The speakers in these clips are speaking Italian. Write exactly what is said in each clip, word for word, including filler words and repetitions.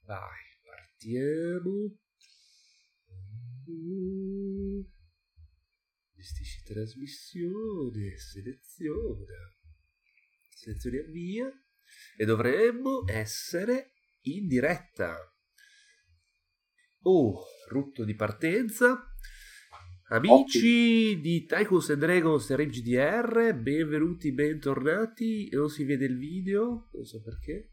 Vai, partiamo. Gestisci trasmissione, seleziona. Selezioni avvia. E dovremmo essere in diretta. Oh, rutto di partenza. Amici di Tycoons and Dragons e R G D R, benvenuti, bentornati. Non si vede il video, non so perché.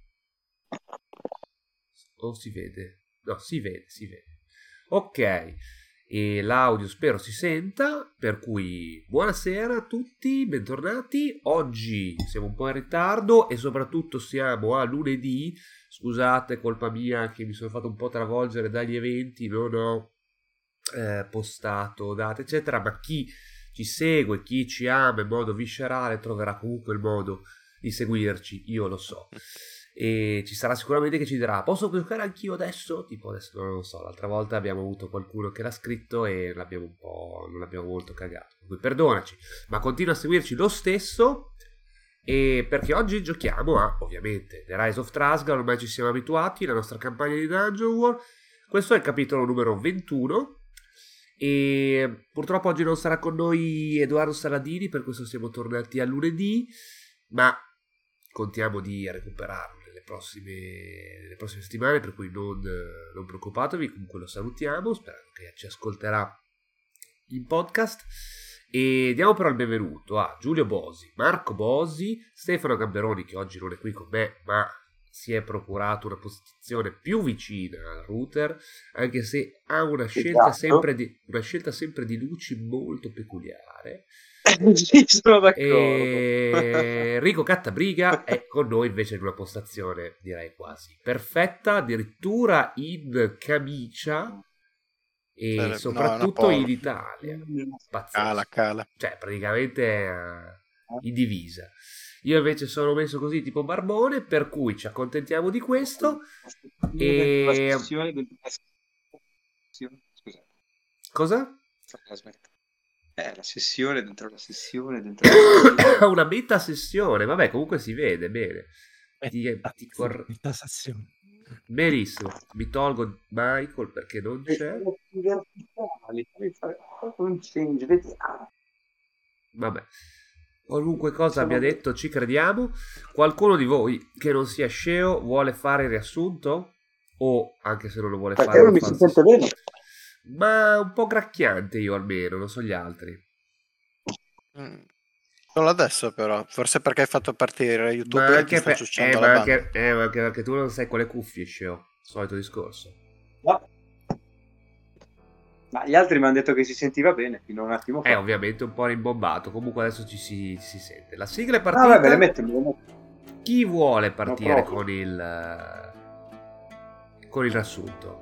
O si vede? No, si vede, si vede. Ok, e l'audio spero si senta, per cui buonasera a tutti, bentornati. Oggi siamo un po' in ritardo e soprattutto siamo a lunedì. Scusate, colpa mia che mi sono fatto un po' travolgere dagli eventi, non ho eh, postato date eccetera, ma chi ci segue, chi ci ama in modo viscerale troverà comunque il modo di seguirci, io lo so. E ci sarà sicuramente che ci dirà: posso giocare anch'io adesso? Tipo adesso non lo so, l'altra volta abbiamo avuto qualcuno che l'ha scritto e l'abbiamo un po', non l'abbiamo molto cagato, per cui perdonaci, ma continua a seguirci lo stesso. E perché oggi giochiamo a, ovviamente, The Rise of Trasgal, ormai ci siamo abituati, la nostra campagna di Dungeon War. Questo è il capitolo numero ventuno e purtroppo oggi non sarà con noi Edoardo Saladini, per questo siamo tornati a lunedì, ma contiamo di recuperarlo nelle prossime, nelle prossime settimane, per cui non, non preoccupatevi, comunque lo salutiamo, sperando che ci ascolterà in podcast. E diamo però il benvenuto a Giulio Bosi, Marco Bosi, Stefano Gamberoni, che oggi non è qui con me ma si è procurato una posizione più vicina al router, anche se ha una scelta, Esatto. sempre di, una scelta sempre di luci molto peculiare. Sì, sono d'accordo. E Enrico Cattabriga è con noi invece in una postazione direi quasi perfetta, addirittura in camicia e No, è una soprattutto polo. in Italia. Pazzesco. Cala, cala. Cioè, praticamente uh, in divisa. Io invece sono messo così tipo barbone, per cui ci accontentiamo di questo. E... Scusa. Cosa? Eh, la sessione dentro la sessione dentro la sessione. Una meta sessione, vabbè, comunque si vede bene. Ti, ti cor... Metà sessione. Benissimo, mi tolgo Michael perché non c'è. Vabbè, qualunque cosa abbia detto ci crediamo. Qualcuno di voi che non sia sceo vuole fare il riassunto? O anche se non lo vuole Perché fare non lo mi fa si sente bene? Ma un po' gracchiante io almeno, non so gli altri. Mm. Solo adesso però, forse perché hai fatto partire YouTube Ma e ti anche, sta per... ciucciando eh, la ma banda. anche... Eh, ma anche perché tu non sai quale cuffie sceo. Solito discorso. No. Ma gli altri mi hanno detto che si sentiva bene fino a un attimo fa. È ovviamente un po' rimbombato. Comunque adesso ci si, ci si sente. La sigla è Ah, partita. vabbè, le metto, me le metto. Chi vuole partire No, con il con il riassunto?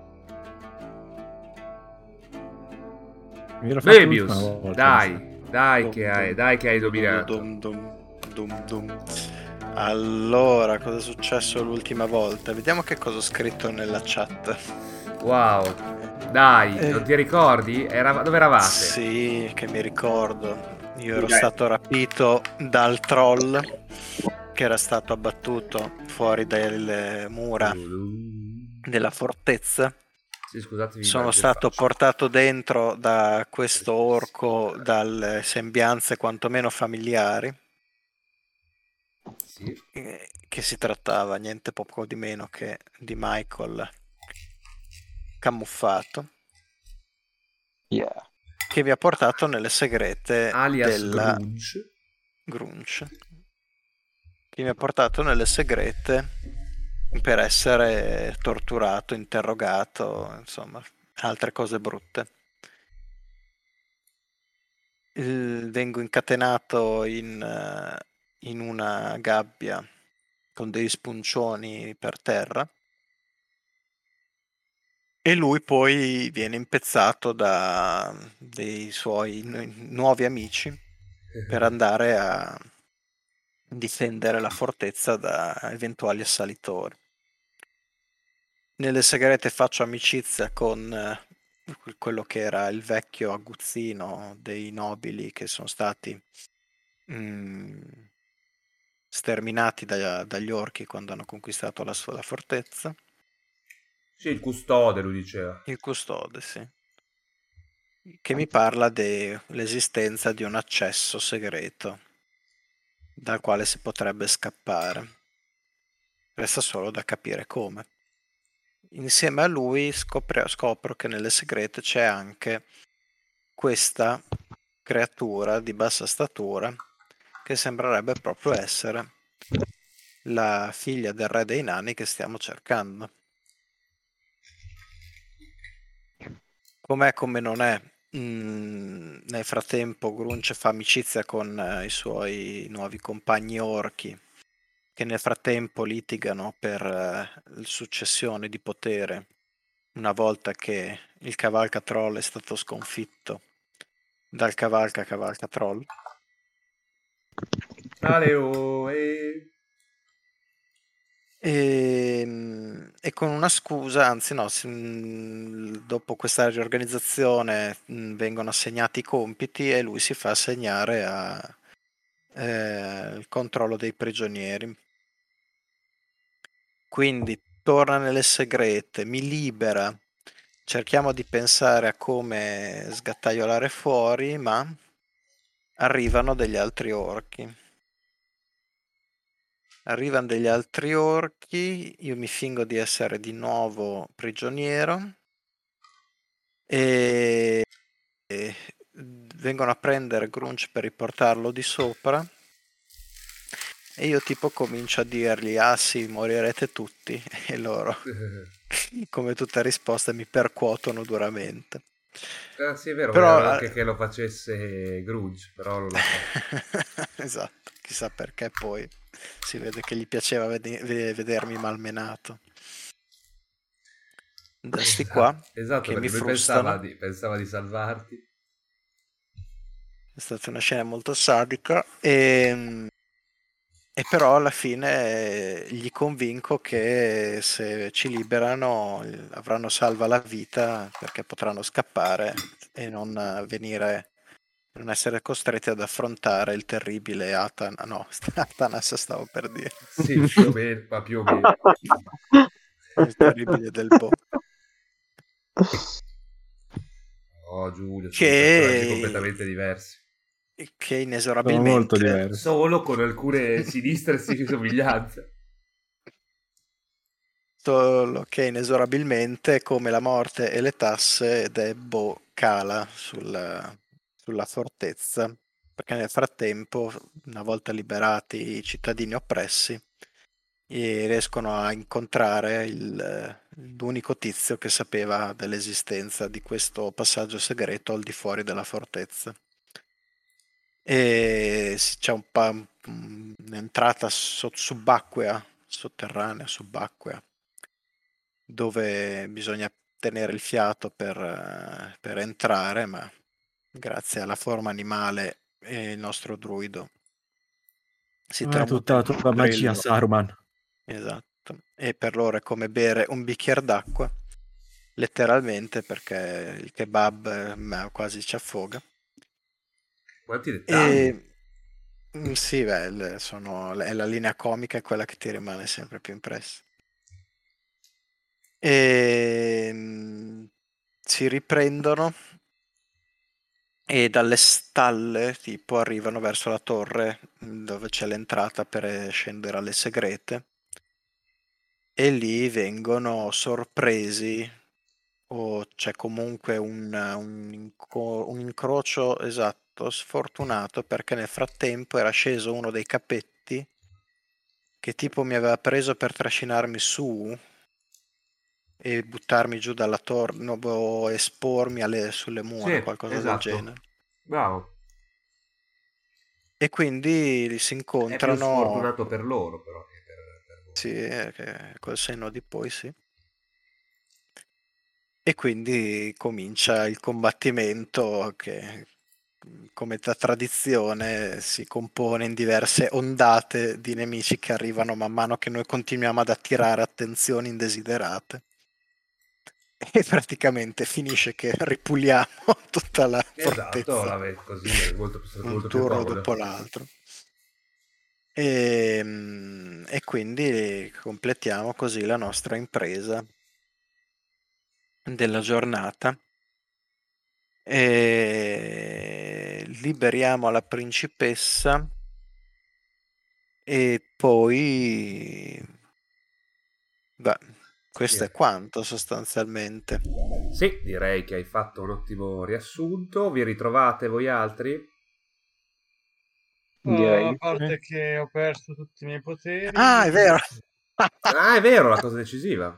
Mebius, dai, dai Dum, che dum, hai, dai che hai dominato. Dum, dum, dum, dum. Allora, cosa è successo l'ultima volta? Vediamo che cosa ho scritto nella chat. Wow, dai, Eh, non ti ricordi? Era... Dove eravate? Sì, che mi ricordo. Io ero stato rapito dal troll che era stato abbattuto fuori dalle mura della fortezza. Sì, scusate, Sono stato portato dentro da questo orco dalle sembianze quantomeno familiari. Sì. Eh, che si trattava niente poco di meno che di Michael camuffato. Yeah. Che mi ha portato nelle segrete alias della Grunge. Grunge. Che mi ha portato nelle segrete per essere torturato, interrogato, insomma, altre cose brutte. Il, vengo incatenato in, uh, in una gabbia con dei spuncioni per terra e lui poi viene impezzato da dei suoi nu- nuovi amici per andare a difendere la fortezza da eventuali assalitori. Nelle segrete faccio amicizia con eh, quello che era il vecchio aguzzino dei nobili che sono stati mm, sterminati da, dagli orchi quando hanno conquistato la sua la fortezza. Sì, il custode, lui diceva. Il custode, sì. Che mi parla dell'esistenza di un accesso segreto dal quale si potrebbe scappare. Resta solo da capire come. Insieme a lui scopre- scopro che nelle segrete c'è anche questa creatura di bassa statura che sembrerebbe proprio essere la figlia del re dei nani che stiamo cercando. Com'è come non è, mm, nel frattempo Grunch fa amicizia con eh, i suoi nuovi compagni orchi che nel frattempo litigano per eh, la successione di potere una volta che il Cavalcatroll è stato sconfitto dal Cavalca Cavalcatroll. Ale, oh, eh. E, e con una scusa, anzi no, si- mh, dopo questa riorganizzazione mh, vengono assegnati i compiti e lui si fa assegnare a, eh, il controllo dei prigionieri. Quindi torna nelle segrete, mi libera, cerchiamo di pensare a come sgattaiolare fuori, ma arrivano degli altri orchi. Arrivano degli altri orchi, io mi fingo di essere di nuovo prigioniero e, e vengono a prendere Grunch per riportarlo di sopra e io tipo comincio a dirgli ah sì, morirete tutti e loro come tutta risposta mi percuotono duramente. Ah, sì, è vero, Però volevano anche eh, che lo facesse Grudge, però non l'ha fatto. esatto, chissà perché poi si vede che gli piaceva vede- ve- vedermi malmenato da sti qua Esatto, esatto, che mi perché lui pensava frustano. di, pensava di salvarti. È stata una scena molto sadica e, e però alla fine eh, gli convinco che se ci liberano eh, avranno salva la vita perché potranno scappare e non eh, venire, non essere costretti ad affrontare il terribile Atan, no, Atanas stavo per dire, Sì, più o meno, ma più o meno. il terribile del Bo, Oh, Giulio, sono personaggi che, completamente diversi. che Sono molto inesorabilmente diversi. Solo con alcune sinistre si somiglianze. solo che inesorabilmente come la morte e le tasse Debbo cala sulla, sulla fortezza perché nel frattempo una volta liberati i cittadini oppressi e riescono a incontrare il- l'unico tizio che sapeva dell'esistenza di questo passaggio segreto al di fuori della fortezza e s- c'è un pa- un- un'entrata so- subacquea sotterranea subacquea dove bisogna tenere il fiato per, eh, per entrare, ma grazie alla forma animale e il nostro druido si Ah, è tramuta tutta in la un tua magia, grillo. Saruman. Esatto. E per loro è come bere un bicchiere d'acqua, letteralmente, perché il kebab eh, ma quasi ci affoga. Quanti dettagli. E mm, sì, beh, il- sono, è la linea comica, è quella che ti rimane sempre più impressa. E mm, si riprendono e dalle stalle tipo arrivano verso la torre mh, dove c'è l'entrata per eh, scendere alle segrete e lì vengono sorpresi o c'è comunque un, un inco- un incrocio esatto sfortunato perché nel frattempo era sceso uno dei capetti che tipo mi aveva preso per trascinarmi su e buttarmi giù dalla torre no, o espormi alle- sulle mura, Sì, qualcosa del esatto. genere. Bravo. E quindi si È più incontrano. sfortunato per loro, però, che per, per voi. Sì, eh, che col senno di poi sì. E quindi comincia il combattimento che, come da tradizione, si compone in diverse ondate di nemici che arrivano man mano che noi continuiamo ad attirare attenzioni indesiderate. E praticamente finisce che ripuliamo tutta la Esatto, fortezza, la ve- così è molto, più- un molto più turno comodo. dopo l'altro. E, mm, e quindi completiamo così la nostra impresa. della giornata e liberiamo la principessa e poi beh, questo è quanto sostanzialmente. Sì, direi che hai fatto un ottimo riassunto. Vi ritrovate voi altri? Direi Oh, a di parte Eh. che ho perso tutti i miei poteri. Ah, è vero. Ah, è vero, la cosa decisiva.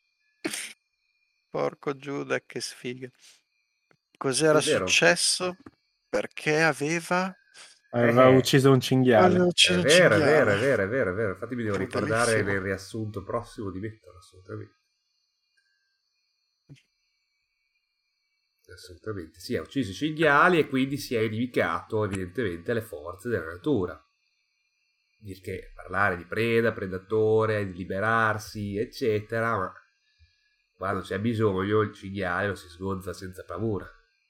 Porco Giuda, che sfiga. Cos'era È vero. successo? Perché aveva Aveva Eh, ucciso un cinghiale. aveva È ucciso un vero, è cinghiale. vero, è vero, è vero, è vero. Infatti mi devo ricordare Bellissimo. nel riassunto prossimo di metterlo, assolutamente. Assolutamente. Sì, ha ucciso i cinghiali e quindi si è inimicato evidentemente alle forze della natura. Il che parlare di preda, predatore, di liberarsi, eccetera, ma quando c'è bisogno il cinghiale lo si sgonza senza paura.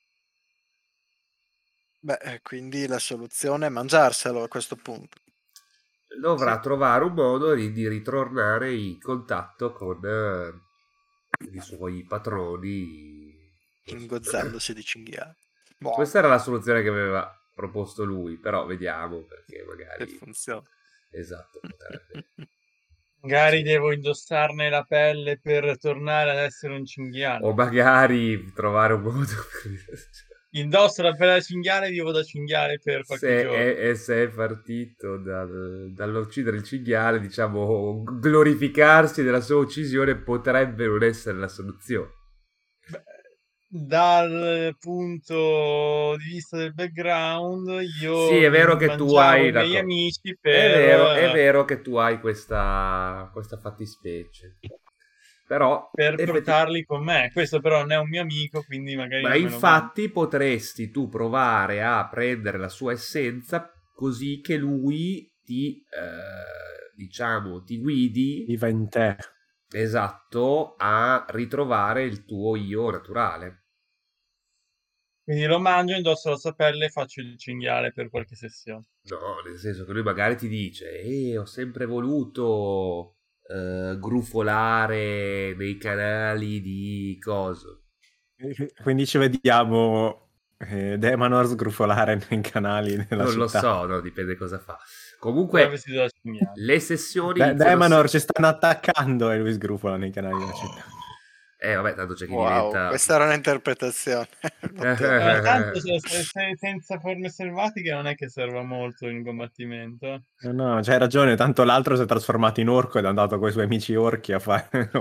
Beh, quindi la soluzione è mangiarselo a questo punto. Dovrà Sì. trovare un modo di, di ritornare in contatto con eh, i suoi patroni. Ingozzandosi di cinghiale. Boh, Questa era la soluzione che aveva proposto lui, però vediamo perché che magari... funziona. Esatto, potrebbe. Magari Sì. devo indossarne la pelle per tornare ad essere un cinghiale. O magari trovare un modo per... Indosso la pelle da cinghiale e vivo da cinghiale per qualche Se giorno. è, e se è partito dal, dall'uccidere il cinghiale, diciamo, glorificarsi della sua uccisione potrebbe non essere la soluzione. Beh, dal punto di vista del background, io Sì, è vero che tu mangiavo hai i miei d'accordo. amici È per... vero, è vero che tu hai questa, questa fattispecie. Però per effetti- portarli con me. Questo però non è un mio amico, quindi magari Ma non me lo infatti potresti tu provare a prendere la sua essenza così che lui ti, eh, diciamo, ti guidi, Viva in te. esatto, a ritrovare il tuo io naturale. Quindi lo mangio, indosso la sua pelle e faccio il cinghiale per qualche sessione. No, nel senso che lui magari ti dice, eh, ho sempre voluto eh, grufolare nei canali di coso. Quindi ci vediamo eh, Demanor sgrufolare nei canali della Non lo città. so, no, dipende cosa fa. Poi Comunque, vestito da cinghiale. le sessioni De- iniziano a Demanor se- ci stanno attaccando e lui sgrufola nei canali della città. Eh, vabbè, tanto c'è chi Wow, diventa... questa era un'interpretazione. Notevole. Ma tanto se, se- se- senza forme selvatiche non è che serva molto in combattimento. eh. No, no, c'hai ragione, tanto l'altro si è trasformato in orco ed è andato con i suoi amici orchi a fare...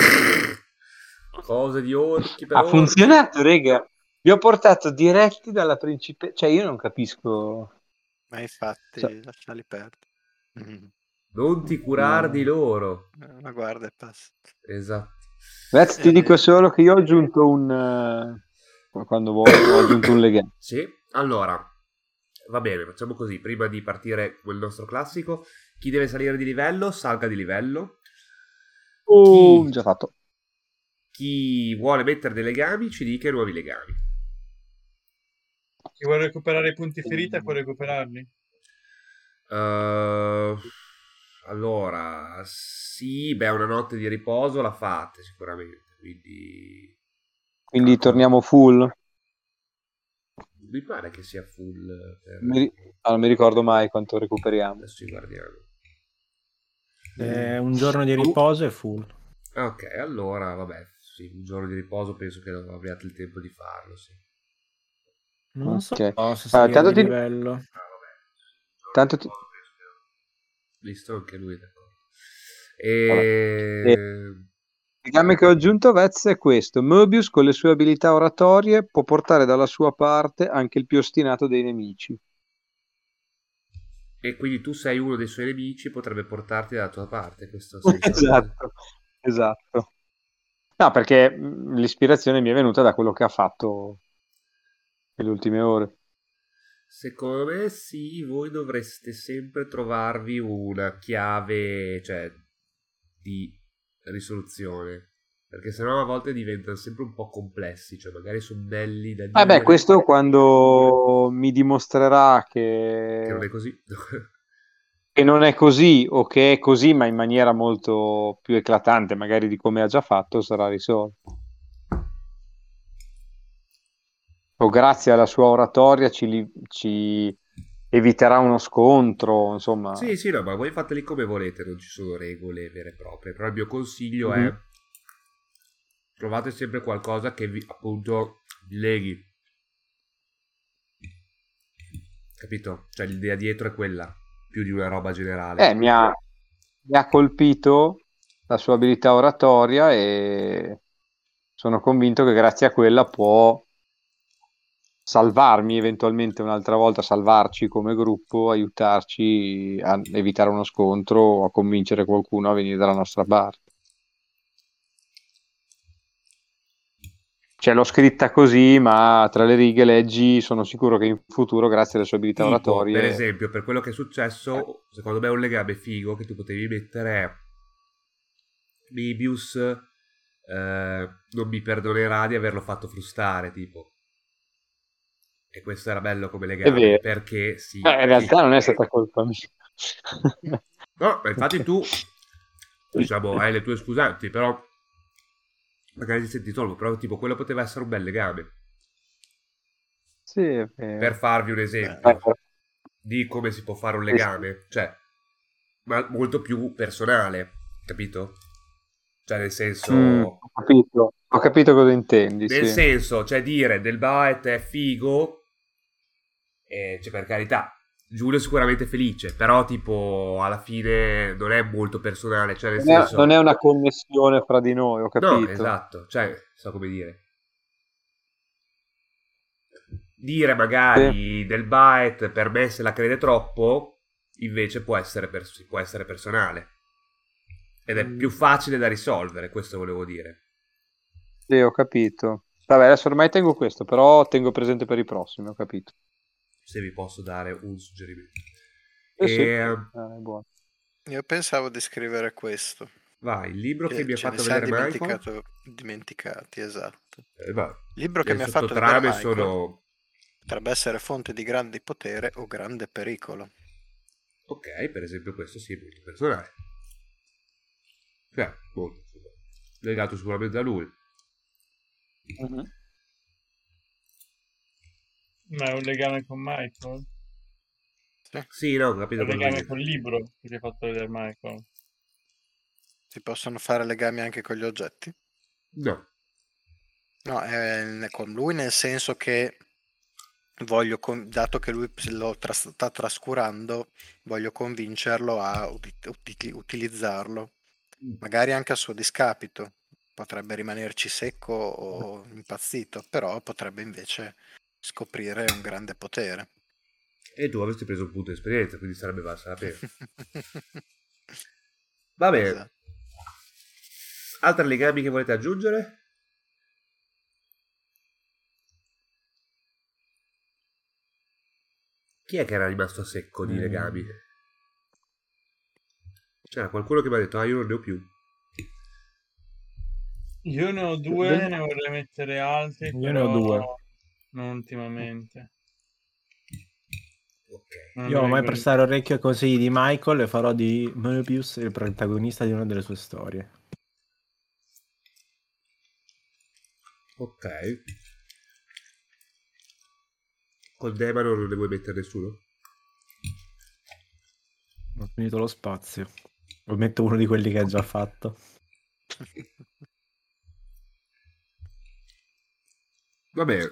Cose di orchi per Ha orchi. funzionato, rega. Vi ho portato diretti dalla principessa. Cioè, io non capisco. Ma infatti, Cioè- lasciali perdere. Mm. Non ti curar di loro. Eh, Ma guarda e passa. Esatto. Vez, ti Eh. dico solo che io ho aggiunto un. eh, quando vuoi, ho aggiunto un legame. Sì, allora, va bene, facciamo così. Prima di partire con il nostro classico, chi deve salire di livello, salga di livello. Oh, Chi- già fatto. Chi vuole mettere dei legami, ci dica i nuovi legami. Chi vuole recuperare i punti ferita può recuperarli. Uh, allora, sì, beh, una notte di riposo la fate sicuramente, quindi Quindi torniamo full. mi pare che sia full per... Mi ri- ah, non mi ricordo mai quanto recuperiamo. Adesso ci guardiamo. Eh, un giorno di riposo e full. Ok, allora, vabbè, sì, un giorno di riposo penso che non abbiate il tempo di farlo, sì. Non so Ok. se Ah, salire tanto di ti- livello. Ah, vabbè. Tanto ti- Visto anche lui, d'accordo. E... Il legame che ho aggiunto, Vez, è questo. Möbius, con le sue abilità oratorie, può portare dalla sua parte anche il più ostinato dei nemici. e quindi tu sei uno dei suoi nemici, potrebbe portarti dalla tua parte. Questo senso. Esatto, esatto. No, perché mh, l'ispirazione mi è venuta da quello che ha fatto nelle ultime ore. Secondo me sì, voi dovreste sempre trovarvi una chiave, cioè, di risoluzione. Perché sennò a volte diventano sempre un po' complessi, cioè magari sono belli da dire. Ah, beh, questo quando mi dimostrerà che, Che non è così. che non è così o che è così, ma in maniera molto più eclatante, magari di come ha già fatto, sarà risolto. o grazie alla sua oratoria ci, li- ci eviterà uno scontro, insomma. Sì, sì, no, ma voi fateli come volete, non ci sono regole vere e proprie, però il mio consiglio Mhm. è trovate sempre qualcosa che vi, appunto, vi leghi. Capito? Cioè l'idea dietro è quella, più di una roba generale. Eh, mi ha, mi ha colpito la sua abilità oratoria e sono convinto che grazie a quella può salvarmi eventualmente un'altra volta, salvarci come gruppo, aiutarci a evitare uno scontro o a convincere qualcuno a venire dalla nostra parte. Cioè, l'ho scritta così, ma tra le righe leggi, sono sicuro che in futuro, grazie alle sue abilità Tipo, per oratorie, esempio, per quello che è successo, secondo me un legame figo che tu potevi mettere è Bibius eh, non mi perdonerà di averlo fatto frustare, tipo. E questo era bello come è legame, vero. perché sì, Eh, in sì. realtà non è stata colpa mia. No, ma infatti tu, diciamo, hai le tue scusanti, però magari ti senti tolto, però tipo quello poteva essere un bel legame. Sì, è Per vero. farvi un Beh, esempio di come si può fare un legame, cioè, ma molto più personale, capito? Cioè, nel senso, Mm, ho capito, ho capito cosa intendi, nel sì. senso, cioè dire del Baet è figo, eh, cioè per carità, Giulio è sicuramente felice, però tipo alla fine non è molto personale, cioè nel Non è, non senso, è una connessione fra di noi, ho no, capito. esatto, cioè, so come dire. Dire Sì. magari del Baet per me se la crede troppo, invece può essere, pers- può essere personale. Ed è più facile da risolvere, questo volevo dire. Sì, ho capito. Vabbè, adesso ormai tengo questo, però tengo presente per i prossimi, ho capito. Se vi posso dare un suggerimento. Sì, sì. E Eh, è buono. io pensavo di scrivere questo. vai, il libro che Che mi ha ce ne fatto siamo vedere Michael. dimenticato, dimenticati, esatto. Eh, va. Il libro che Le mi ha fatto vedere sottotrame Michael sono potrebbe essere fonte di grande potere o grande pericolo. ok, per esempio questo sì, è molto personale. Cioè, molto legato sicuramente a lui. Mhm. Ma è un legame con Michael? Sì, no, ho È capito un cosa legame vuol col dire. libro che ti ha fatto vedere Michael? Si possono fare legami anche con gli oggetti? No, No, è con lui nel senso che voglio, con- dato che lui se lo tras- sta trascurando, voglio convincerlo a uti- uti- utilizzarlo, magari anche a suo discapito. Potrebbe rimanerci secco o impazzito, però potrebbe invece scoprire un grande potere. e tu avresti preso un punto di esperienza, quindi sarebbe valsa la pena. Va bene. Esatto. Altri legami che volete aggiungere? Chi è che era rimasto a secco di Mm. legami? C'era qualcuno che mi ha detto, ah, io non ne ho più. Io ne ho due, ne vorrei mettere altri, Io ne ho però due. non ultimamente. Ok. Non Io mi ho mai vengono in prestare orecchio ai consigli di Michael e farò di Möbius il protagonista di una delle sue storie. Ok. Col Demano non ne vuoi mettere nessuno? Ho finito lo spazio. O metto uno di quelli che ha già fatto. Va bene.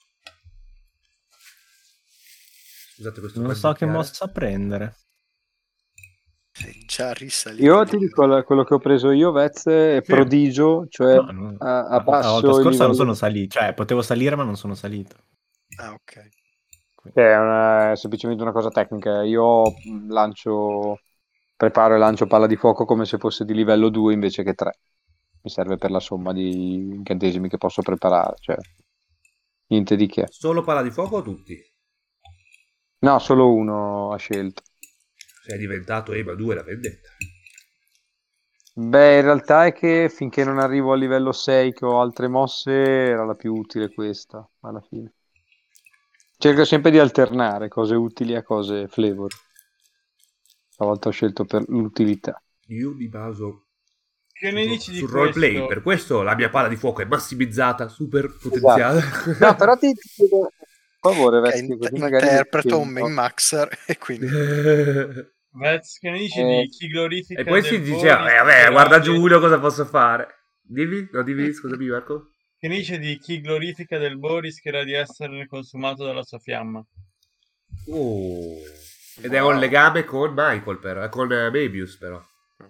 Scusate questo Non qua di so che bicchiere. mossa prendere. Sei già risalito. Io di ti livello. dico, la- quello che ho preso io, Vez, è Sì. prodigio, cioè No, no. a, a La volta basso il scorsa non livello. sono salito. Cioè, potevo salire ma non sono salito. Ah, ok. Che è, una- è semplicemente una cosa tecnica. Io mh, lancio, preparo e lancio palla di fuoco come se fosse di livello due invece che tre. Mi serve per la somma di incantesimi che posso preparare, cioè niente di che. Solo palla di fuoco o tutti? No, solo uno ha scelto. Sei diventato Ema due la vendetta. Beh, in realtà è che finché non arrivo a livello sei che ho altre mosse, era la più utile questa, alla fine. Cerco sempre di alternare cose utili a cose flavor. Stavolta ho scelto per l'utilità. Io mi baso Che ne dici di sul questo? roleplay. Per questo la mia palla di fuoco è massimizzata, super potenziata. Esatto. No, però ti ti chiedo, per favore, Che Vesti, in- così magari interpreto un spiego. min maxer e quindi Vez, che ne dici Eh, di chi glorifica E poi del si diceva, Boris eh vabbè, che guarda rabbia- Giulio, cosa posso fare? Dimmi, no, dimmi, scusami Marco. Che ne dice di chi glorifica del Boris che era di essere consumato dalla sua fiamma? Oh. Ed è Wow. un legame con Michael, però, eh, con eh, Babius, però.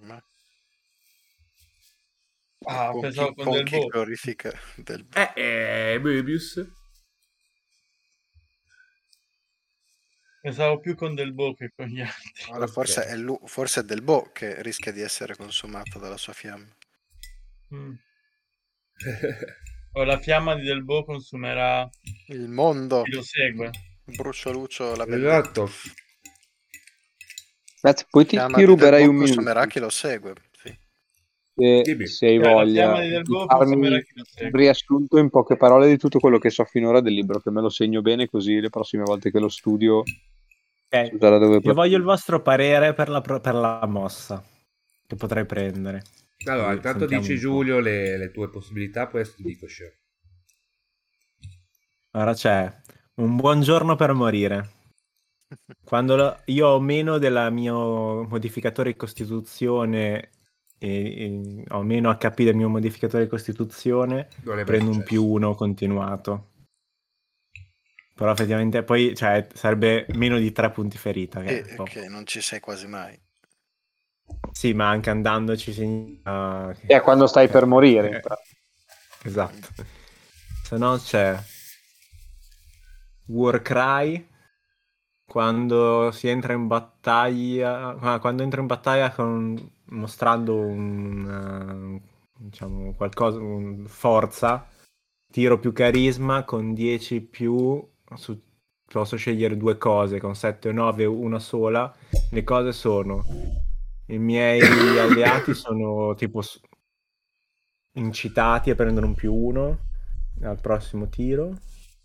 Ah, con pensavo chi, con con del chi Bo. glorifica del Eh, eh, Babius. Pensavo più con del Bo che con gli altri. Allora, forse, Ok. è lu- forse è del Bo che rischia di essere consumato dalla sua fiamma. Mm. O la fiamma di del Bo consumerà Il mondo, chi lo segue. Brucio Lucio la vendetta. Esatto. Vez, poi ti, Fiamma ti di del ruberei Bo un consumerà minuto chi lo segue. Sì. se, Dimmi. se hai Cioè, la voglia fiamma di del di Bo consumerà farmi chi lo segue. un riassunto in poche parole di tutto quello che so finora del libro, che me lo segno bene così le prossime volte che lo studio Ok. so già da dove Io partire. voglio il vostro parere per la, pro- per la mossa che potrei prendere. Allora, Così intanto sentiamo dici un po'. Giulio le, le tue possibilità, poi ti dico Sher. Allora c'è un buon giorno per morire. Quando lo- io ho meno del mio modificatore di costituzione e, e ho meno H P del mio modificatore di costituzione, Non è mai prendo un successo. più uno continuato. Però effettivamente poi cioè, sarebbe meno di tre punti ferita. Che è E poco. che non ci sei quasi mai. Sì, ma anche andandoci significa... È quando stai per morire. in Eh, pratica. esatto. Se no c'è Warcry quando si entra in battaglia, ah, quando entra in battaglia con, mostrando un, eh, diciamo qualcosa, un- forza, tiro più carisma con dieci più, su- posso scegliere due cose, con sette o nove una sola. Le cose sono, i miei alleati sono tipo s- incitati a prendere un più uno al prossimo tiro.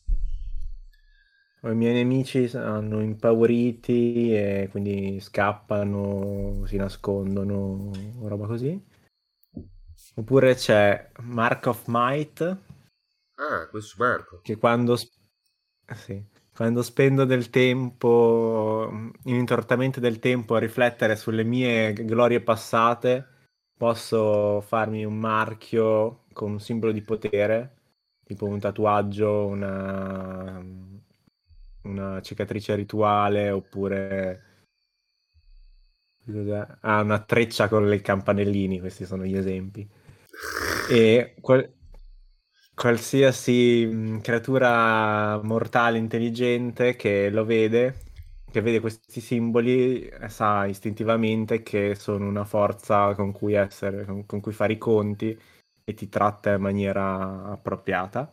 I miei nemici hanno impauriti e quindi scappano, si nascondono, roba così. Oppure c'è Mark of Might, Ah, questo su Marco. che quando, sp- sì, quando spendo del tempo, ininterrottamente del tempo a riflettere sulle mie glorie passate, posso farmi un marchio con un simbolo di potere, tipo un tatuaggio, una, una cicatrice rituale, oppure ah, una treccia con i campanellini, questi sono gli esempi. E qual- qualsiasi mh, creatura mortale intelligente che lo vede, che vede questi simboli, eh, sa istintivamente che sono una forza con cui essere, con, con cui fare i conti e ti tratta in maniera appropriata.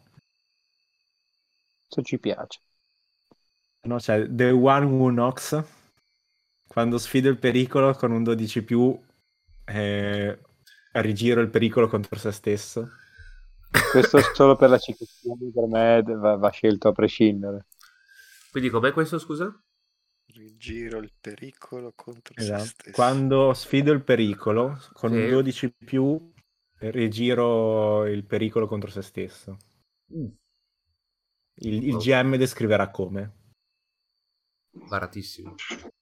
Se ci piace. No, c'è The One Who Knocks. Quando sfido il pericolo con un dodici più, eh, rigiro il pericolo contro se stesso. Questo solo per la citazione per me va, va scelto a prescindere. Quindi com'è questo, scusa? Rigiro il pericolo contro se Esatto. stesso. Quando sfido il pericolo con Sì. un dodici più, rigiro il pericolo contro se stesso. Mm, Il, il Oh. G M descriverà come. baratissimo.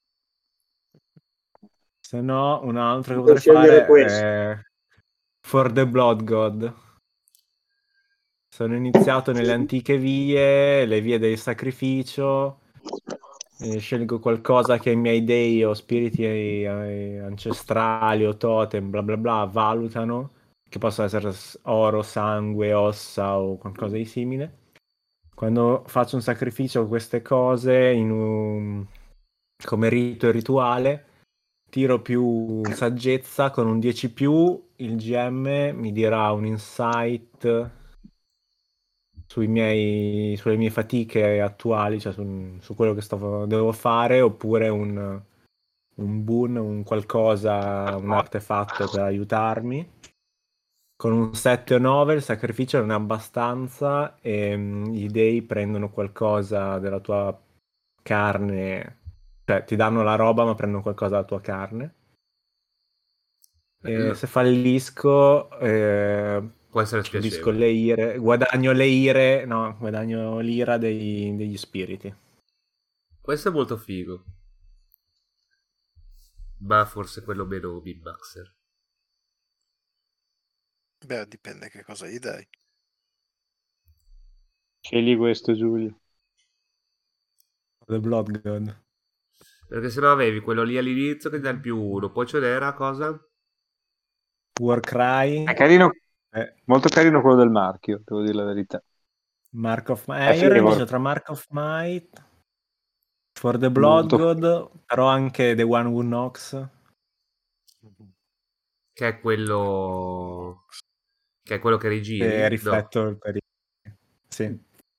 Se no, un altro che Puoi potrei scegliere fare questo. è For the Blood God. Sono iniziato nelle antiche vie, le vie del sacrificio. E scelgo qualcosa che i miei dei o spiriti eh, ancestrali o totem, bla bla bla, valutano, che possono essere s- oro, sangue, ossa o qualcosa di simile. Quando faccio un sacrificio con queste cose in un- come rito e rituale, tiro più saggezza con un dieci più, il G M mi dirà un insight sui miei, sulle mie fatiche attuali, cioè su, su quello che sto, devo fare, oppure un, un boon, un qualcosa, un artefatto per aiutarmi. Con un sette o nove il sacrificio non è abbastanza e mm, gli dei prendono qualcosa della tua carne, cioè ti danno la roba ma prendono qualcosa della tua carne. E se fallisco, eh, Può essere subisco spiacevole. le ire, guadagno le ire, no, guadagno l'ira dei- degli spiriti. Questo è molto figo. Ma forse quello meno min-maxer. Beh, dipende che cosa gli dai. Scegli questo, Giulio. The Blood God. Perché se no avevi quello lì all'inizio che dà il più uno. Poi ce n'era cosa? Warcry, È carino, eh, molto carino quello del marchio, devo dire la verità. Mark of Might. È Eh, io ero figo. indeciso tra Mark of Might, For the Blood Molto God, però anche The One Who Knocks. Che è quello... Che è quello che rigiri? Che No. rifletto il pericolo. Sì.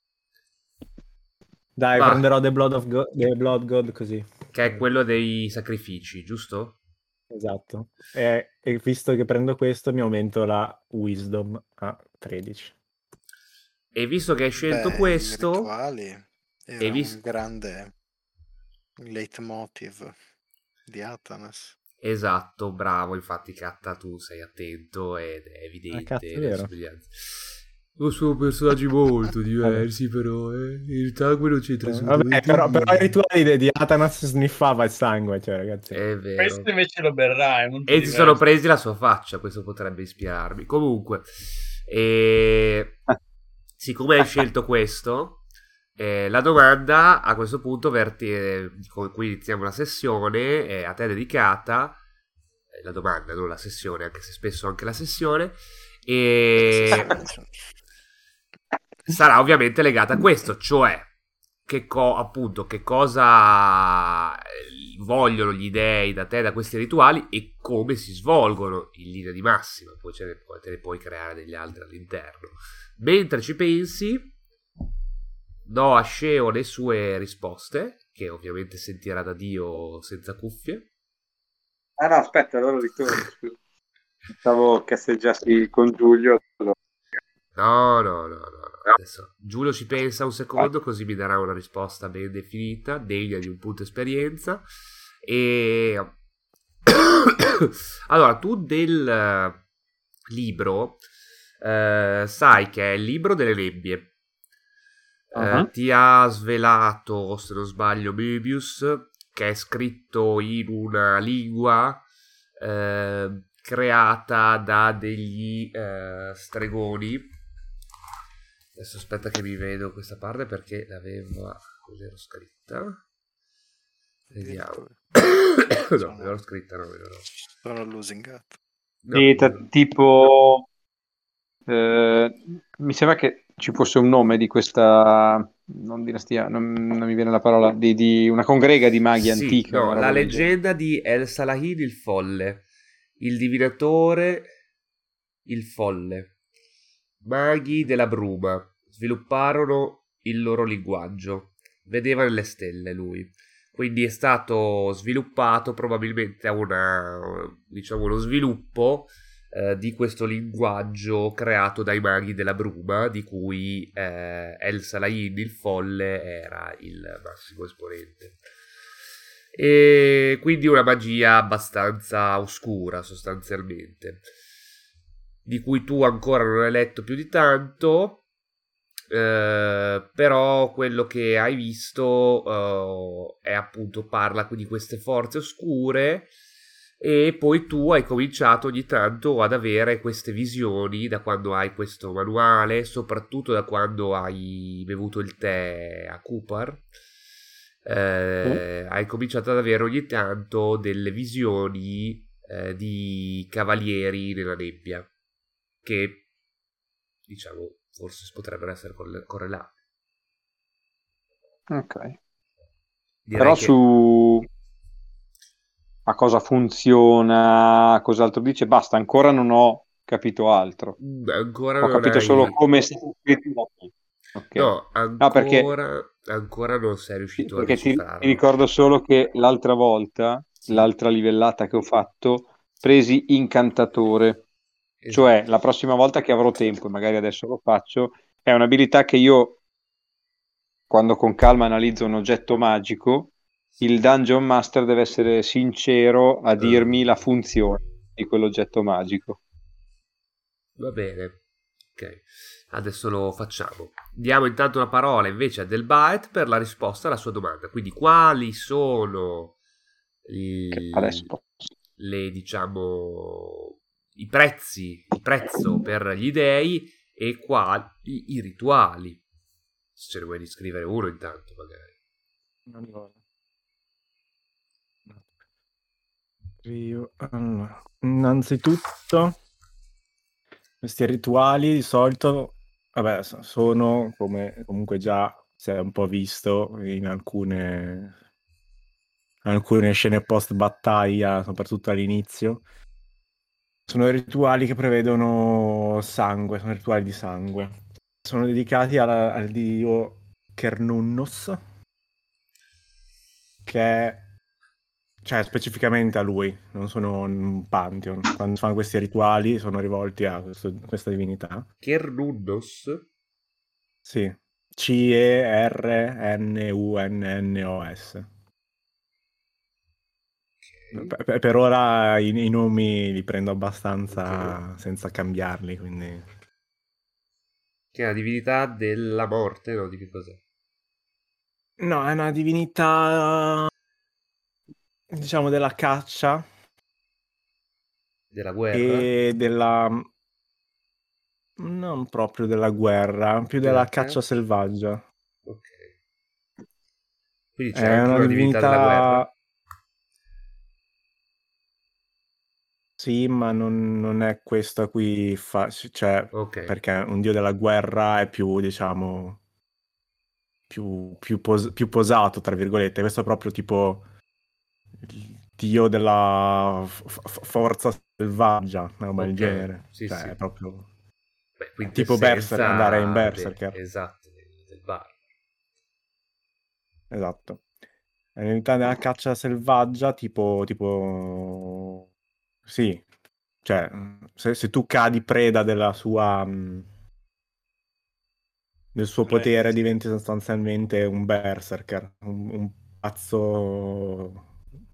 Dai, Va. prenderò The Blood of God, The Blood God così. Che è quello dei sacrifici, giusto? Esatto. E, e visto che prendo questo, mi aumento la Wisdom a tredici. E visto che hai scelto Beh, i questo... rituali era e vis- un grande leitmotiv di Atanas. Esatto, bravo, infatti Katta tu sei attento ed è Ah, evidente cazzo, è le vero. somiglianze. Non sono personaggi molto diversi però, eh. In realtà quello c'entra Eh, assolutamente Vabbè, però, però i niente. rituali di- di Atanas sniffava il sangue, cioè, ragazzi. È vero. Questo invece lo berrai, è molto E si diverso. sono presi la sua faccia, questo potrebbe ispirarmi. Comunque, eh, siccome hai scelto questo, eh, la domanda a questo punto verte, con cui iniziamo la sessione, è a te dedicata, eh, la domanda, non la sessione, anche se spesso anche la sessione, e sarà ovviamente legata a questo, cioè che co- appunto che cosa eh, vogliono gli dei da te da questi rituali e come si svolgono in linea di massima, poi ce ne, poi te ne puoi creare degli altri all'interno. Mentre ci pensi, do a Sceo le sue risposte, che ovviamente sentirà da Dio senza cuffie. Ah no, aspetta, allora ritorno. scusa. Pensavo casseggiassi con Giulio. No, no, no, no, no. Adesso Giulio ci pensa un secondo, così mi darà una risposta ben definita, degna di un punto esperienza. E allora, tu del eh, libro eh, sai che è il libro delle nebbie. Eh, Uh-huh. ti ha svelato, se non sbaglio, Möbius, che è scritto in una lingua eh, creata da degli eh, stregoni. Adesso aspetta che mi vedo questa parte perché l'avevo cos'ero scritta. Vediamo. No, l'ho scritta, no, no. Sono lusingato. No, Sì, t- tipo eh, mi sembra che ci fosse un nome di questa non dinastia, non, non mi viene la parola di, di una congrega di maghi sì, antica, no, una la roba del genere. leggenda di El Salahid il folle, il divinatore il folle. Maghi della bruma svilupparono il loro linguaggio. Vedeva nelle stelle lui. Quindi è stato sviluppato probabilmente a una, diciamo, uno sviluppo eh, di questo linguaggio creato dai maghi della bruma, di cui eh, El Salahin, il folle, era il massimo esponente. E quindi una magia abbastanza oscura, sostanzialmente, di cui tu ancora non hai letto più di tanto. Uh, però quello che hai visto uh, è appunto parla di queste forze oscure e poi tu hai cominciato ogni tanto ad avere queste visioni da quando hai questo manuale, soprattutto da quando hai bevuto il tè a Cooper. Uh, mm. Hai cominciato ad avere ogni tanto delle visioni uh, di cavalieri nella nebbia che, diciamo, forse potrebbero essere correlati. Ok. Direi Però che... su a cosa funziona, cos'altro dice, basta, ancora non ho capito altro. Ancora ho non capito hai... solo come si okay. No, ancora, no, perché, ancora non sei riuscito perché a decifrarlo. Ti, ti ricordo solo che l'altra volta, sì. l'altra livellata che ho fatto, presi incantatore. Esatto. Cioè, la prossima volta che avrò tempo, e magari adesso lo faccio, è un'abilità che io, quando con calma analizzo un oggetto magico, il Dungeon Master deve essere sincero a dirmi uh. la funzione. di quell'oggetto magico. Va bene. Ok, adesso lo facciamo. Diamo intanto una parola invece a Delbaet per la risposta alla sua domanda. Quindi quali sono i, Adesso posso. le, diciamo, i prezzi, il prezzo per gli dei e quali i rituali. Se ce ne vuoi riscrivere uno intanto magari. Non voglio. Io, allora, innanzitutto, questi rituali di solito, vabbè, so- sono come comunque già si è un po' visto in alcune, alcune scene post battaglia, soprattutto all'inizio. Sono rituali che prevedono sangue, sono rituali di sangue. Sono dedicati alla- al dio Kernunnos, che è, cioè specificamente a lui, non sono un pantheon. Quando fanno questi rituali sono rivolti a questo- questa divinità. Kernunnos? Sì, C E R N U N N O S. Ok. Per, per ora i, i nomi li prendo abbastanza senza cambiarli, quindi... Che è la divinità della morte, no? Di che cos'è? No, è una divinità, diciamo, della caccia Della guerra? e della... non proprio della guerra, più Della della caccia caccia? selvaggia. Ok. Quindi c'è È anche una una divinità della guerra? divinità... Sì, ma non, non è questo a cui fa... cioè, Ok. perché un dio della guerra è più, diciamo, più, più, pos- più posato, tra virgolette. Questo è proprio tipo il dio della f- f- forza selvaggia, una roba del Ok. genere. Sì, Cioè, è sì. proprio... Beh, è tipo Berserk, andare in quintessenza de- Berserker. esatto, del, del bar. Esatto. È un'unità della caccia selvaggia, tipo... tipo... Sì, cioè, se, se tu cadi preda della sua... mh, del suo potere, Presa. diventi sostanzialmente un berserker, un, un pazzo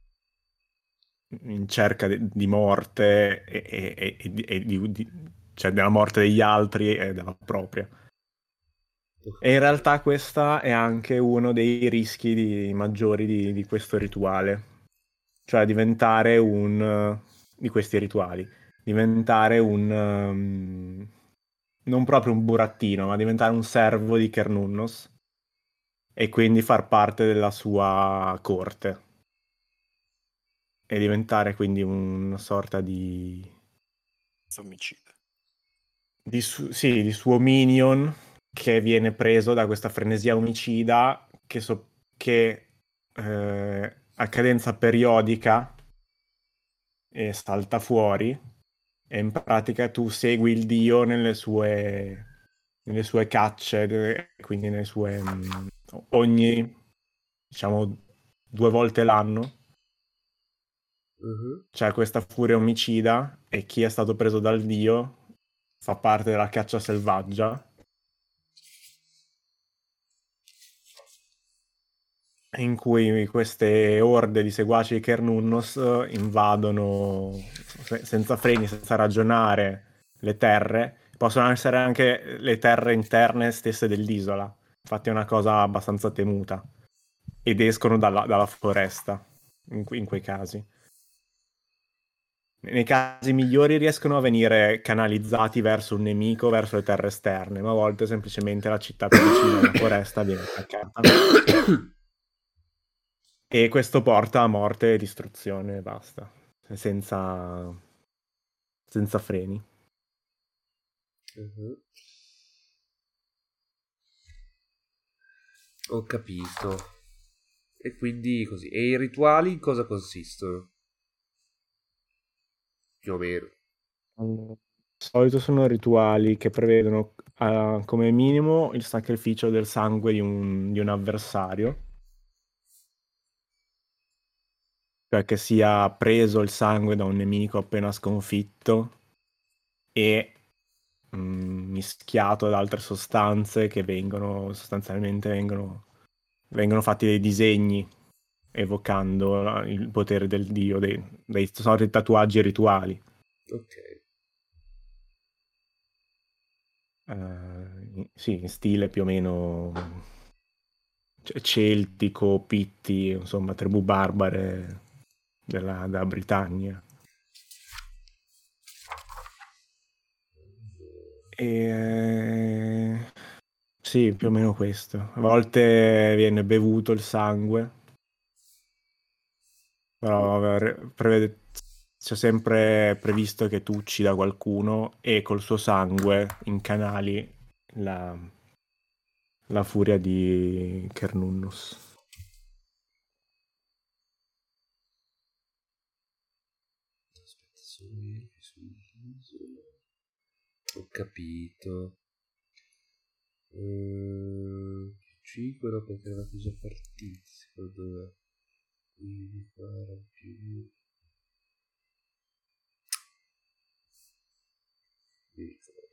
in cerca de- di morte e, e- e- e di, e di- di- cioè della morte degli altri e della propria. E in realtà questo è anche uno dei rischi di- maggiori di, di questo rituale, cioè diventare un... di questi rituali, diventare un... um, non proprio un burattino, ma diventare un servo di Kernunnos e quindi far parte della sua corte e diventare quindi una sorta di, Omicida. di, su- sì, di suo minion che viene preso da questa frenesia omicida che, so- che eh, a cadenza periodica e salta fuori e in pratica tu segui il dio nelle sue, nelle sue cacce, de- quindi nelle sue mh, ogni diciamo due volte l'anno Mhm. c'è questa furia omicida e chi è stato preso dal dio fa parte della caccia selvaggia in cui queste orde di seguaci di Kernunnos invadono se- senza freni, senza ragionare le terre. Possono essere anche le terre interne stesse dell'isola. Infatti è una cosa abbastanza temuta. Ed escono dalla, dalla foresta in, que- in quei casi. Nei casi migliori riescono a venire canalizzati verso un nemico, verso le terre esterne, ma a volte semplicemente la città più vicina alla foresta viene attaccata. E questo porta a morte e distruzione e basta, senza, senza freni. Mhm. Ho capito. E quindi così. E i rituali in cosa consistono? Più o meno. Allora, di solito sono rituali che prevedono eh, come minimo il sacrificio del sangue di un, di un avversario, cioè che sia preso il sangue da un nemico appena sconfitto e mm, mischiato ad altre sostanze che vengono sostanzialmente vengono, vengono fatti dei disegni evocando il potere del dio, dei, dei soliti tatuaggi rituali. Ok. Uh, sì, in stile più o meno celtico, pitti, insomma, tribù barbare della, della Britannia. E... sì, più o meno questo. A volte viene bevuto il sangue, però prevede... c'è sempre previsto che tu uccida qualcuno e col suo sangue incanali la, la furia di Cernunnos. Ho capito. Uh, cinque no, perché eravate già partiti, secondo me. Quindi fare più. Mi ricordo.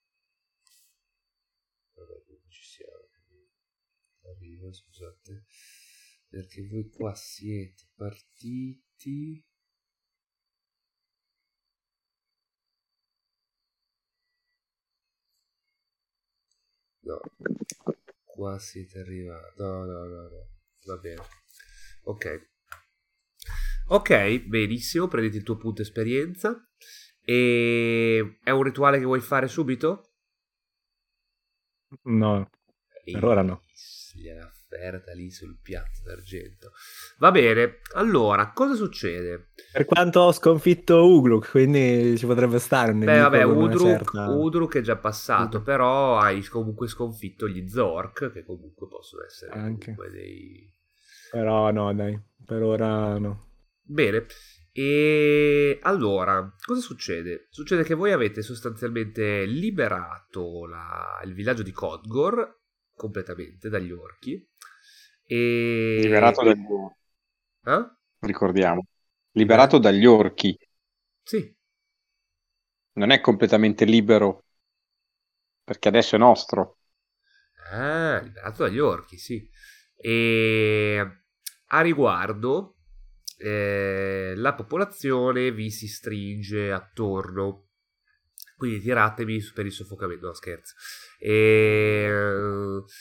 Vabbè, come ci siamo. Arriva, scusate. Perché voi qua siete partiti. No, qua siete arrivati. No, no, no, no. Va bene. Ok. Ok, benissimo. Prenditi il tuo punto esperienza. E è un rituale che vuoi fare subito? No, per ora no. Gliela offerta lì sul piatto d'argento. Va bene, allora, cosa succede? Per quanto ho sconfitto Ugluk, quindi ci potrebbe stare un Beh, nemico vabbè, con una Udruk, certa... Udruk è già passato, Udruk. però hai comunque sconfitto gli Zork, che comunque possono essere Anche. comunque dei... Però no, dai, per ora no. Bene, e allora, cosa succede? Succede che voi avete sostanzialmente liberato la... il villaggio di Khotgor completamente dagli orchi. E... Liberato dagli orchi, Eh? ricordiamo. Liberato dagli orchi. Sì. Non è completamente libero, perché adesso è nostro. Ah, liberato dagli orchi, sì. E a riguardo, eh, la popolazione vi si stringe attorno. Quindi tiratemi per il soffocamento, no scherzo. E...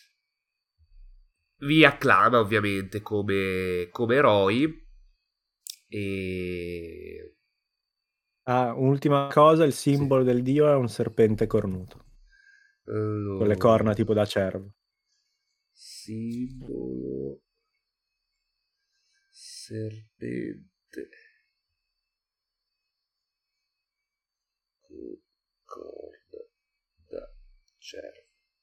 vi acclama ovviamente come, come eroi. E... Ah, un'ultima cosa, il simbolo Sì. del dio è un serpente cornuto. Allora... Con le corna tipo da cervo. Simbolo... serpente... corda da cervo.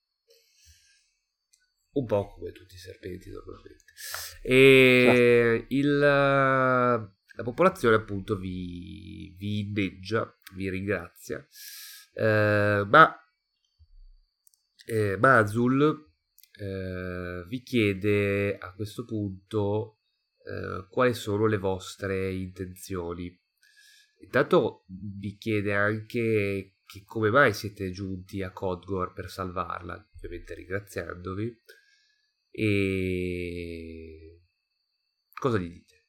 Un po' come tutti i serpenti normalmente. E il, la popolazione appunto vi, vi inneggia, vi ringrazia, eh, ma eh, Mazul eh, vi chiede a questo punto eh, quali sono le vostre intenzioni. Intanto vi chiede anche che come mai siete giunti a Khotgor per salvarla, ovviamente ringraziandovi. E cosa gli dite?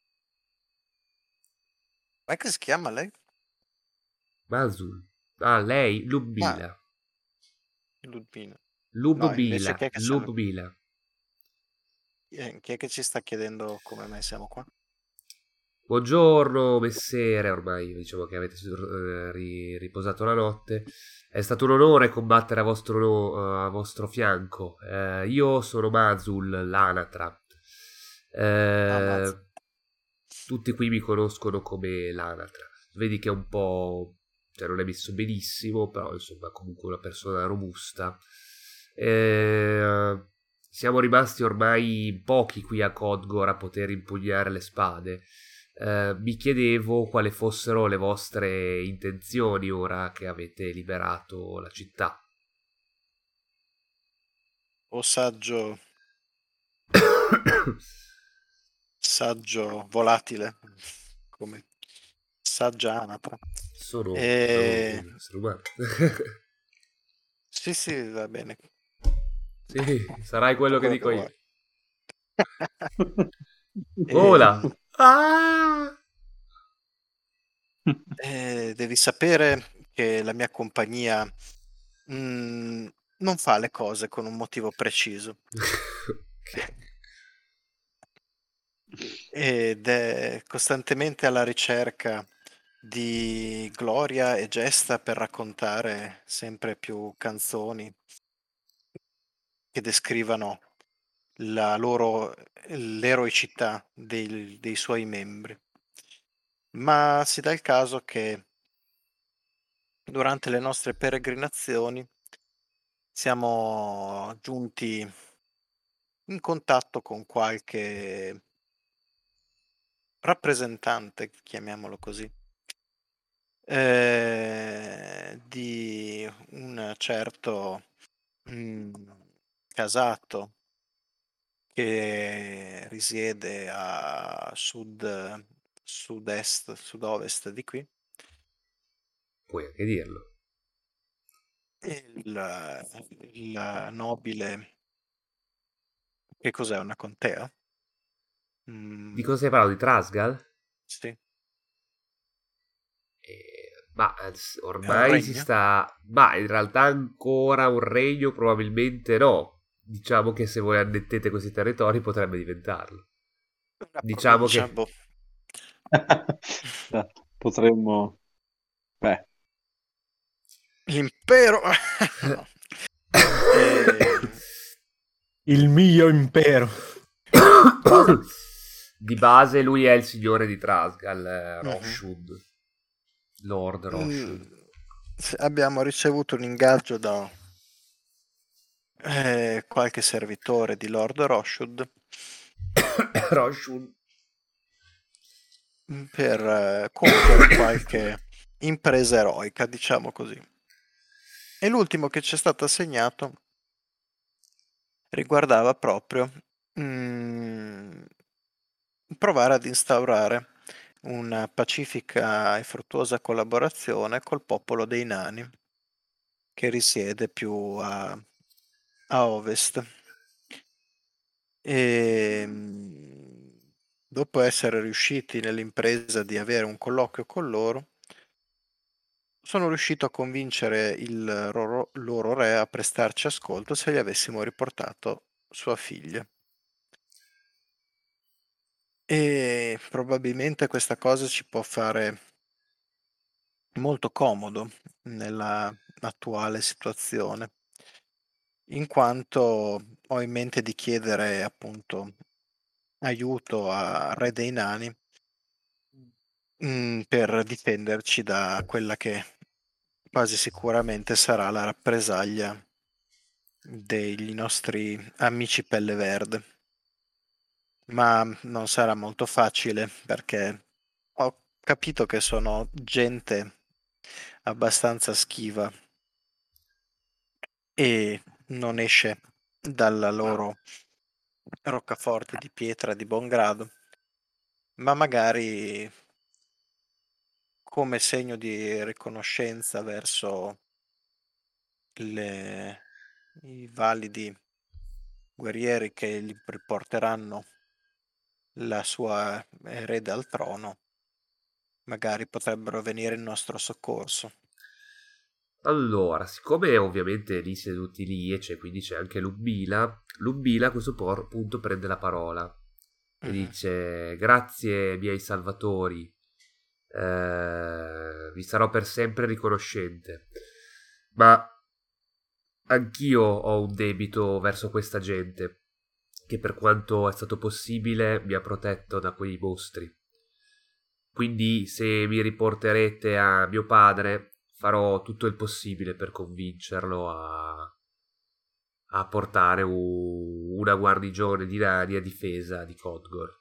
Ma che si chiama lei? Mazul. Ah, lei? Lubbila. Ah, Ludmina. Lubbila. No, chi è che Lubbila. Eh, Chi è che ci sta chiedendo come mai siamo qua? Buongiorno messere, ormai diciamo che avete eh, ri- riposato la notte. È stato un onore combattere a vostro, no- a vostro fianco. Eh, io sono Mazul, l'anatra. Eh, Ah, Mazul. tutti qui mi conoscono come l'anatra. Vedi che è un po'... cioè non è messo benissimo, però insomma comunque una persona robusta. Eh, siamo rimasti ormai pochi qui a Khotgor a poter impugnare le spade. Uh, mi chiedevo quali fossero le vostre intenzioni ora che avete liberato la città. O saggio saggio volatile, come saggia anatra. Sono, E... sono un essere umano. Sì, sì, va bene. Sì, sarai quello che dico io. E... Vola! Ah! Eh, devi sapere che la mia compagnia mm, non fa le cose con un motivo preciso Ok. ed è costantemente alla ricerca di gloria e gesta per raccontare sempre più canzoni che descrivano la loro l'eroicità dei, dei suoi membri. Ma si dà il caso che durante le nostre peregrinazioni siamo giunti in contatto con qualche rappresentante, chiamiamolo così, eh, di un certo mm, casato che risiede a sud, sud-est, sud-ovest di qui. Puoi anche dirlo. E il, il nobile, che cos'è, una contea? Di Mm, cosa stai parlando? Di Trasgal? sì, Eh, ma eh, s- è un ormai si regno. sta... Ma in realtà ancora un regno probabilmente no. Diciamo che se voi annettete questi territori potrebbe diventarlo. Una Diciamo provincia, che... boh. Esatto, potremmo... Beh, L'impero. No. Ehm, Il mio impero. Di base lui è il signore di Trasgal, eh, mhm. Roshud. Lord Mm, Roshud. se- abbiamo ricevuto un ingaggio da eh, qualche servitore di Lord Rothschild Roshud. mm, per eh, compiere qualche impresa eroica, diciamo così. E l'ultimo che ci è stato assegnato riguardava proprio mm, provare ad instaurare una pacifica e fruttuosa collaborazione col popolo dei nani che risiede più a, a ovest. E mm, dopo essere riusciti nell'impresa di avere un colloquio con loro, sono riuscito a convincere il loro, loro re a prestarci ascolto se gli avessimo riportato sua figlia. E probabilmente questa cosa ci può fare molto comodo nella attuale situazione, in quanto ho in mente di chiedere appunto aiuto a Re dei Nani mm, per difenderci da quella che quasi sicuramente sarà la rappresaglia dei nostri amici Pelle Verde. Ma non sarà molto facile perché ho capito che sono gente abbastanza schiva e non esce dalla loro roccaforte di pietra di buon grado, ma magari come segno di riconoscenza verso le- i validi guerrieri che gli riporteranno la sua erede al trono, magari potrebbero venire in nostro soccorso. Allora, siccome ovviamente lì seduti lì e c'è, quindi c'è anche Lubbila, Lubbila a questo por- punto prende la parola e Mhm. dice: grazie miei salvatori, eh, vi sarò per sempre riconoscente, ma anch'io ho un debito verso questa gente che per quanto è stato possibile mi ha protetto da quei mostri. Quindi se mi riporterete a mio padre farò tutto il possibile per convincerlo a, a portare u- una guarnigione di nani a difesa di Kodgor.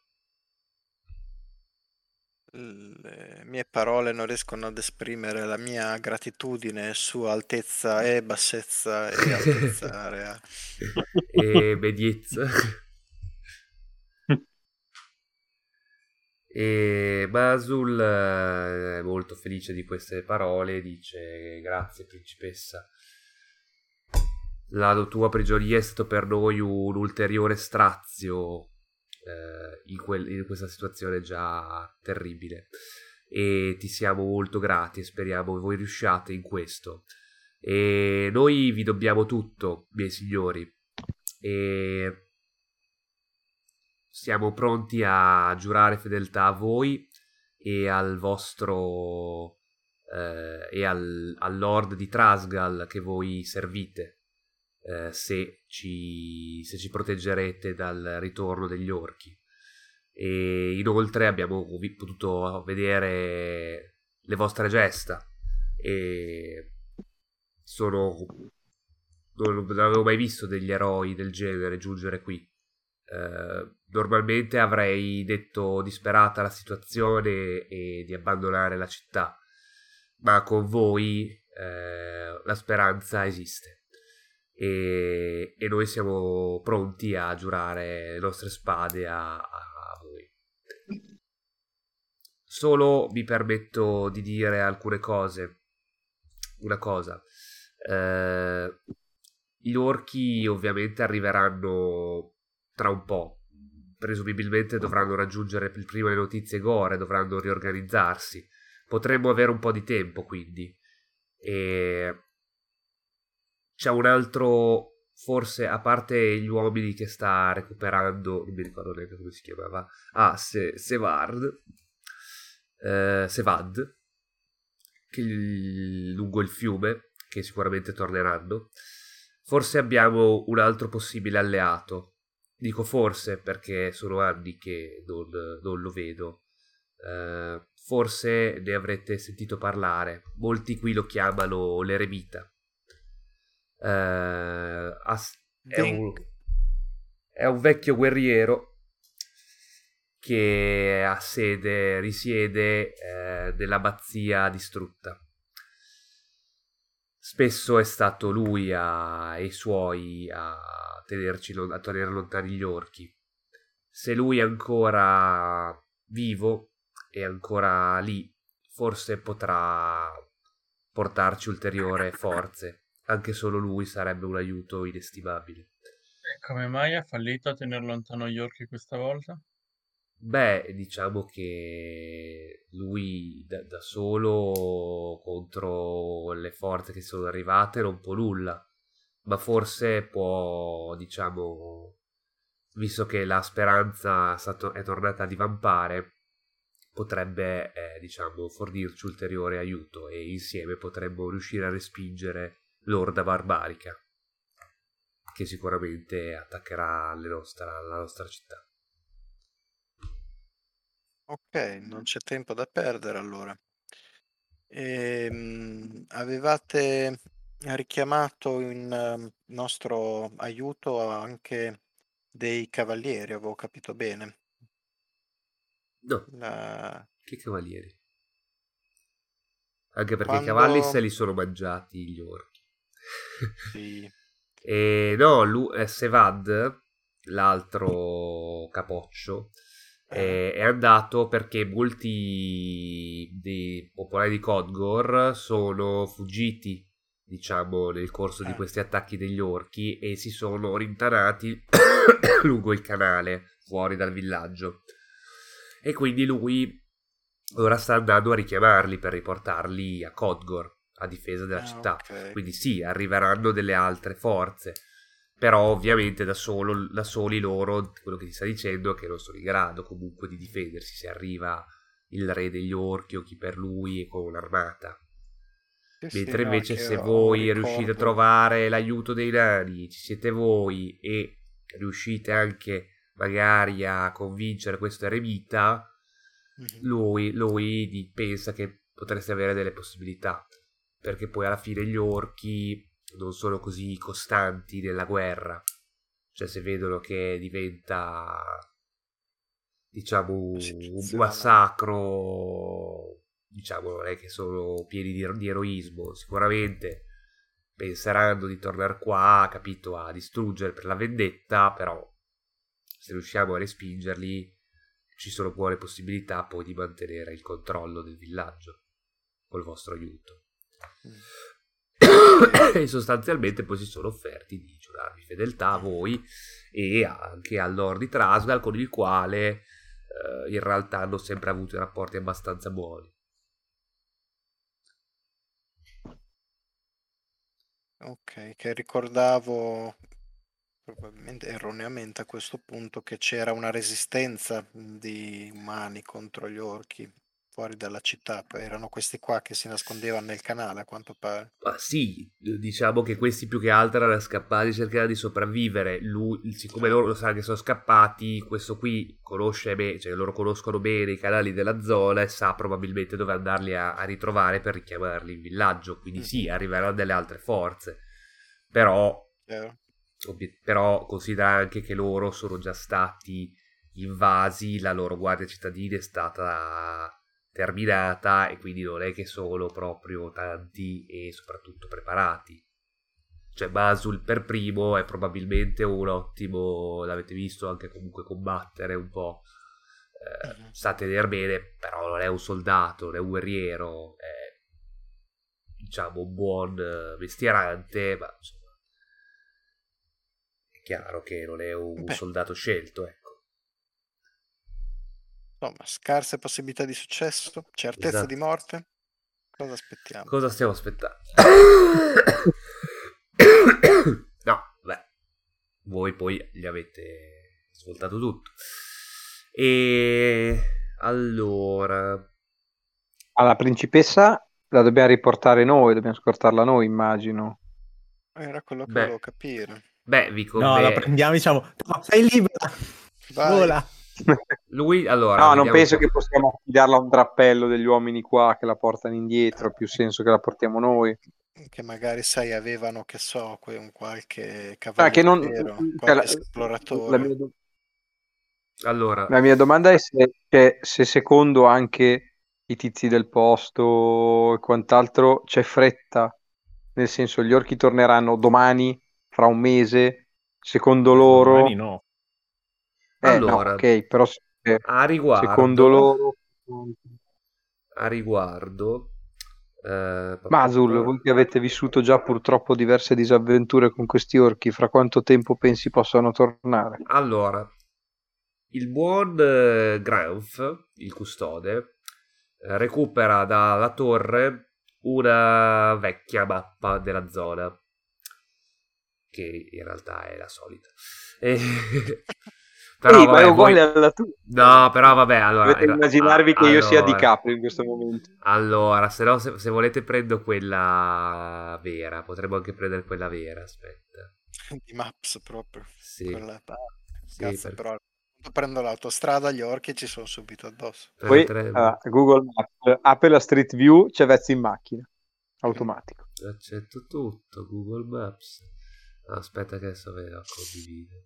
Le mie parole non riescono ad esprimere la mia gratitudine su altezza e bassezza e altezza reale. E bellezza. E Masul eh, è molto felice di queste parole, dice: grazie principessa, la tua prigionia è stato per noi un ulteriore strazio eh, in, quel- in questa situazione già terribile. e ti siamo molto grati e speriamo voi riusciate in questo. E noi vi dobbiamo tutto, miei signori, e siamo pronti a giurare fedeltà a voi e al vostro eh, e al, al Lord di Trasgal che voi servite, eh, se ci se ci proteggerete dal ritorno degli orchi. E inoltre abbiamo vi- potuto vedere le vostre gesta e sono non, non avevo mai visto degli eroi del genere giungere qui. Eh, normalmente avrei detto disperata la situazione e di abbandonare la città, ma con voi eh, la speranza esiste e, e noi siamo pronti a giurare le nostre spade a, a voi. Solo mi permetto di dire alcune cose. Una cosa, eh, gli orchi ovviamente arriveranno tra un po', presumibilmente dovranno raggiungere il prima le notizie gore, dovranno riorganizzarsi, potremmo avere un po' di tempo quindi. E c'è un altro, forse a parte gli uomini che sta recuperando, non mi ricordo neanche come si chiamava, ah, Se- Sevard, eh, Sevad, che il- lungo il fiume, che sicuramente torneranno. Forse abbiamo un altro possibile alleato. Dico forse perché sono anni che non, non lo vedo. Eh, forse ne avrete sentito parlare. Molti qui lo chiamano l'eremita. Eh, as- è, un, è un vecchio guerriero che ha sede, risiede eh, nell'abbazia distrutta. Spesso è stato lui a, e i suoi a tenerci a tenere lontani gli orchi. Se lui è ancora vivo e ancora lì, forse potrà portarci ulteriori forze. Anche solo lui sarebbe un aiuto inestimabile. E come mai ha fallito a tenere lontano gli orchi questa volta? Beh, diciamo che lui da, da solo contro le forze che sono arrivate non può nulla, ma forse può, diciamo, visto che la speranza è, stato, è tornata a divampare, potrebbe, eh, diciamo, fornirci ulteriore aiuto e insieme potremmo riuscire a respingere l'orda barbarica, che sicuramente attaccherà le nostra, la nostra città. Ok, non c'è tempo da perdere allora. Ehm, avevate richiamato in eh, nostro aiuto anche dei cavalieri, avevo capito bene. No, La- che cavalieri? Anche perché i Quando... cavalli se li sono mangiati gli orchi. Sì. E no, lu- eh, Sevad, l'altro capoccio, Eh, eh, è andato perché molti dei popolari di Khadgor sono fuggiti, diciamo, nel corso di eh, questi attacchi degli orchi e si sono rintanati lungo il canale, fuori dal villaggio. E quindi lui ora sta andando a richiamarli per riportarli a Khadgor a difesa della ah, città. ok. Quindi sì, arriveranno delle altre forze, però ovviamente da, solo, da soli loro, quello che ti sta dicendo è che non sono in grado comunque di difendersi se arriva il re degli orchi o chi per lui e con un'armata. Sì, sì, Mentre no, invece che se ho voi riuscite a ricordo. trovare l'aiuto dei nani, ci siete voi e riuscite anche magari a convincere questo eremita, Mhm. lui, lui di- pensa che potreste avere delle possibilità, perché poi alla fine gli orchi non sono così costanti nella guerra, cioè se vedono che diventa, diciamo, La un situazione. massacro, diciamo, non è che sono pieni di, di eroismo, sicuramente penseranno di tornare qua, capito, a distruggere per la vendetta, però se riusciamo a respingerli ci sono buone possibilità poi di mantenere il controllo del villaggio col vostro aiuto. Mm. E sostanzialmente poi si sono offerti di giurarvi fedeltà a voi e anche al Lord di Trasgal, con il quale eh, in realtà hanno sempre avuto rapporti abbastanza buoni. Ok, che ricordavo probabilmente erroneamente a questo punto che c'era una resistenza di umani contro gli orchi fuori dalla città, poi erano questi qua che si nascondevano nel canale a quanto pare. Ma sì, diciamo che questi più che altro erano scappati, cercare di sopravvivere. Lui, siccome loro lo sanno che sono scappati, questo qui conosce bene, cioè loro conoscono bene i canali della zona e sa probabilmente dove andarli a, a ritrovare per richiamarli in villaggio. Quindi sì, arriveranno delle altre forze. Però, Chiaro? ovvi- però considera anche che loro sono già stati invasi, la loro guardia cittadina è stata terminata e quindi non è che sono proprio tanti e soprattutto preparati. Cioè Masul per primo è probabilmente un ottimo, l'avete visto anche comunque combattere un po', eh, Mhm. sa tenere bene, però non è un soldato, non è un guerriero, è diciamo un buon eh, mestierante, ma insomma è chiaro che non è un, un Beh, soldato scelto, ecco. insomma, scarse possibilità di successo, certezza di Esatto. morte. Cosa aspettiamo? Cosa stiamo aspettando? No, beh, voi poi gli avete ascoltato tutto. E allora, Alla principessa la dobbiamo riportare noi, dobbiamo scortarla noi, immagino. Era quello che beh, volevo capire. beh, vi No, la conviene. prendiamo, diciamo, no, sei libera, Vai. vola. Lui, allora, No, non vediamo penso un po'. che possiamo affidarla a un drappello degli uomini qua che la portano indietro, ha più senso che la portiamo noi. Che magari, sai, avevano, che so, que- un qualche Ah, che non, cavalieriero, cioè, qualche la, la esploratore. mia, do- Allora, la mia domanda è se, che se secondo anche i tizi del posto e quant'altro c'è fretta, nel senso gli orchi torneranno domani, fra un mese, secondo No, domani loro, no. eh no, allora, ok, però se- a secondo riguardo, loro, a riguardo, eh, pa, pa, Masul, pa. voi che avete vissuto già purtroppo diverse disavventure con questi orchi, fra quanto tempo pensi possano tornare? Allora, il buon eh, Granf, il custode, eh, recupera dalla torre una vecchia mappa della zona, che in realtà è la solita. E... però Sì, ma è vabbè, voi... uguale alla tua. No, però vabbè, allora... Dovete in ra- ah, immaginarvi che io sia allora, DiCaprio in questo momento. allora, se no, se, se volete prendo quella vera, potremmo anche prendere quella vera, aspetta. Di Maps proprio. Sì, Quella... ah, sì, cazzo, per, però quando prendo l'autostrada gli orchi ci sono subito addosso. Poi potremmo... ah, Google Maps apre la Street View, c'è Vezzi in macchina, automatico. Accetto tutto, Google Maps. Aspetta che adesso ve lo condivido.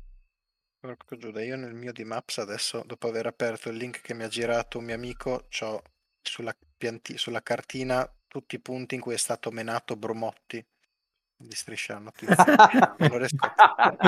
Porco Giuda, io nel mio di Maps adesso, dopo aver aperto il link che mi ha girato un mio amico, c'ho sulla, pianti- sulla cartina tutti i punti in cui è stato menato Bromotti di Striscia la Notizia. E non riesco a,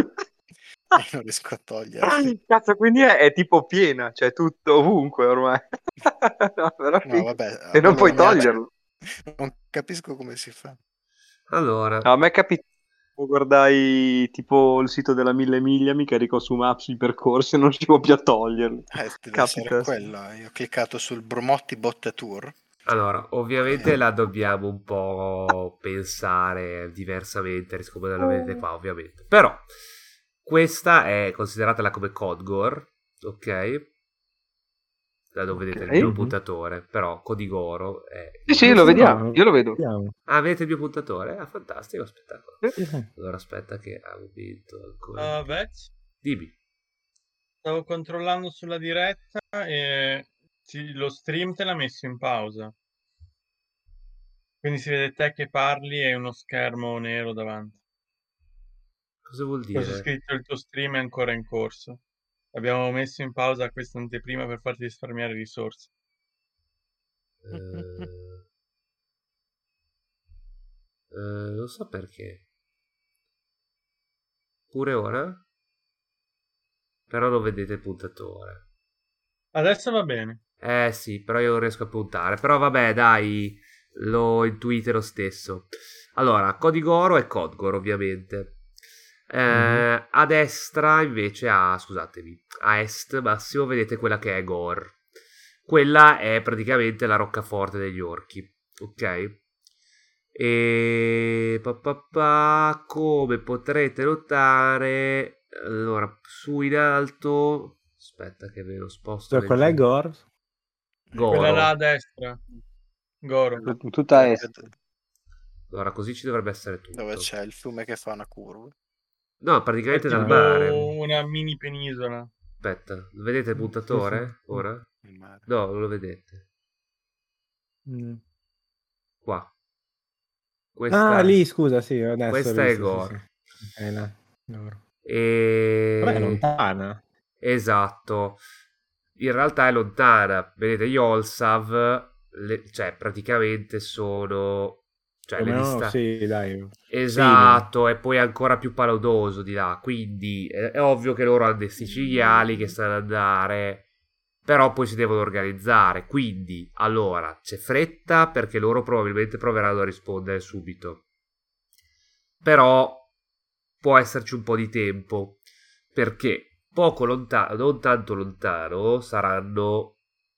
e non riesco a toglierli. Cazzo, quindi è, è tipo piena, cioè tutto ovunque ormai. No, però No, figo. vabbè, E non volevo puoi mi ha- toglierlo. non capisco come si fa. Allora, No, a me è capitato, guardai tipo il sito della Mille Miglia, mi carico su Maps i percorsi e non riuscivo più a toglierli. Eh, deve essere Capita. quello. Io ho cliccato sul Bromotti Botte Tour. allora, ovviamente Eh. la dobbiamo un po' pensare diversamente, siccome non la vedete qua, ovviamente. Però, questa è consideratela come Codgore, ok? Da dove vedete il Ok. mio puntatore, però Codigoro è... Sì, sì, lo vediamo, io lo vedo. Vediamo. Ah, avete il mio puntatore? Ah, fantastico, spettacolo. Eh, Allora aspetta che aumento ancora. Uh, Vez, Dimmi. stavo controllando sulla diretta e sì, lo stream te l'ha messo in pausa. Quindi si vede te che parli e uno schermo nero davanti. Cosa vuol Cosa dire? scritto il tuo stream è ancora in corso. Abbiamo messo in pausa questa anteprima per farti risparmiare risorse. Eh, eh, non so perché. Pure ora? Però non vedete il puntatore. Adesso va bene. Eh sì, però io non riesco a puntare. Però vabbè, dai, lo intuite lo stesso. Allora, Codigoro e Codgoro, ovviamente. Eh, Mhm. A destra, invece, a... scusatemi, a est, massimo, vedete quella che è Gore. Quella è praticamente la roccaforte degli orchi, ok? E pa, pa, pa, come potrete notare, allora su in alto, aspetta che ve lo sposto. Cioè, qual è Gor? Goro. Quella là a destra. Goro. Tutta a est. Allora così ci dovrebbe essere tutto. Dove c'è il fiume che fa una curva. No, È praticamente tipo dal mare. una mini penisola. Aspetta, vedete il puntatore Sì, sì. ora? Il mare. No, non lo vedete. Mm. Qua. Questa, Ah, lì, scusa, sì, adesso questa ho è visto, sì, Gor. sì. È là, Gor. E... Vabbè, è lontana. Esatto. In realtà è lontana. Vedete, Yolsav, le- cioè praticamente sono... Cioè, Più o le meno, dista- sì, dai. Esatto, e poi è ancora più palaudoso di là. Quindi è, è ovvio che loro hanno dei siciliani che stanno ad andare... Però poi si devono organizzare. Quindi, allora, c'è fretta perché loro probabilmente proveranno a rispondere subito. Però può esserci un po' di tempo. Perché poco lontano, non tanto lontano, saranno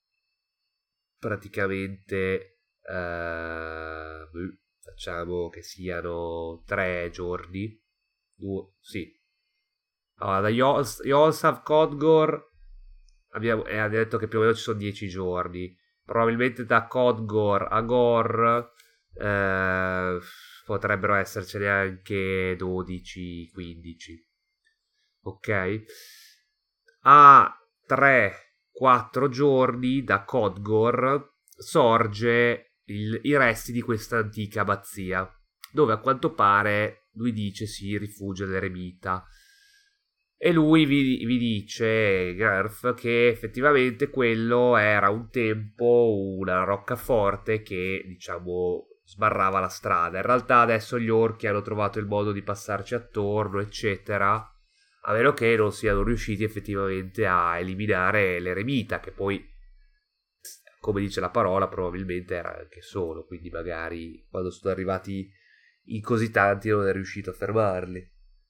praticamente... eh, facciamo che siano tre giorni. Due, sì. Allora, da Yols- Yolsav Kodgor... Abbiamo, e ha detto che più o meno ci sono dieci giorni. Probabilmente da Kodgor a Gor eh, potrebbero essercene anche dodici quindici. Ok? A tre quattro giorni da Kodgor sorge il, i resti di questa antica abbazia, dove a quanto pare lui dice si rifugia l'eremita. E lui vi, vi dice, Garf, che effettivamente quello era un tempo una roccaforte che, diciamo, sbarrava la strada. In realtà adesso gli orchi hanno trovato il modo di passarci attorno, eccetera, a meno che non siano riusciti effettivamente a eliminare l'eremita, che poi, come dice la parola, probabilmente era anche solo, quindi magari quando sono arrivati i così tanti non è riuscito a fermarli.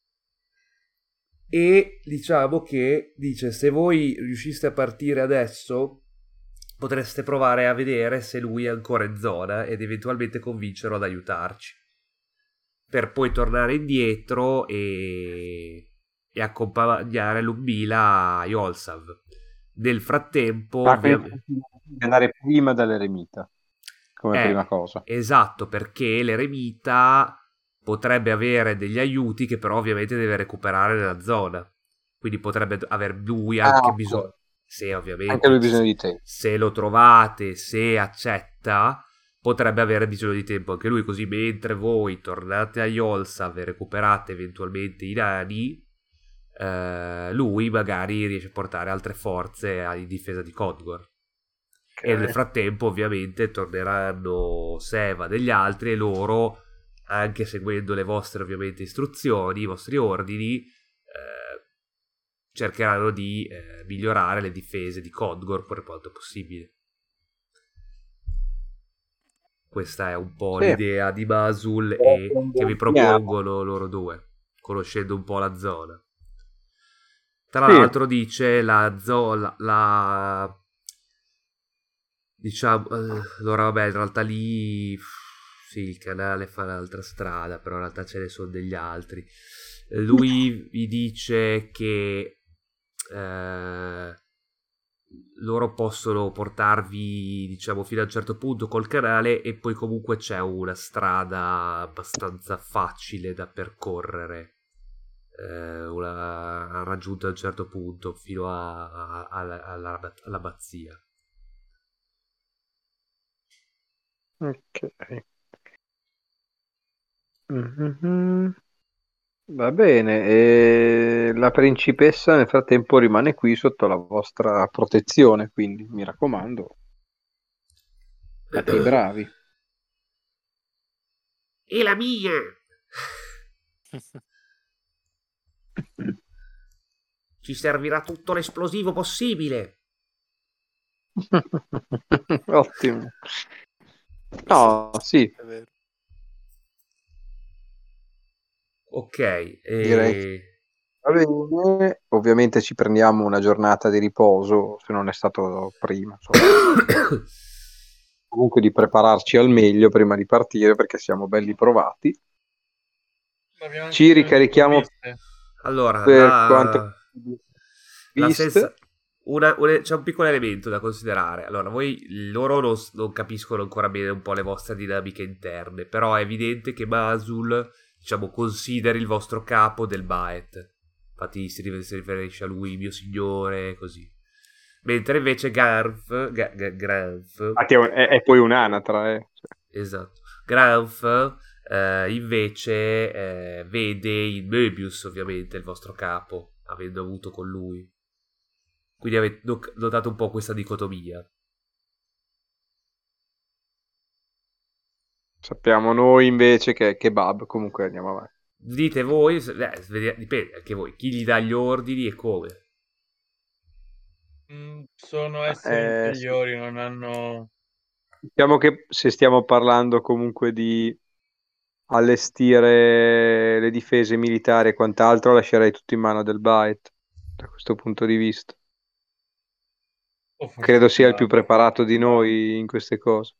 E diciamo che dice, se voi riusciste a partire adesso potreste provare a vedere se lui è ancora in zona ed eventualmente convincerlo ad aiutarci, per poi tornare indietro e, e accompagnare Lumbila a Yolsav. Nel frattempo Ah, ovviamente quindi andare prima dall'eremita come eh, prima cosa. esatto, perché l'eremita potrebbe avere degli aiuti che però ovviamente deve recuperare nella zona, quindi potrebbe aver lui anche Ah, bisogno, se ovviamente anche lui ha bisogno di tempo. se lo trovate, se accetta, potrebbe avere bisogno di tempo anche lui, così mentre voi tornate a Yolsav e recuperate eventualmente i nani, eh, lui magari riesce a portare altre forze in difesa di Kodgor. E nel frattempo ovviamente torneranno Seva degli altri e loro, anche seguendo le vostre ovviamente istruzioni, i vostri ordini, eh, cercheranno di eh, migliorare le difese di Kodgor per quanto possibile. Questa è un po' Sì. l'idea di Masul e che vi propongono loro due, conoscendo un po' la zona. Tra Sì. l'altro dice la zona, la... diciamo, eh, allora vabbè, in realtà lì sì, il canale fa un'altra strada, però in realtà ce ne sono degli altri. Lui vi dice che eh, loro possono portarvi, diciamo, fino a un certo punto col canale e poi comunque c'è una strada abbastanza facile da percorrere, eh, una, raggiunta a un certo punto fino a, a, alla, alla, all'abbazia. Ok. Mm-hmm. Va bene, e la principessa nel frattempo rimane qui sotto la vostra protezione, quindi mi raccomando, fate i bravi. E la mia! Ci servirà tutto l'esplosivo possibile. Ottimo. No, sì, È vero. Ok, e... direi. Va bene, ovviamente ci prendiamo una giornata di riposo, se non è stato prima. insomma. comunque di prepararci al meglio prima di partire perché siamo belli provati. Abbiamo anche Ci bisogno di ricarichiamo provviste. Allora, per la, quanto la viste. sensa- una- una- c'è un piccolo elemento da considerare. Allora, voi loro non, s- non capiscono ancora bene un po' le vostre dinamiche interne, però è evidente che Masul, diciamo, consideri il vostro capo del Baet. Infatti si rifer- si riferisce a lui, mio signore, così. Mentre invece Garf, Ga- Ga- Granf, Infatti è, un- è- è poi un'anatra, eh. Cioè, esatto, Granf eh, invece eh, vede in Möbius ovviamente il vostro capo, avendo avuto con lui. Quindi avete no- notato un po' questa dicotomia. sappiamo noi invece che è kebab, comunque andiamo avanti. Dite voi, se- eh, vedi- dipende anche voi, chi gli dà gli ordini e come. Mm, sono esseri Eh, sì. inferiori, non hanno... Diciamo che se stiamo parlando comunque di allestire le difese militari e quant'altro, lascerei tutto in mano del Byte da questo punto di vista. o forse Credo sia il più kebab. preparato di noi in queste cose.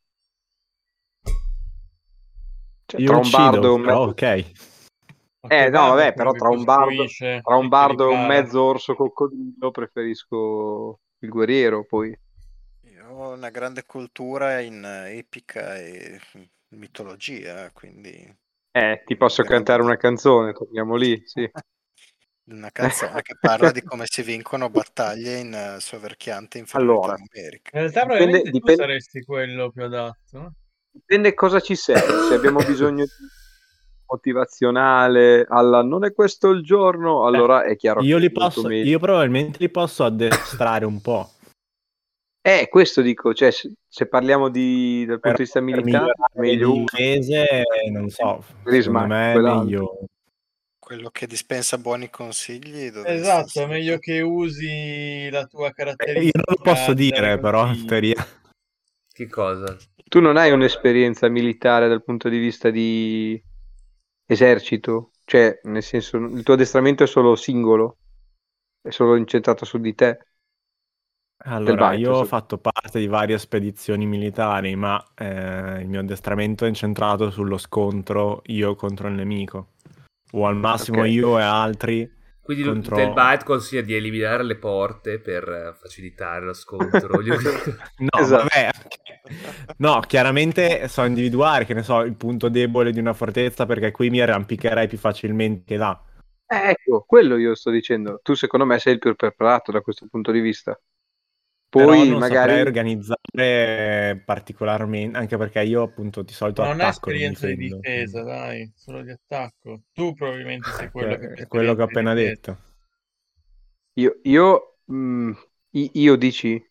Cioè, Io tra un uccido, bardo e un però mezzo... ok. Ma Eh, kebab no, è vabbè, quello però che tra un bardo, costruisce tra un e che bardo e un ripara. mezzo orso coccodrillo preferisco il guerriero, poi. Io ho una grande cultura in eh, epica e mitologia, quindi Eh, ti posso veramente cantare una canzone, torniamo lì, sì. una canzone che parla di come si vincono battaglie in eh, soverchiante inferiorità Allora, numerica. In realtà dipende, probabilmente tu dipende, saresti quello più adatto, no? dipende cosa ci serve. Se abbiamo bisogno di motivazionale alla non è questo il giorno, allora è chiaro Io che li è molto posso, meglio. io probabilmente li posso addestrare un po'. Eh, questo dico, cioè se, se parliamo di, dal punto Per, di vista per militare, migliorare le meglio uno. difese, non so, Quelli secondo me è quell'altro. meglio. Quello che dispensa buoni consigli dovresti Esatto, è essere meglio tu. che usi la tua Eh, io caratteristica non lo posso di dare dire, però, in consigli. teoria. Che cosa? Tu non hai un'esperienza militare dal punto di vista di esercito, cioè nel senso il tuo addestramento è solo singolo, è solo incentrato su di te. Del Allora, Byte, io ho so- fatto parte di varie spedizioni militari, ma eh, il mio addestramento è incentrato sullo scontro io contro il nemico. O al massimo ok. io e altri Quindi contro... del Byte consiglia di eliminare le porte per eh, facilitare lo scontro. No, Esatto. vabbè. No, chiaramente so individuare, che ne so, il punto debole di una fortezza, perché qui mi arrampicherei più facilmente che là. Eh, ecco, quello io sto dicendo. Tu secondo me sei il più preparato da questo punto di vista. Però Poi non magari saprei organizzare particolarmente, anche perché io appunto di solito Ma non hai attacco, non esperienza di difendo. difesa, dai, solo di attacco. Tu probabilmente sei quello che Che più è quello che ho esperienza appena di difesa. detto. io, io, mh, i- io dici,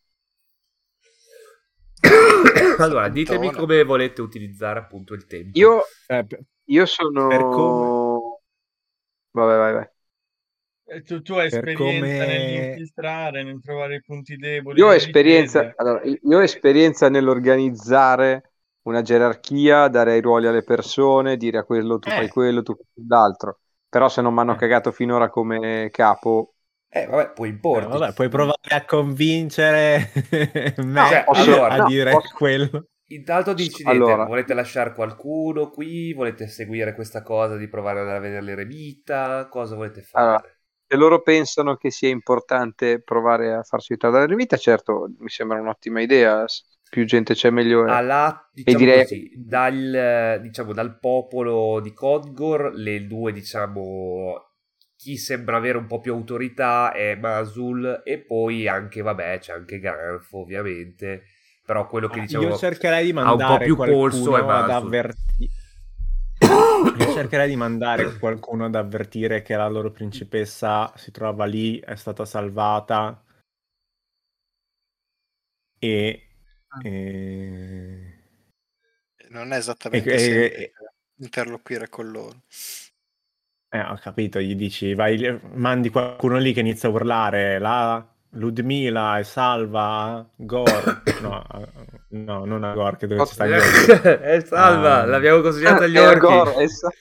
Allora, ditemi Buttone. come volete utilizzare appunto il tempo. io, Eh, per- io sono... per come- Vabbè, vai, vai. Eh, Tu, tu hai Per esperienza come- nell'infiltrare, nel trovare i punti deboli Io ho delle esperienza, difese. allora, io ho esperienza nell'organizzare una gerarchia, dare i ruoli alle persone, dire a quello tu fai Eh. quello, tu fai l'altro. Però se non mi hanno Eh. cagato finora come capo, Eh, vabbè, puoi Eh, importi. vabbè, puoi provare a convincere me Cioè, posso- allora, a no, dire posso- quello. Intanto decidete, Allora. volete lasciare qualcuno qui? Volete seguire questa cosa di provare ad andare a vedere le remita? Cosa volete fare? Allora, se loro pensano che sia importante provare a farsi aiutare dalla vita, certo, mi sembra un'ottima idea. S- Più gente c'è, meglio è. Alla, diciamo direi- così, dal, diciamo, dal popolo di Kodgor, le due, diciamo, chi sembra avere un po' più autorità è Masul e poi anche, vabbè, c'è anche Granf, ovviamente, però quello che diciamo Io cercherei di ha un po' mandare più polso è qualcuno ad Masul. avvertire. Io cercherei di mandare qualcuno ad avvertire che la loro principessa si trova lì, è stata salvata e... e... Non è esattamente E- e- semplice interloquire con loro. Eh, ho capito, gli dici, vai, mandi qualcuno lì che inizia a urlare, la Ludmila è salva Gor. No, eh, no, non a Gor, che dove ci sta Gor. È salva, Ah. l'abbiamo consigliata agli È orchi. Agor, è sa-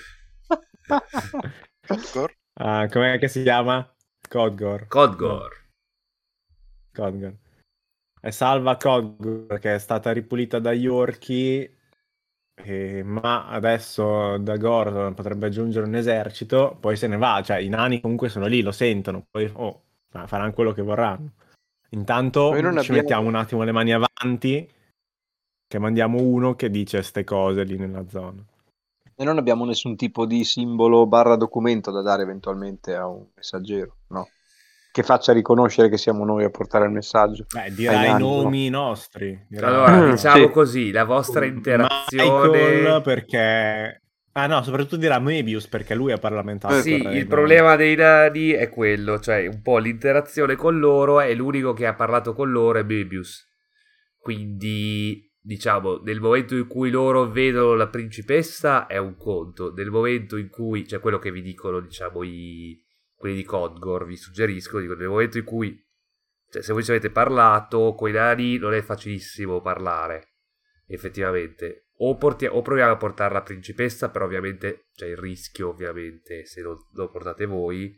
Gor? Ah, com'è che si chiama? Codgor. Kodgor. Codgor. è salva Cog che è stata ripulita dagli orchi, eh, ma adesso da Gordon potrebbe aggiungere un esercito, poi se ne va, cioè i nani comunque sono lì, lo sentono, poi oh, faranno quello che vorranno. Intanto Noi non ci abbiamo- mettiamo un attimo le mani avanti, che mandiamo uno che dice ste cose lì nella zona. Noi non abbiamo nessun tipo di simbolo barra documento da dare eventualmente a un messaggero, no? Che faccia riconoscere che siamo noi a portare il messaggio. Beh, ai dirà i nani, nomi nostri. dirà- Allora, diciamo Sì. così, la vostra interazione... Michael perché... Ah no, soprattutto dirà Mebius perché lui ha parlamentato. Eh, Sì, con il Raymond. problema dei nani è quello, cioè un po' l'interazione con loro, e l'unico che ha parlato con loro è Mebius. Quindi, diciamo, nel momento in cui loro vedono la principessa è un conto, nel momento in cui, cioè quello che vi dicono, diciamo, i quelli di Codgor, vi suggerisco, dico, nel momento in cui, cioè se voi ci avete parlato con i nani non è facilissimo parlare, effettivamente. O, porti- o proviamo a portare la principessa, però ovviamente c'è il rischio, ovviamente, se non lo portate voi.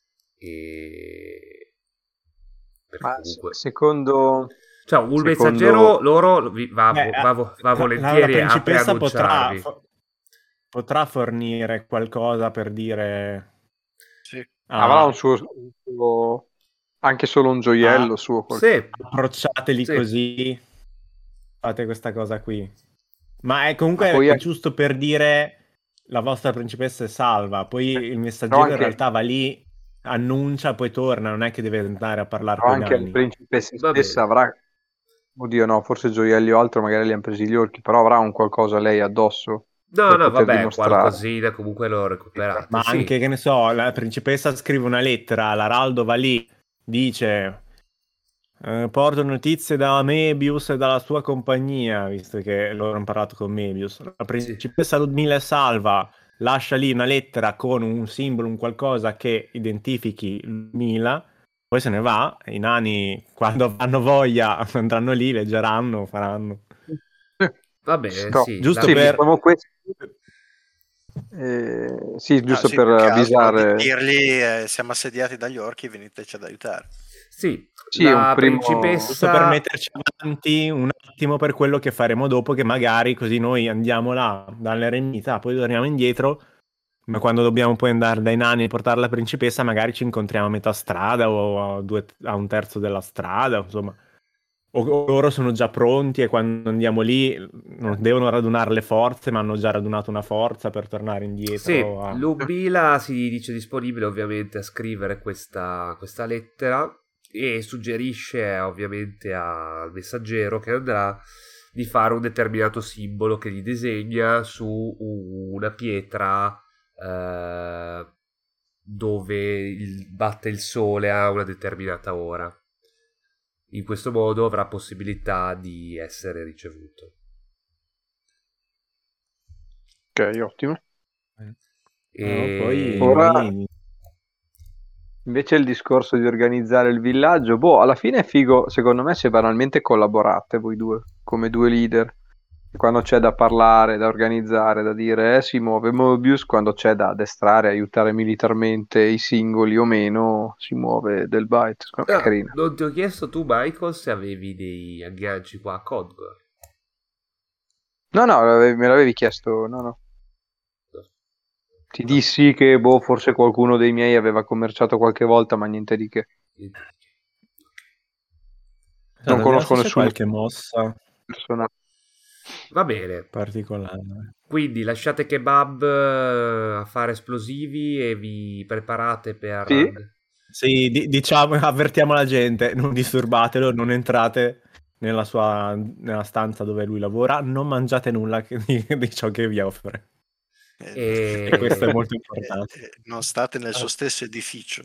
E... perché Ma comunque... se- secondo... Cioè, un secondo- messaggero loro vi- va, Beh, va, va, va la- volentieri la a principessa potrà, preannunciarvi. fo- potrà fornire qualcosa per dire... Sì. ah, Avrà un suo, un suo- anche solo un gioiello Ah, suo. qualcosa. Sì, approcciateli Sì. così, fate questa cosa qui. Ma è comunque Ma poi è è- giusto per dire la vostra principessa è salva, poi il messaggero Però anche- in realtà va lì, annuncia, poi torna, non è che deve andare a parlare Però con i anche la nani. principessa Va stessa bene. avrà... Oddio no, forse gioielli o altro magari li hanno presi gli orchi, però avrà un qualcosa lei addosso. No, per no, poter vabbè, dimostrare. qualcosina comunque l'ho recuperato. Ma sì. anche, che ne so, la principessa scrive una lettera, l'Araldo va lì, dice eh, porto notizie da Mebius e dalla sua compagnia, visto che loro hanno parlato con Mebius. La principessa Ludmilla è salva, lascia lì una lettera con un simbolo, un qualcosa che identifichi Ludmilla, poi se ne va, i nani quando hanno voglia andranno lì, leggeranno, faranno. Va bene, No, sì. giusto la- per- diciamo questo. Eh, sì, No, giusto sì, per più che altro avvisare. di dirgli eh, siamo assediati dagli orchi, veniteci ad aiutare. Sì, Sì, la un primo- Giusto per principessa... metterci avanti un attimo per quello che faremo dopo, che magari così noi andiamo là dall'eremita, poi torniamo indietro, ma quando dobbiamo poi andare dai nani e portare la principessa magari ci incontriamo a metà strada o a, due- a un terzo della strada, insomma. O, o loro sono già pronti e quando andiamo lì non devono radunare le forze, ma hanno già radunato una forza per tornare indietro. Sì, a- Lubila si dice disponibile ovviamente a scrivere questa, questa lettera e suggerisce ovviamente al messaggero che andrà di fare un determinato simbolo che gli disegna su una pietra eh, dove il- batte il sole a una determinata ora. In questo modo avrà possibilità di essere ricevuto. Ok, ottimo. E No, poi Ora- noi- Invece il discorso di organizzare il villaggio, boh, alla fine è figo, secondo me, se banalmente collaborate voi due, come due leader. E quando c'è da parlare, da organizzare, da dire, eh, si muove Mobius, quando c'è da addestrare, aiutare militarmente i singoli o meno, si muove del byte. Secondo me è Ah, carino. non ti ho chiesto tu, Michael, se avevi dei agganci qua a Codgor. No, no, l'avevi- me l'avevi chiesto, no, no. Ti dissi che, boh, forse qualcuno dei miei aveva commerciato qualche volta, ma niente di che. Guarda, conosco vediamo se c'è nessuno. qualche mossa Persona. Va bene, particolare. quindi lasciate kebab eh, a fare esplosivi e vi preparate per... Sì. Sì, di- diciamo, avvertiamo la gente, non disturbatelo, non entrate nella sua nella stanza dove lui lavora, non mangiate nulla che- di, di ciò che vi offre. E... E questo è molto importante. Eh, eh, non state nel suo stesso edificio.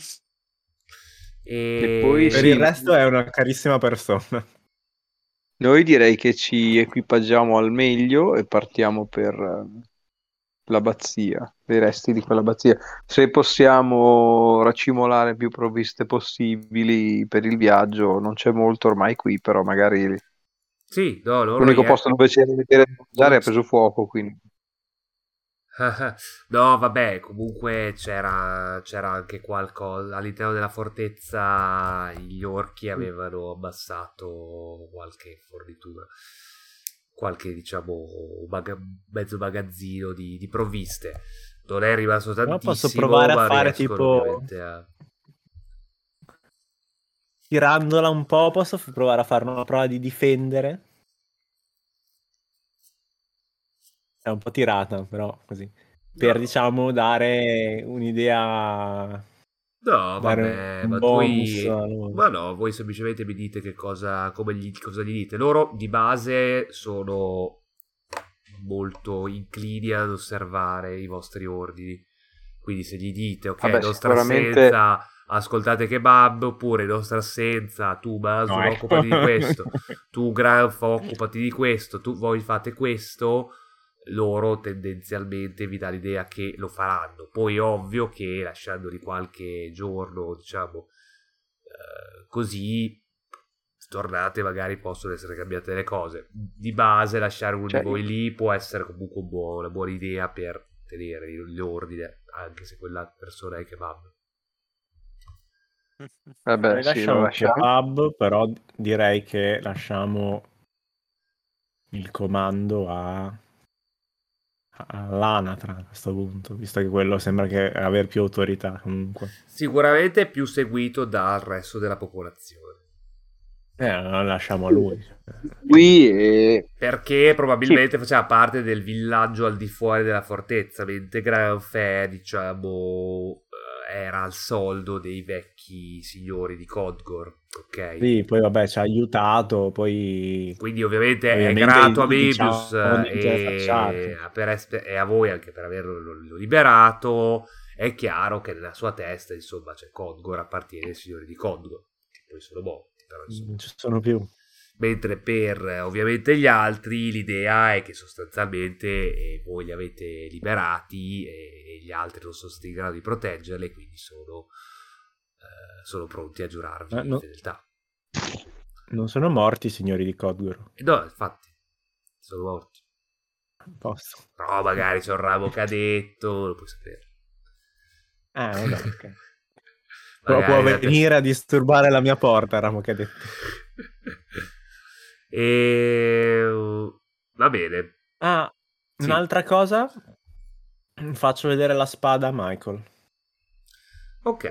E... E poi Per sì. il resto è una carissima persona. Noi direi che ci equipaggiamo al meglio e partiamo per eh, l'abbazia, i resti di quell'abbazia. Se possiamo racimolare più provviste possibili per il viaggio, non c'è molto ormai qui, però magari Sì, no, loro l'unico ie- posto dove c'è da vedere da mangiare è preso fuoco, quindi No, vabbè, comunque c'era, c'era anche qualcosa all'interno della fortezza. Gli orchi avevano abbassato qualche fornitura, qualche, diciamo, maga- mezzo magazzino di, di provviste. Non è rimasto Però posso tantissimo, provare a ma fare riescono tipo, ovviamente a... tirandola un po', posso f- provare a fare una prova di difendere? È un po' tirata, però così. Per, No, diciamo, dare un'idea, no, dare vabbè, un ma bonus. voi... allora. Ma no, voi semplicemente mi dite che cosa, come gli, cosa gli dite. Loro di base sono molto inclini ad osservare i vostri ordini. Quindi se gli dite, ok, in Vabbè, nostra sicuramente assenza ascoltate kebab, oppure in nostra assenza tu Masur No, ecco. occupati di questo, tu Granfa occupati di questo, tu voi fate questo, loro tendenzialmente vi dà l'idea che lo faranno. Poi è ovvio che lasciandoli qualche giorno, diciamo, eh, così tornate, magari possono essere cambiate le cose. Di base lasciare uno cioè, di voi lì può essere comunque un buo- una buona idea per tenere l'ordine, anche se quella persona è kebab. vabbè, Noi sì, lo lasciamo il lasciamo. kebab, però direi che lasciamo il comando a all'anatra a questo punto, visto che quello sembra che aver più autorità comunque. Sicuramente è più seguito dal resto della popolazione. Eh, lo lasciamo a lui. Qui eh, Perché sì, probabilmente faceva parte del villaggio al di fuori della fortezza, mentre Granfe, diciamo, eh, era al soldo dei vecchi signori di Codgor, ok? Sì, poi vabbè ci ha aiutato, poi Quindi ovviamente è ovviamente grato a i- Mebius diciamo eh, niente facciato. e, per espe- e a voi anche per averlo lo- liberato. È chiaro che nella sua testa, insomma, c'è Codgor, appartiene ai signori di Codgor, che poi sono morti, però insomma. Non ci sono più. Mentre per eh, ovviamente gli altri l'idea è che sostanzialmente eh, voi li avete liberati e, e gli altri non sono stati in grado di proteggerli, quindi sono, eh, sono pronti a giurarvi Eh, no- fedeltà. Non sono morti i signori di Codgoro. E no, infatti, sono morti. Posto. Però magari c'è un ramo cadetto, lo puoi sapere. Eh, vabbè, ok. Può, può Magari da te. venire a disturbare la mia porta, ramo che ha detto. E... Va bene. Ah, Sì. un'altra cosa. Faccio vedere la spada a Michael. Ok.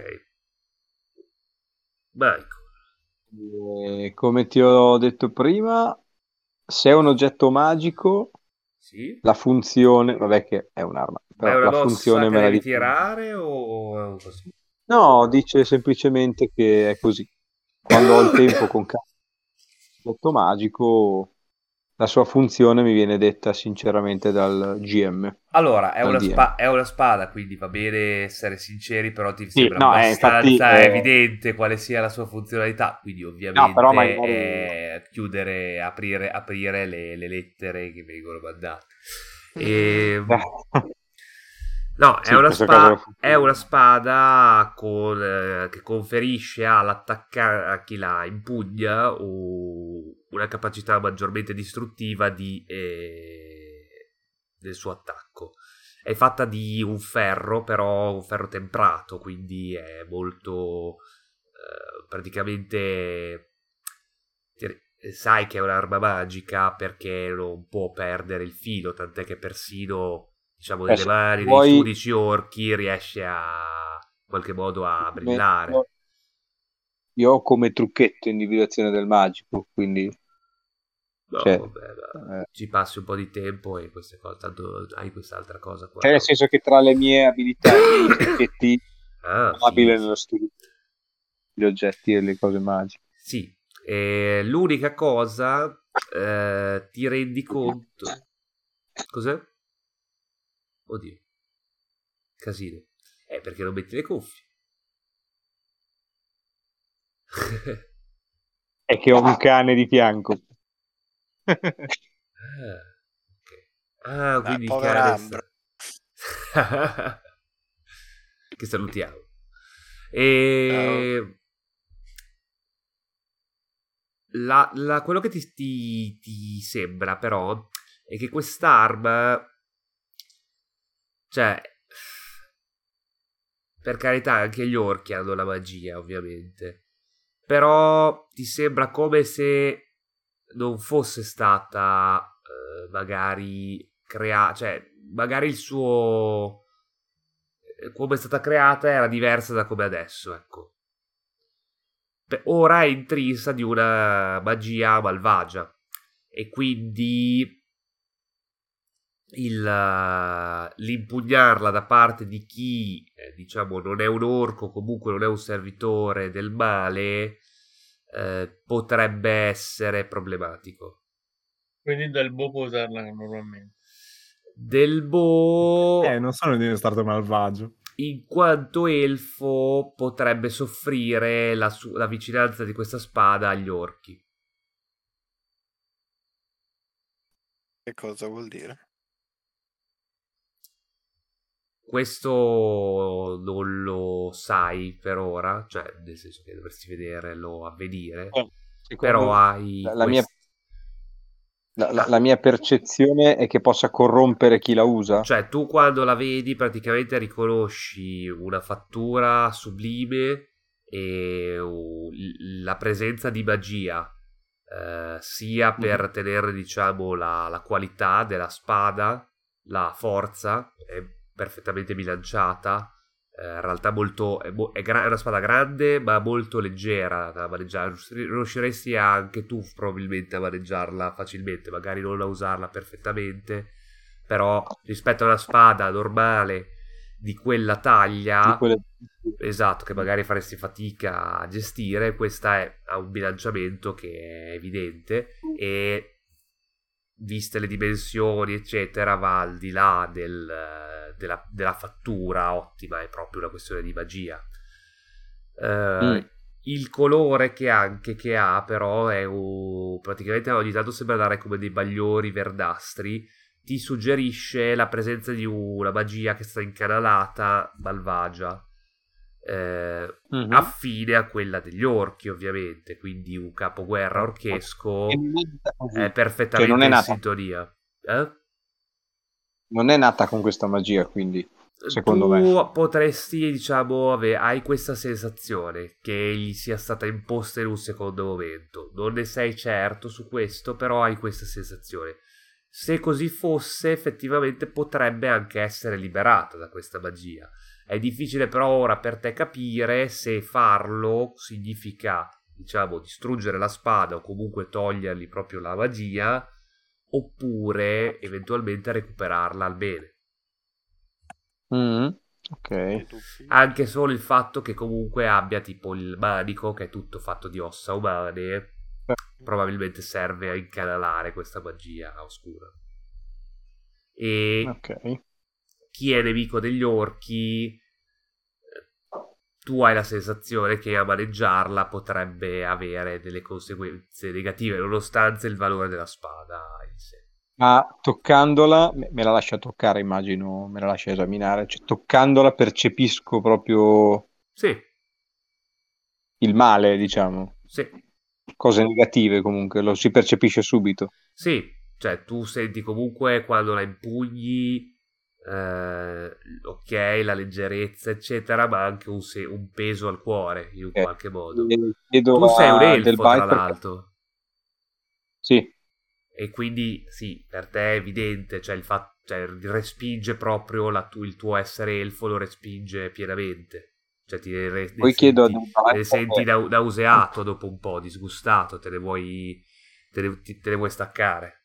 Michael. eh, come ti ho detto prima, se è un oggetto magico, Sì. la funzione, vabbè che è un'arma, Ma è però una la mossa funzione che me la devi dici. tirare o è un così? No, dice semplicemente che è così. Quando ho il tempo con calma, oggetto magico, la sua funzione mi viene detta sinceramente dal G M, Allora, è dal una, D M. spa- è una spada, quindi va bene essere sinceri, però ti Sì, sembra no, eh, infatti, abbastanza eh, evidente quale sia la sua funzionalità, quindi no, però ovviamente magari... è chiudere, aprire, aprire le, le lettere che vengono mandate. E... No, è Sì, in una, questo caso spa- è una spada con, eh, che conferisce all'attaccare a chi la impugna o una capacità maggiormente distruttiva di, eh, del suo attacco. È fatta di un ferro, però un ferro temprato, quindi è molto eh, praticamente ti- sai che è un'arma magica perché non può perdere il filo, tant'è che persino diciamo Eh, nelle se mani dei vuoi, sudici orchi riesce a in qualche modo a brillare. io ho come trucchetto individuazione del magico, quindi No, cioè, vabbè, ma eh, ci passi un po' di tempo e queste cose, tanto hai quest'altra cosa qua. cioè nel senso che tra le mie abilità e i miei trucchetti Ah, sono abile sì, nello studio degli oggetti e le cose magiche. sì. E l'unica cosa eh, ti rendi conto. Cos'è? Oddio, casino. Eh, perché non metti le cuffie? È che ho un cane di fianco. Ah, ok. Ah, Ah, quindi il povera cane Ambra. sta... che salutiamo. E... La, la- quello che ti, ti, ti sembra però è che quest'arma Cioè, per carità, anche gli orchi hanno la magia, ovviamente. Però ti sembra come se non fosse stata eh, magari creata, cioè magari il suo come è stata creata era diversa da come adesso, ecco. Beh, ora è intrisa di una magia malvagia e quindi il, l'impugnarla da parte di chi eh, diciamo non è un orco, comunque non è un servitore del male, eh, potrebbe essere problematico. Quindi Del Bo può usarla normalmente. Del Bo Eh, non sono diventato malvagio. in quanto elfo potrebbe soffrire la, su- la vicinanza di questa spada agli orchi. Che cosa vuol dire? Questo non lo sai per ora, cioè nel senso che dovresti vederlo avvenire, Eh, però secondo- hai la, la mia, quest- la- la- la mia percezione è che possa corrompere chi la usa. cioè tu quando la vedi praticamente riconosci una fattura sublime e uh, l- la presenza di magia, eh, sia per tenere diciamo la, la qualità della spada, la forza è perfettamente bilanciata, eh, in realtà molto è, mo- è gra- è una spada grande ma molto leggera da maneggiare. Riuscire- riusciresti anche tu probabilmente a maneggiarla facilmente, magari non a usarla perfettamente, però rispetto a una spada normale di quella taglia, Di quelle- esatto, che magari faresti fatica a gestire, questa è, ha un bilanciamento che è evidente e viste le dimensioni eccetera va al di là del, della, della fattura ottima, è proprio una questione di magia. Uh, Mm. il colore che anche che ha però è un, praticamente ogni tanto sembra dare come dei bagliori verdastri, ti suggerisce la presenza di una magia che sta incanalata malvagia, eh, Mhm. affine a quella degli orchi ovviamente, quindi un capoguerra orchesco Che non è nata così. è perfettamente Cioè, non è in nata- sintonia. Eh? Non è nata con questa magia, quindi, secondo tu me. potresti, diciamo, ave- hai questa sensazione che gli sia stata imposta in un secondo momento. Non ne sei certo su questo, però hai questa sensazione. Se così fosse, effettivamente potrebbe anche essere liberata da questa magia. È difficile però ora per te capire se farlo significa, diciamo, distruggere la spada o comunque togliergli proprio la magia, oppure eventualmente recuperarla al bene. Mm. Ok. Che dubbi? Anche solo il fatto che comunque abbia tipo il manico che è tutto fatto di ossa umane probabilmente serve a incanalare questa magia oscura. E Ok. chi è nemico degli orchi, tu hai la sensazione che a maneggiarla potrebbe avere delle conseguenze negative nonostante il valore della spada in sé. Ma toccandola, me me la lascia toccare, immagino, me la lascia esaminare. Cioè, toccandola percepisco proprio Sì, il male, diciamo. sì, Cose negative comunque, lo si percepisce subito. sì, cioè tu senti comunque quando la impugni, eh, ok, la leggerezza eccetera, ma anche un, se- un peso al cuore in un Eh, qualche modo. e chiedo Tu sei un a elfo Del tra Bite perché- l'altro Sì, e quindi sì, per te è evidente, cioè il fatto, cioè, respinge proprio la tu- il tuo essere elfo, lo respinge pienamente. Cioè ti ne, ne poi chiedo a senti, Del Bite te ne senti perché- nau- nauseato dopo un po', disgustato, te ne vuoi, te ne, ti- te ne vuoi staccare.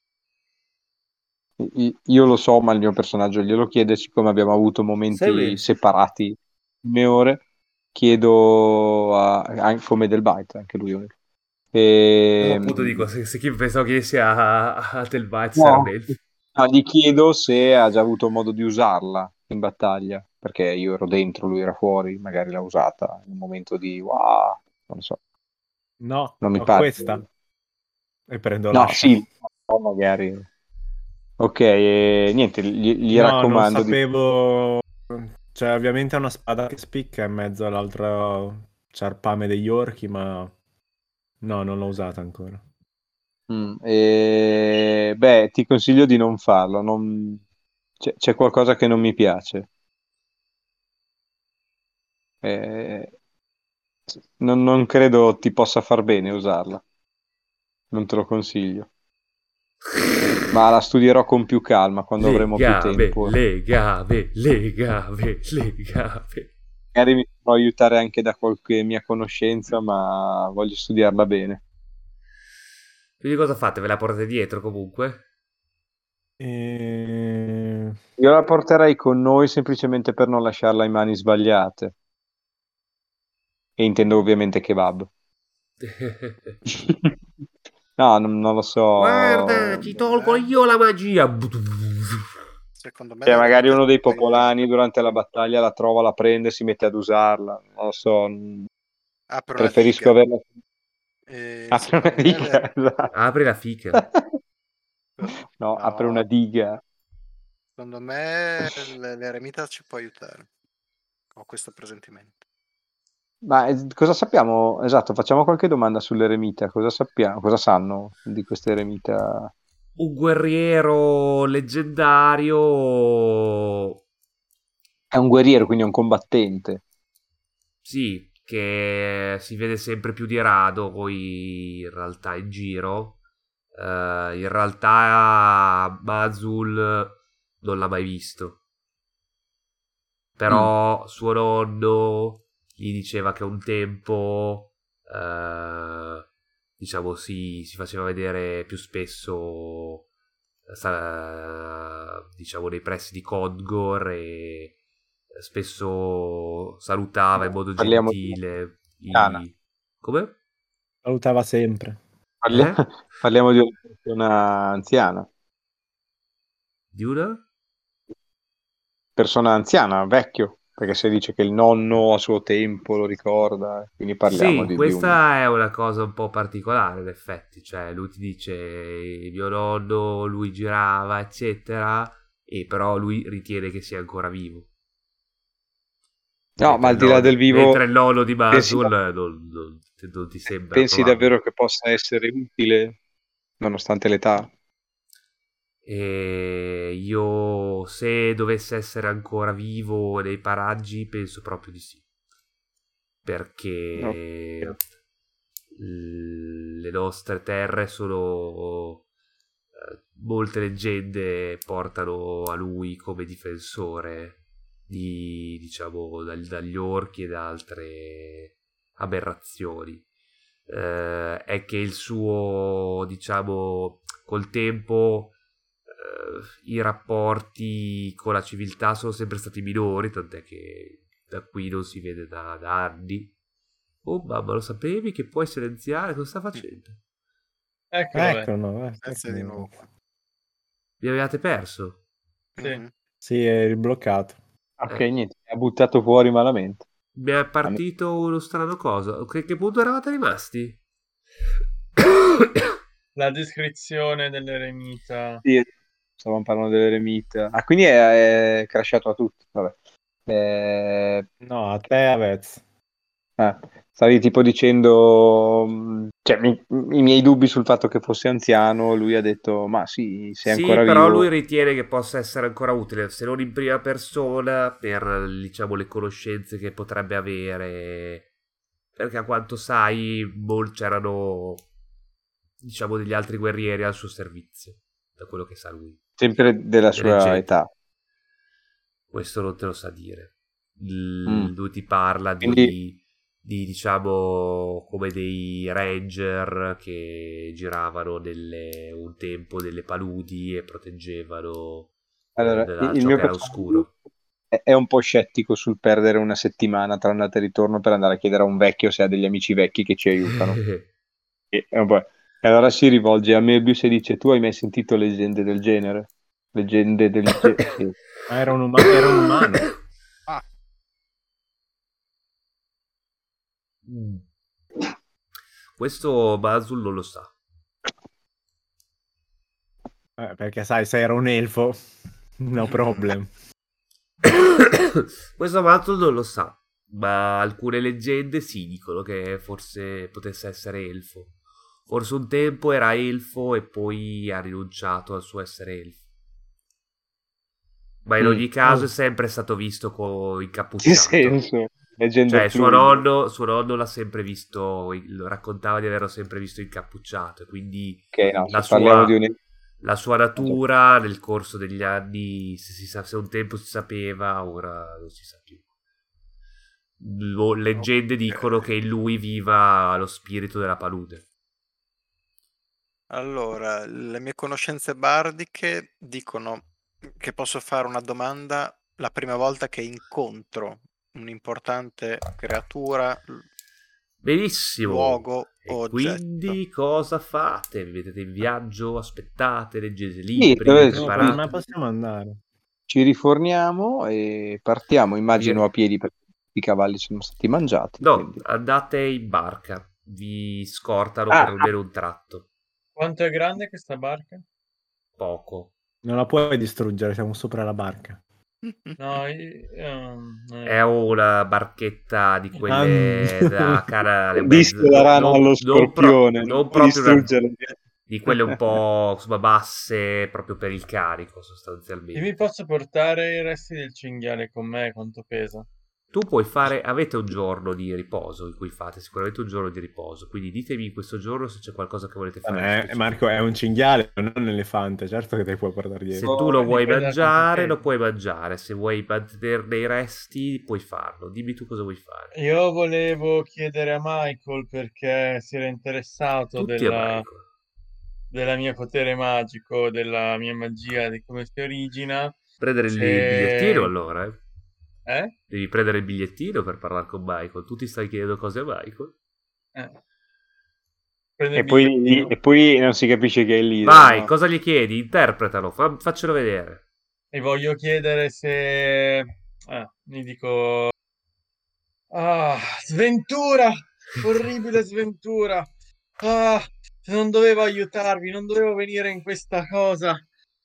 I- io lo so, ma il mio personaggio glielo chiede, siccome abbiamo avuto momenti Sei- separati le ore, chiedo a, anche come Del Bite, anche lui. E, No, appunto dico, se, se chi pensavo chiedessi a, a Telbites no, era un elfo. no, gli chiedo se ha già avuto modo di usarla in battaglia, perché io ero dentro, lui era fuori, magari l'ha usata in un momento di wow, non so, No, non mi ho pare. questa. E prendo No, l'ascia. sì, no, magari. Ok, e niente, gli, gli No, raccomando non di... sapevo. Cioè, ovviamente è una spada che spicca in mezzo all'altra ciarpame degli orchi, ma no, non l'ho usata ancora. Mm, e... Beh, ti consiglio di non farlo, non... c'è, c'è qualcosa che non mi piace. Eh, non, non credo ti possa far bene usarla. Non te lo consiglio. Ma la studierò con più calma quando avremo più Legame, tempo. legame, legame, legame. Magari mi può aiutare anche da qualche mia conoscenza, ma voglio studiarla bene. Quindi cosa fate? Ve la portate dietro comunque? E... Io la porterei con noi semplicemente per non lasciarla in mani sbagliate. E intendo ovviamente kebab. No, non, non lo so. Guarda, ti tolgo io la magia. Secondo me Cioè, le magari eremite uno dei ti aiutano. popolani durante la battaglia la trova, la prende, si mette ad usarla. Non lo so. Apre una Preferisco diga. averla. E Apre una secondo me diga. le- Esatto. Apri la fica. No, apre no, una diga. secondo me l- l'eremita ci può aiutare. Ho questo presentimento. Ma eh, cosa sappiamo? Esatto, facciamo qualche domanda sull'eremita. Cosa sappiamo? Cosa sanno di questa eremita? Un guerriero leggendario. È un guerriero, quindi è un combattente. Sì, che si vede sempre più di rado poi in realtà in giro. Eh, in realtà Mazul non l'ha mai visto. Però suo nonno gli diceva che un tempo eh, diciamo si, si faceva vedere più spesso eh, sa- diciamo nei pressi di Kodgor e spesso salutava in modo Parliamo di gentile Anziana. i... Come? Salutava sempre. Parliamo, Eh? parliamo di una persona anziana. Di una? Persona anziana, vecchio. Perché se dice che il nonno a suo tempo lo ricorda, quindi parliamo Sì, di, di un... questa è una cosa un po' particolare in effetti, cioè lui ti dice mio nonno, lui girava eccetera, e però lui ritiene che sia ancora vivo. No, ma Mentre al il di là nonno, del vivo, mentre il nonno di pensi, Mazul non, non- non ti sembra pensi probabile. davvero che possa essere utile nonostante l'età? E io se dovesse essere ancora vivo nei paraggi penso proprio di sì. Perché No. l- le nostre terre sono eh, molte leggende portano a lui come difensore di diciamo dal- dagli orchi e da altre aberrazioni. Eh, è che il suo diciamo col tempo eh, i rapporti con la civiltà sono sempre stati minori, tant'è che da qui non si vede da, da anni. Oh mamma, lo sapevi che puoi silenziare? Cosa sta facendo? Eccolo, eh. Ecco, no, eh, Grazie di nuovo. Vi avevate perso? Sì. Mhm. Sì, è ribloccato. Ok, Eh. niente, mi ha buttato fuori malamente. Mi è partito uno strano cosa. A che, che punto eravate rimasti? La descrizione dell'eremita. Sì, stavamo parlando dell'eremita. Ah, quindi è, è crashato a tutti. Vabbè. Eh, No, a te Avezz. ah, stavi tipo dicendo, mh, cioè, mi- i miei dubbi sul fatto che fosse anziano. Lui ha detto, ma sì, sei Sì, ancora però vivo. lui ritiene che possa essere ancora utile, se non in prima persona, per diciamo le conoscenze che potrebbe avere. Perché a quanto sai, mol- c'erano diciamo degli altri guerrieri al suo servizio, da quello che sa lui. Sempre della Delle sua leggende. età. Questo non te lo sa dire. Il- Mm. Lui ti parla di, Quindi- di, diciamo come dei ranger che giravano nelle, un tempo nelle paludi e proteggevano Allora, eh, da il ciò mio che era personaggio oscuro. è è un po' scettico sul perdere una settimana tra andata e ritorno per andare a chiedere a un vecchio se ha degli amici vecchi che ci aiutano. E, è un po'- e allora si rivolge a Möbius e dice: Tu hai mai sentito leggende del genere? Leggende del genere? Sì. Ma era un, uma- era un umano. Ah, Mm. Questo Basul non lo sa. Eh, perché sai, se era un elfo, no problem. Questo Basul non lo sa, ma alcune leggende sì dicono che forse potesse essere elfo. Forse un tempo era elfo e poi ha rinunciato al suo essere elfo. Ma in Mm. ogni caso Oh. è sempre stato visto con Che incappucciato. senso? È gender Cioè, suo fluid. nonno, suo nonno l'ha sempre visto, lo raccontava di averlo sempre visto incappucciato, e quindi Ok, no, la se parliamo sua, di un... la sua natura nel corso degli anni, se, si sa, se un tempo si sapeva, ora non si sa più. Lo- leggende dicono che in lui viva lo spirito della palude. Allora, le mie conoscenze bardiche dicono che posso fare una domanda la prima volta che incontro un'importante creatura, l- Benissimo. luogo E o oggetto. quindi cosa fate? Vi mettete in viaggio? Aspettate? Leggete Sì, libri? dove- No, Preparate? ma possiamo andare. Ci riforniamo e partiamo, immagino, Vi- a piedi perché i cavalli sono stati mangiati. No, quindi- andate in barca. Vi scortano Ah. per almeno un tratto. Quanto è grande questa barca? Poco. Non la puoi distruggere, siamo sopra la barca. No, io, ehm, non È una barchetta di quelle Ah. da cara alle Visto mezze- la rana non- allo non pro- scorpione, non non puoi proprio una- distruggerla. di quelle un po' insomma, basse proprio per il carico sostanzialmente. Io mi posso portare i resti del cinghiale con me, quanto pesa? Tu puoi fare, avete un giorno di riposo in cui fate sicuramente un giorno di riposo, quindi ditemi in questo giorno se c'è qualcosa che volete fare. Eh, specifico. Marco, è un cinghiale, non un elefante, certo che te puoi portare Se dietro. tu lo Oh, vuoi dipende da quanto mangiare, pesa. lo puoi mangiare. Se vuoi mantenerne i resti, puoi farlo. Dimmi tu cosa vuoi fare. Io volevo chiedere a Michael perché si era interessato Tutti a della, Michael. della mia potere magico, della mia magia, di come si origina. Prendere il Se- bigliettino allora, eh. Eh? Devi prendere il bigliettino per parlare con Michael. Tu ti stai chiedendo cose a Michael. Eh. Prende E il poi, bigliettino. e poi non si capisce che è il leader. Vai, no? cosa gli chiedi? Interpretalo, fa- faccelo vedere. E voglio chiedere se... Ah, mi dico... Ah, sventura! Orribile sventura! Ah, non dovevo aiutarvi, non dovevo venire in questa cosa.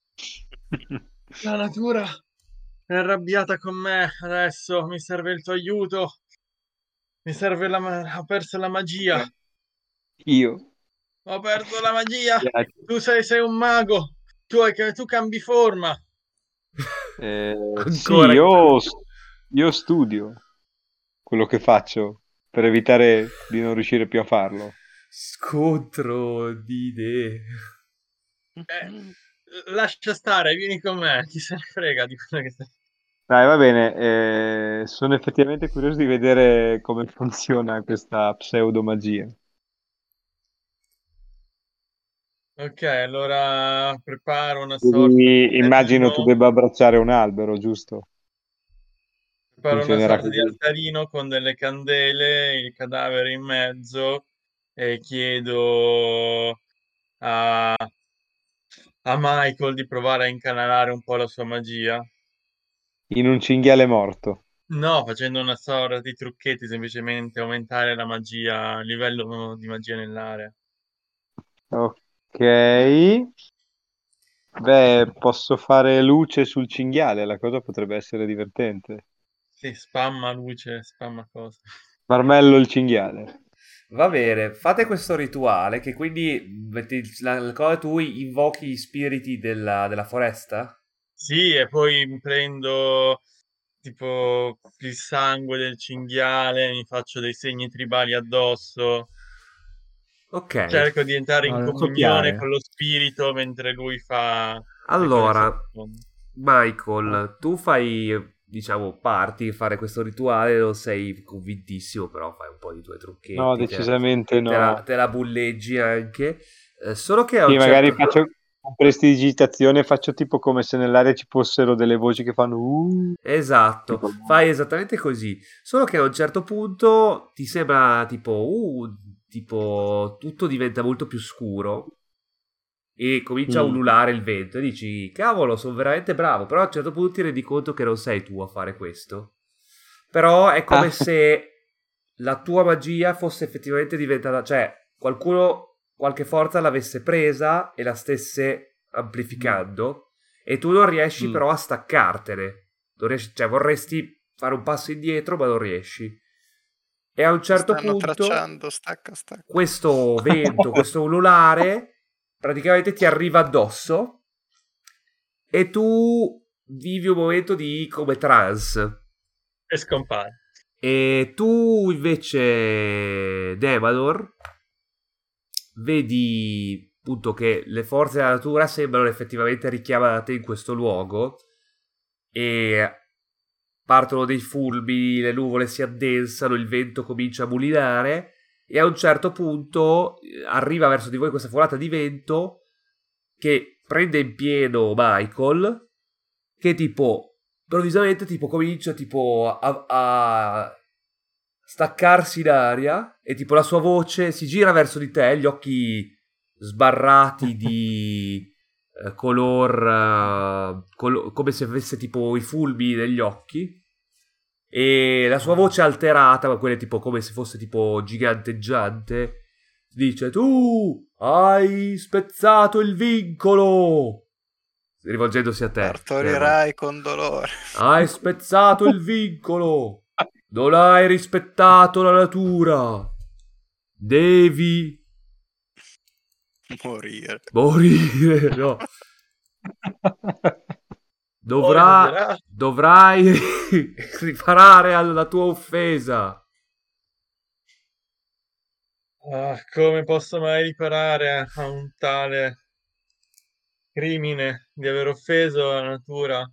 La natura è arrabbiata con me adesso, mi serve il tuo aiuto. Mi serve la... ma- Ho perso la magia. Io. Ho perso la magia. Grazie. Tu sei, sei un mago. Tu, hai, tu cambi forma. Eh, sì, Ancora in io, io studio quello che faccio per evitare di non riuscire più a farlo. Scontro di idee. Eh, lascia stare, vieni con me. Chi se ne frega di quello che stai... Dai, va bene, eh, sono effettivamente curioso di vedere come funziona questa pseudomagia. Ok, allora preparo una sorta Quindi di immagino tu altarino, debba abbracciare un albero, giusto? preparo una Funzionerà sorta di così. altarino con delle candele, il cadavere in mezzo e chiedo a, a Michael di provare a incanalare un po' la sua magia. In un cinghiale morto. No, facendo una sorta di trucchetti, semplicemente aumentare la magia, il livello di magia nell'area. Ok. Beh, posso fare luce sul cinghiale, la cosa potrebbe essere divertente. Sì, spamma luce, spamma cosa. Marmello il cinghiale. Va bene, fate questo rituale che quindi metti la, la cosa, tu invochi gli spiriti della, della foresta? Sì, e poi prendo tipo il sangue del cinghiale, mi faccio dei segni tribali addosso, Ok, cerco di entrare in No, non comunione copiare. con lo spirito mentre lui fa le cose allora sottofondo. Michael, tu fai, diciamo, parti a fare questo rituale, non sei convintissimo, però fai un po' di tuoi trucchetti. No, te la- decisamente te no. la, te la bulleggi anche. Eh, solo che a Sì, un magari certo... faccio con prestidigitazione, faccio tipo come se nell'aria ci fossero delle voci che fanno uh, Esatto, tipo- fai esattamente così. Solo che a un certo punto ti sembra tipo, uh, tipo tutto diventa molto più scuro e comincia a Mm. ululare il vento e dici, cavolo, sono veramente bravo. Però a un certo punto ti rendi conto che non sei tu a fare questo. Però è come Ah. se la tua magia fosse effettivamente diventata, cioè qualcuno, qualche forza l'avesse presa e la stesse amplificando e tu non riesci Mm. però a staccartene. Non riesci, cioè vorresti fare un passo indietro ma non riesci. E a un certo Stanno punto tracciando, stacca, stacca. questo vento, questo ululare praticamente ti arriva addosso e tu vivi un momento di come trance. E scompare. E tu invece, Demador, vedi appunto che le forze della natura sembrano effettivamente richiamate in questo luogo e partono dei fulmini, le nuvole si addensano, il vento comincia a mulinare e a un certo punto arriva verso di voi questa folata di vento che prende in pieno Michael, che tipo improvvisamente tipo comincia tipo a, a staccarsi in aria e tipo la sua voce si gira verso di te, gli occhi sbarrati di eh, color, eh, col- come se avesse tipo i fulmini negli occhi e la sua voce alterata, ma quella tipo come se fosse tipo giganteggiante, dice: tu hai spezzato il vincolo, rivolgendosi a te. Partorirai con dolore. Hai spezzato il vincolo. Non hai rispettato la natura. Devi Morire. morire. No. Dovrà, Oh, esagerato. dovrai riparare alla tua offesa. Ah, come posso mai riparare a un tale crimine di aver offeso la natura?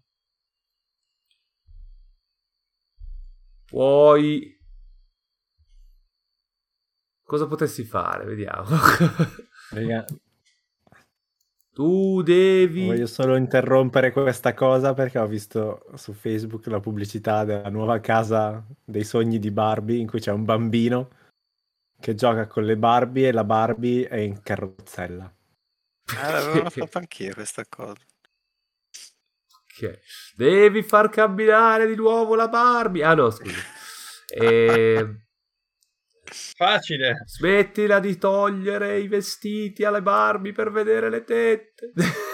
Puoi... Cosa potessi fare? Vediamo. Raga, Tu devi... voglio solo interrompere questa cosa perché ho visto su Facebook la pubblicità della nuova casa dei sogni di Barbie in cui c'è un bambino che gioca con le Barbie e la Barbie è in carrozzella. Ah, l'avevo fatto anch'io questa cosa. Ok. Devi far camminare di nuovo la Barbie. Ah no, scusa. E... Facile. Smettila di togliere i vestiti alle Barbie per vedere le tette.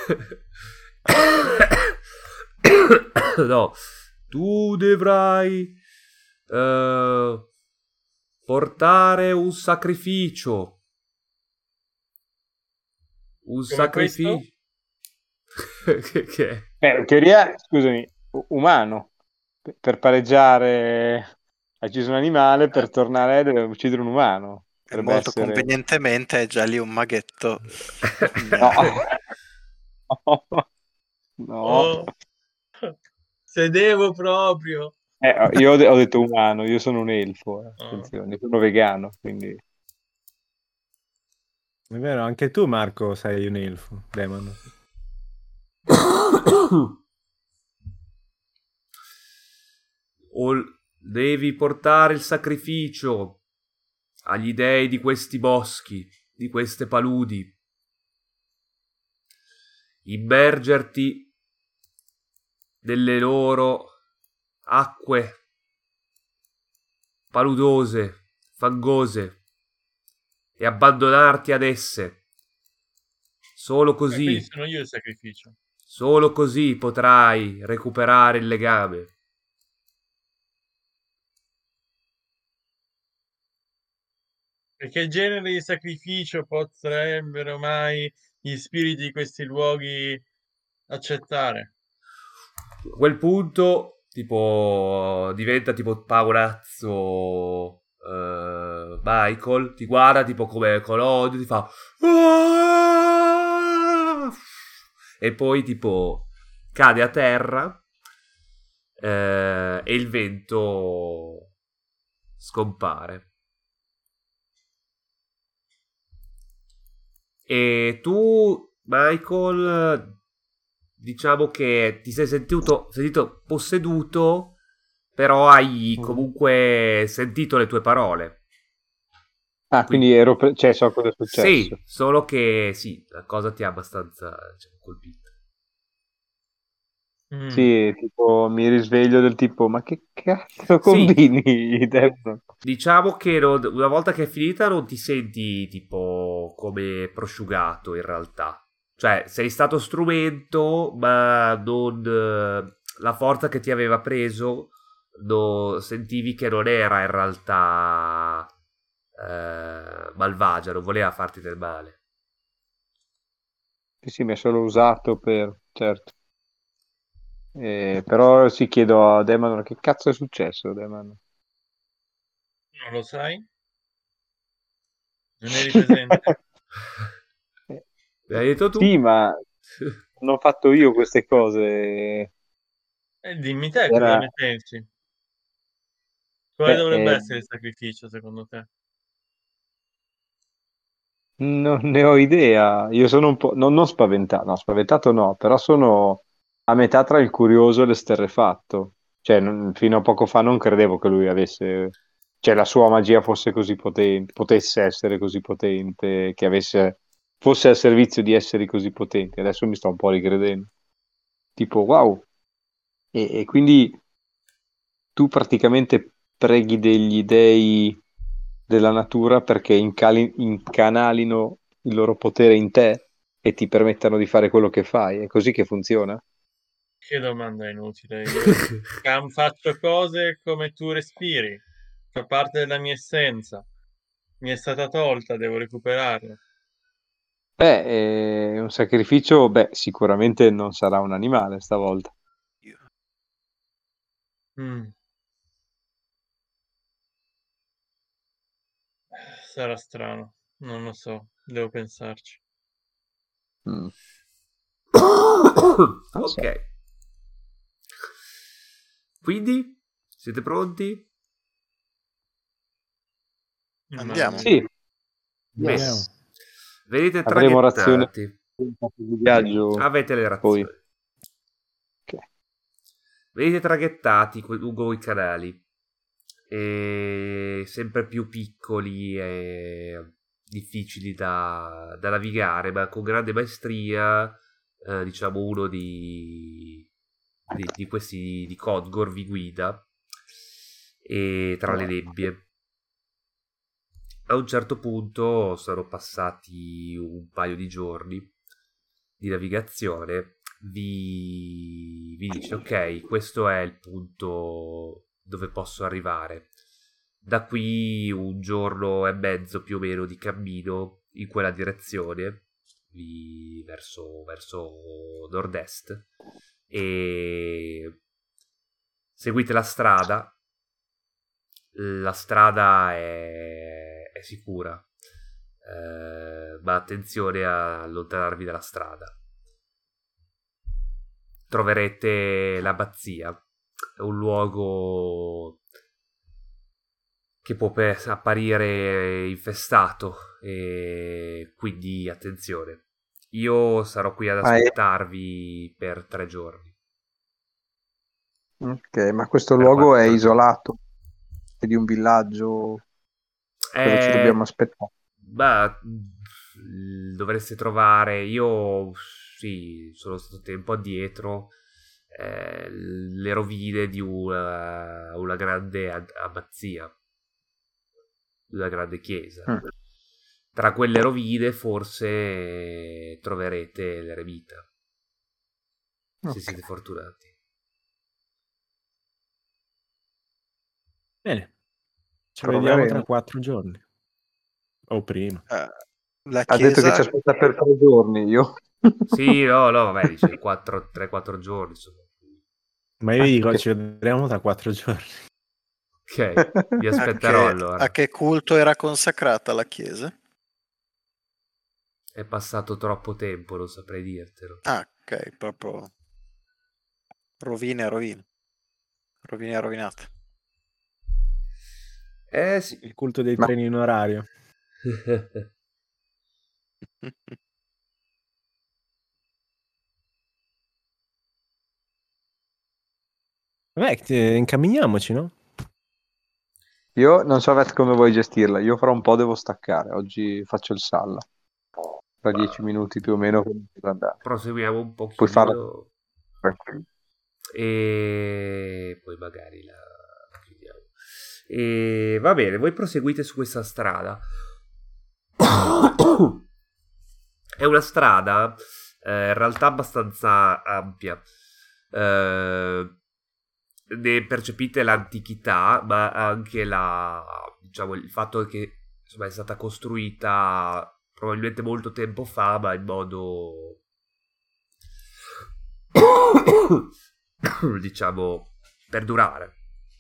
No, tu dovrai eh, portare un sacrificio. Un Come sacrificio. che, che? Eh, in teoria, scusami, u- umano. Per- Per pareggiare hai ucciso un animale, per tornare deve uccidere un umano. E Potrebbe molto essere... convenientemente è già lì un maghetto. No. No. Oh, se devo proprio. Eh, io ho, de- ho detto umano, io sono un elfo, eh. Oh. Attenzione, sono vegano, quindi... È vero, anche tu Marco sei un elfo, Demon. O devi portare il sacrificio agli dei di questi boschi, di queste paludi. Immergerti nelle loro acque paludose, fangose e abbandonarti ad esse. Solo Eh, quindi così, sono io il sacrificio. solo così potrai recuperare il legame. E che genere di sacrificio potrebbero mai gli spiriti di questi luoghi accettare? A quel punto, tipo, diventa tipo paurazzo eh, Michael, ti guarda tipo come con odio, ti fa... "Ah!" E poi tipo cade a terra eh, e il vento scompare. E tu, Michael, diciamo che ti sei sentito, sentito posseduto, però hai comunque sentito le tue parole. Ah, quindi ero... pre- cioè, so cosa è successo. Sì, solo che sì, la cosa ti ha abbastanza diciamo, colpito. Mm. Sì, tipo, mi risveglio del tipo, ma che cazzo Sì. combini, Devon? Diciamo che non- una volta che è finita non ti senti tipo come prosciugato in realtà. Cioè, sei stato strumento, ma non eh, la forza che ti aveva preso, no- sentivi che non era in realtà eh, malvagia, non voleva farti del male. Sì, sì, mi ha solo usato per... certo. Eh, però si chiedo a Demon che cazzo è successo, Demon. Non lo sai? Non eri presente? L'hai detto tu? Sì, ma non ho fatto io queste cose. Eh, dimmi te cosa Era, ne pensi. Quale beh, dovrebbe eh, essere il sacrificio secondo te? non ne ho idea. Io sono un po', non, non spaventato, no, spaventato no, però sono a metà tra il curioso e l'esterrefatto. Cioè, non- fino a poco fa non credevo che lui avesse, cioè, la sua magia fosse così potente, potesse essere così potente, che avesse, fosse al servizio di esseri così potenti. Adesso mi sto un po' ricredendo. Tipo, wow. E, e quindi tu praticamente preghi degli dei della natura perché incali- incanalino il loro potere in te e ti permettano di fare quello che fai. È così che funziona? Che domanda inutile. Io cam- faccio cose come tu respiri. Fa parte della mia essenza. Mi è stata tolta, devo recuperarla. Beh, è un sacrificio, beh, sicuramente non sarà un animale stavolta. Mm, sarà strano. Non lo so. Devo pensarci. Mm, non so. Ok. Quindi, siete pronti? Andiamo. Immagino. Sì, Bene. yes. Venite Avremo razione traghettati. di viaggio Avete le poi. razioni. Ok. Venite traghettati que- lungo i canali. E sempre più piccoli e difficili da, da navigare, ma con grande maestria, eh, diciamo, uno di, di, di questi di Codgor vi guida e tra le nebbie. A un certo punto sono passati un paio di giorni di navigazione. Vi, vi dice: ok, questo è il punto dove posso arrivare. Da qui un giorno e mezzo più o meno di cammino in quella direzione, vi- verso, verso nord-est, e seguite la strada. La strada è, è sicura, eh, ma attenzione a allontanarvi dalla strada. Troverete l'abbazia, è un luogo che può pe- apparire infestato, e quindi attenzione. Io sarò qui ad Ah, è- aspettarvi per tre giorni. Ok, ma questo Per luogo è quattro giorni. isolato? È di un villaggio? Cosa ci dobbiamo Eh, aspettare? beh, mh, dovreste trovare. Io sì, sono stato tempo addietro. eh, le rovine di una, una grande ab- abbazia, di una grande chiesa. Mm, Tra quelle rovine forse troverete l'eremita, se ok. siete fortunati. Bene, ci vediamo tra Proveremo. quattro giorni. O prima. Eh, la Ha detto che chiesa, ci aspetta per tre giorni, io. Sì, no, no, vabbè, dice tre quattro giorni, insomma. Ma io Ah, vi dico, ok. ci vedremo tra quattro giorni. Ok, vi a aspetterò che, allora. a che culto era consacrata la chiesa? È passato troppo tempo, non saprei dirtelo. Ah, ok, proprio rovine, rovine, rovine rovinate. Eh sì. Il culto dei Ma treni in orario. Vabbè, eh, incamminiamoci, no? io non so Vet, come vuoi gestirla. Io fra un po' devo staccare. Oggi faccio il salla. Tra Ma dieci minuti più o meno devo andare. proseguiamo un Puoi farla pochino tranquillo. e poi magari la chiudiamo. E va bene, voi proseguite su questa strada. È una strada eh, in realtà abbastanza ampia. Eh, ne percepite l'antichità, ma anche la, diciamo, il fatto che insomma, è stata costruita probabilmente molto tempo fa, ma in modo diciamo, perdurare.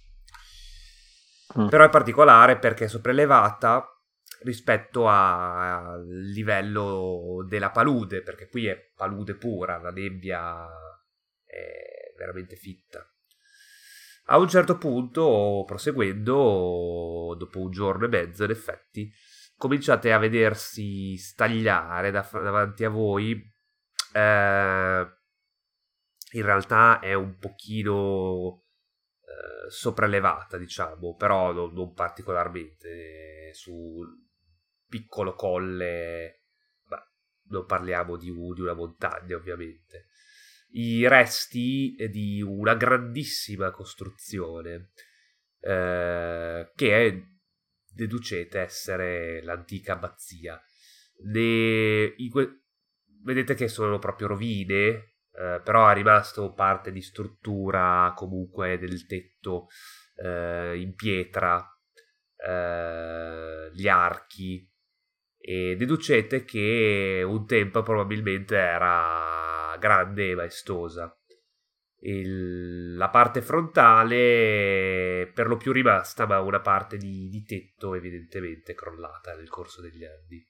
Mm. Però è particolare perché è sopraelevata rispetto a- al livello della palude, perché qui è palude pura, la nebbia è veramente fitta. A un certo punto, proseguendo, dopo un giorno e mezzo, in effetti, cominciate a vedersi stagliare da- davanti a voi. Eh, in realtà è un pochino eh, sopraelevata, diciamo, però non, non particolarmente, sul piccolo colle, ma non parliamo di, un- di una montagna, ovviamente. I resti di una grandissima costruzione eh, che è, deducete essere l'antica abbazia. Ne- in que- vedete che sono proprio rovine, eh, però è rimasto parte di struttura comunque del tetto eh, in pietra, eh, gli archi, e deducete che un tempo probabilmente era grande e maestosa. Il- la parte frontale per lo più rimasta, ma una parte di, di tetto evidentemente crollata nel corso degli anni.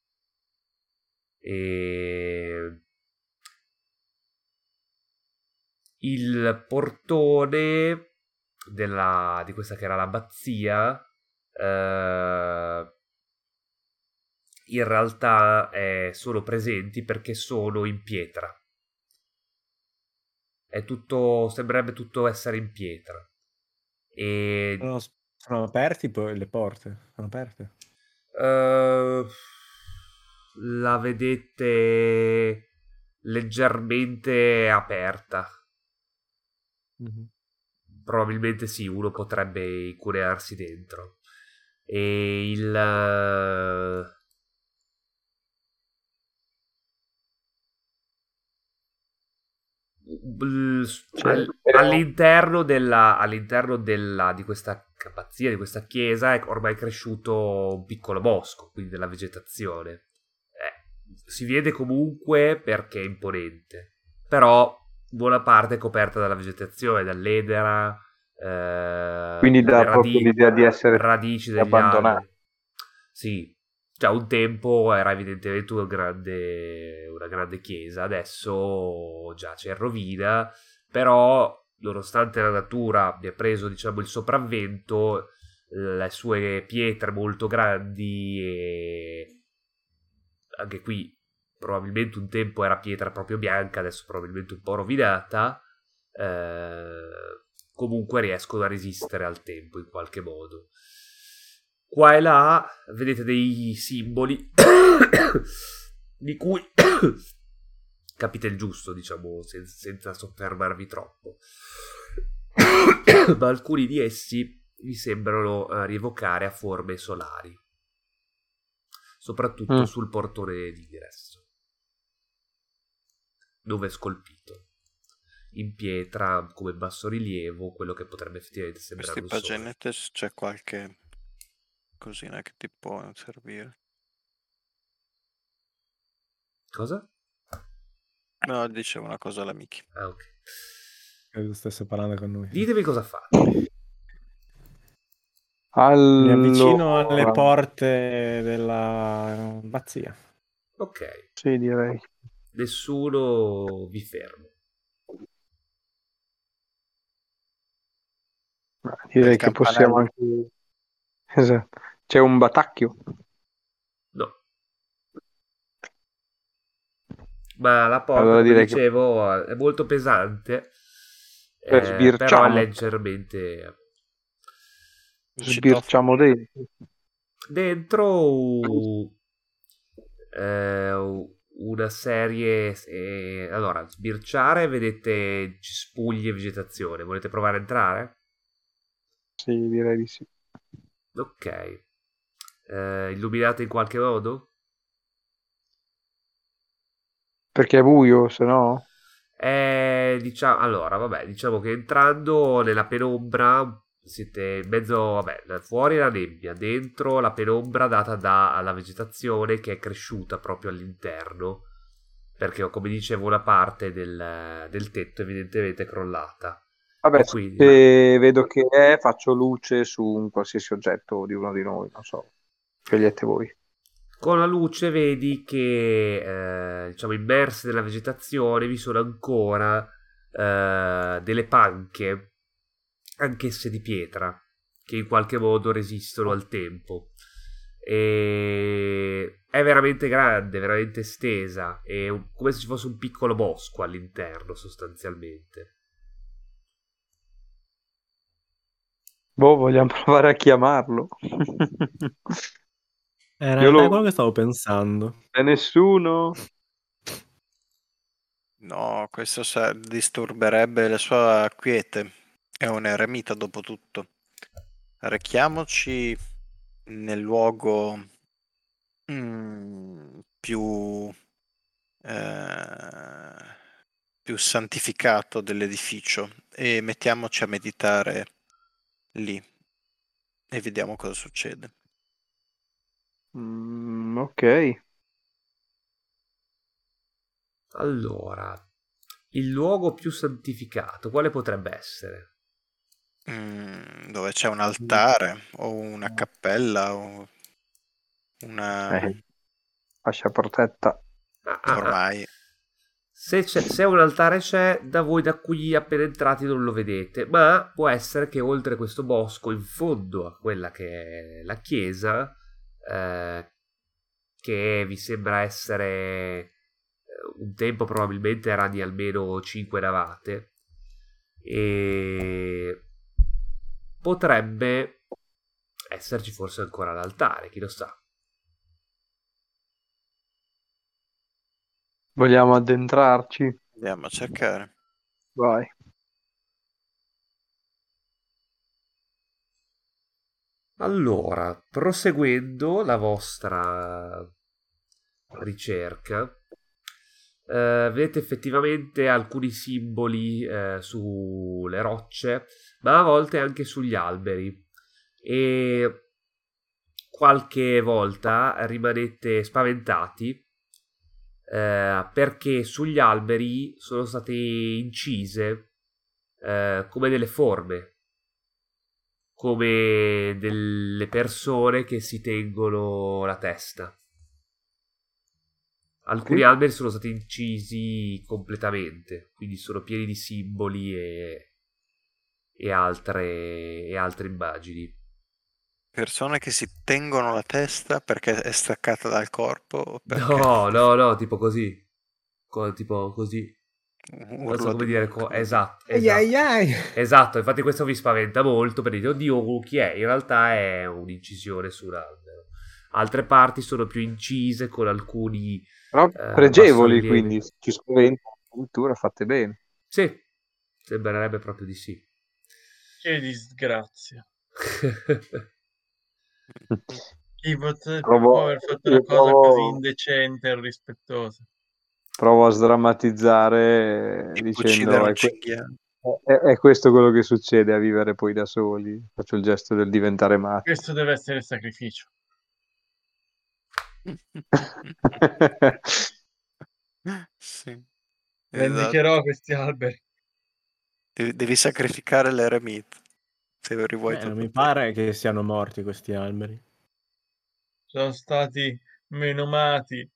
E il portone della, di questa che era l'abbazia eh, in realtà eh, sono presenti perché sono in pietra. È tutto, sembrerebbe tutto essere in pietra. E Sono, sono aperti poi le porte? Sono aperte? eh, la vedete leggermente aperta. Mhm. Probabilmente sì, uno potrebbe incunearsi dentro. E il eh, l- Cioè, al- però- all'interno della all'interno della di questa abbazia, di questa chiesa, è ormai cresciuto un piccolo bosco, quindi della vegetazione. Eh, si vede comunque perché è imponente, però buona parte è coperta dalla vegetazione, dall'edera, eh, Quindi dà dalle proprio radi- l'idea di essere radici degli abbandonato. alberi. Sì, cioè un tempo era evidentemente una grande, una grande chiesa, adesso giace in rovina, però nonostante la natura abbia preso, diciamo, il sopravvento, le sue pietre molto grandi e anche qui probabilmente un tempo era pietra proprio bianca, adesso probabilmente un po' rovinata, eh, comunque riescono a resistere al tempo in qualche modo. Qua e là vedete dei simboli di cui capite il giusto, diciamo, sen- senza soffermarvi troppo. Ma alcuni di essi vi sembrano eh, rievocare a forme solari, soprattutto Mm. sul portone d'ingresso, dove è scolpito in pietra come bassorilievo quello che potrebbe effettivamente sembrare Questi un sole. paginettes c'è qualche cosina che ti può servire. Cosa? No, dicevo una cosa alla Miki. Ah, ok. Credo stesse parlando con noi. Ditemi cosa fate. Mi avvicino alle Allora, porte della abbazia. Ok, sì, direi. nessuno vi ferma. Ma direi Il che possiamo campanello. anche... Esatto. C'è un batacchio. No. Ma la porta, Allora come direi che dicevo, è molto pesante, eh, eh, però è sbirciamo, leggermente... Il citofono. sbirciamo dentro. Dentro eh, una serie... eh, allora, sbirciare, vedete cespugli e vegetazione. Volete provare a entrare? Sì, direi di sì. Ok. Eh, illuminate in qualche modo? Perché è buio, se no... Eh, diciamo, allora, vabbè, diciamo che entrando nella penombra siete in mezzo, vabbè, fuori la nebbia, dentro la penombra data dalla vegetazione che è cresciuta proprio all'interno perché come dicevo una parte del, del tetto evidentemente è crollata. Vabbè, E quindi se vedo che è, faccio luce su un qualsiasi oggetto di uno di noi, non so. Scegliete voi. con la luce vedi che eh, diciamo immerse nella vegetazione vi sono ancora eh, delle panche, anch'esse di pietra, che in qualche modo resistono al tempo. E è veramente grande, veramente estesa, è un- come se ci fosse un piccolo bosco all'interno sostanzialmente. Boh, vogliamo provare a chiamarlo. Eh, in Io realtà è lo... quello che stavo pensando. C'è nessuno? No, questo sa- disturberebbe la sua quiete. È un eremita dopo tutto. Rechiamoci nel luogo mm, più, eh, più santificato dell'edificio e mettiamoci a meditare lì e vediamo cosa succede. Mm, ok. Allora, il luogo più santificato, quale potrebbe essere? Mm, dove c'è un altare o una cappella o una... Eh, fascia protetta. Ah, ah, ah. ormai Se, c'è, se un altare c'è, da voi da qui appena entrati non lo vedete, ma può essere che oltre questo bosco, in fondo a quella che è la chiesa, eh, che vi sembra essere eh, un tempo probabilmente era di almeno cinque navate, e potrebbe esserci forse ancora l'altare, chi lo sa. Vogliamo addentrarci? andiamo a cercare. Vai. Allora, proseguendo la vostra ricerca, eh, vedete effettivamente alcuni simboli eh, sulle rocce, ma a volte anche sugli alberi. E qualche volta rimanete spaventati eh, perché sugli alberi sono state incise eh, come delle forme, come delle persone che si tengono la testa. Alcuni Sì. alberi sono stati incisi completamente, quindi sono pieni di simboli e, e, altre, e altre immagini. Persone che si tengono la testa perché è staccata dal corpo o perché No, no, no, tipo così. Co- tipo così. Non so urlo come di dire. mucca. co- esatto, Ai esatto. ai ai. Esatto, infatti questo vi spaventa molto perché dite, oddio, chi è? In realtà è un'incisione su un albero. Altre parti sono più incise con alcuni Però eh, pregevoli, bassorilievi. quindi ci spaventa addirittura fatte bene. Sì, sembrerebbe proprio di sì. Che disgrazia. Chi pot- Provo, può aver fatto una io cosa così provo, indecente e irrispettosa? provo a sdrammatizzare Tipo dicendo uccidere un è, que- cinghiale. è- è questo quello che succede a vivere poi da soli. Faccio il gesto del diventare matti. Questo deve essere il sacrificio. Sì, esatto. Vendicherò questi alberi. Devi, devi sacrificare l'eremita se rivuoi Beh, il tuo non mi potere. pare che siano morti questi alberi. Sono stati menomati.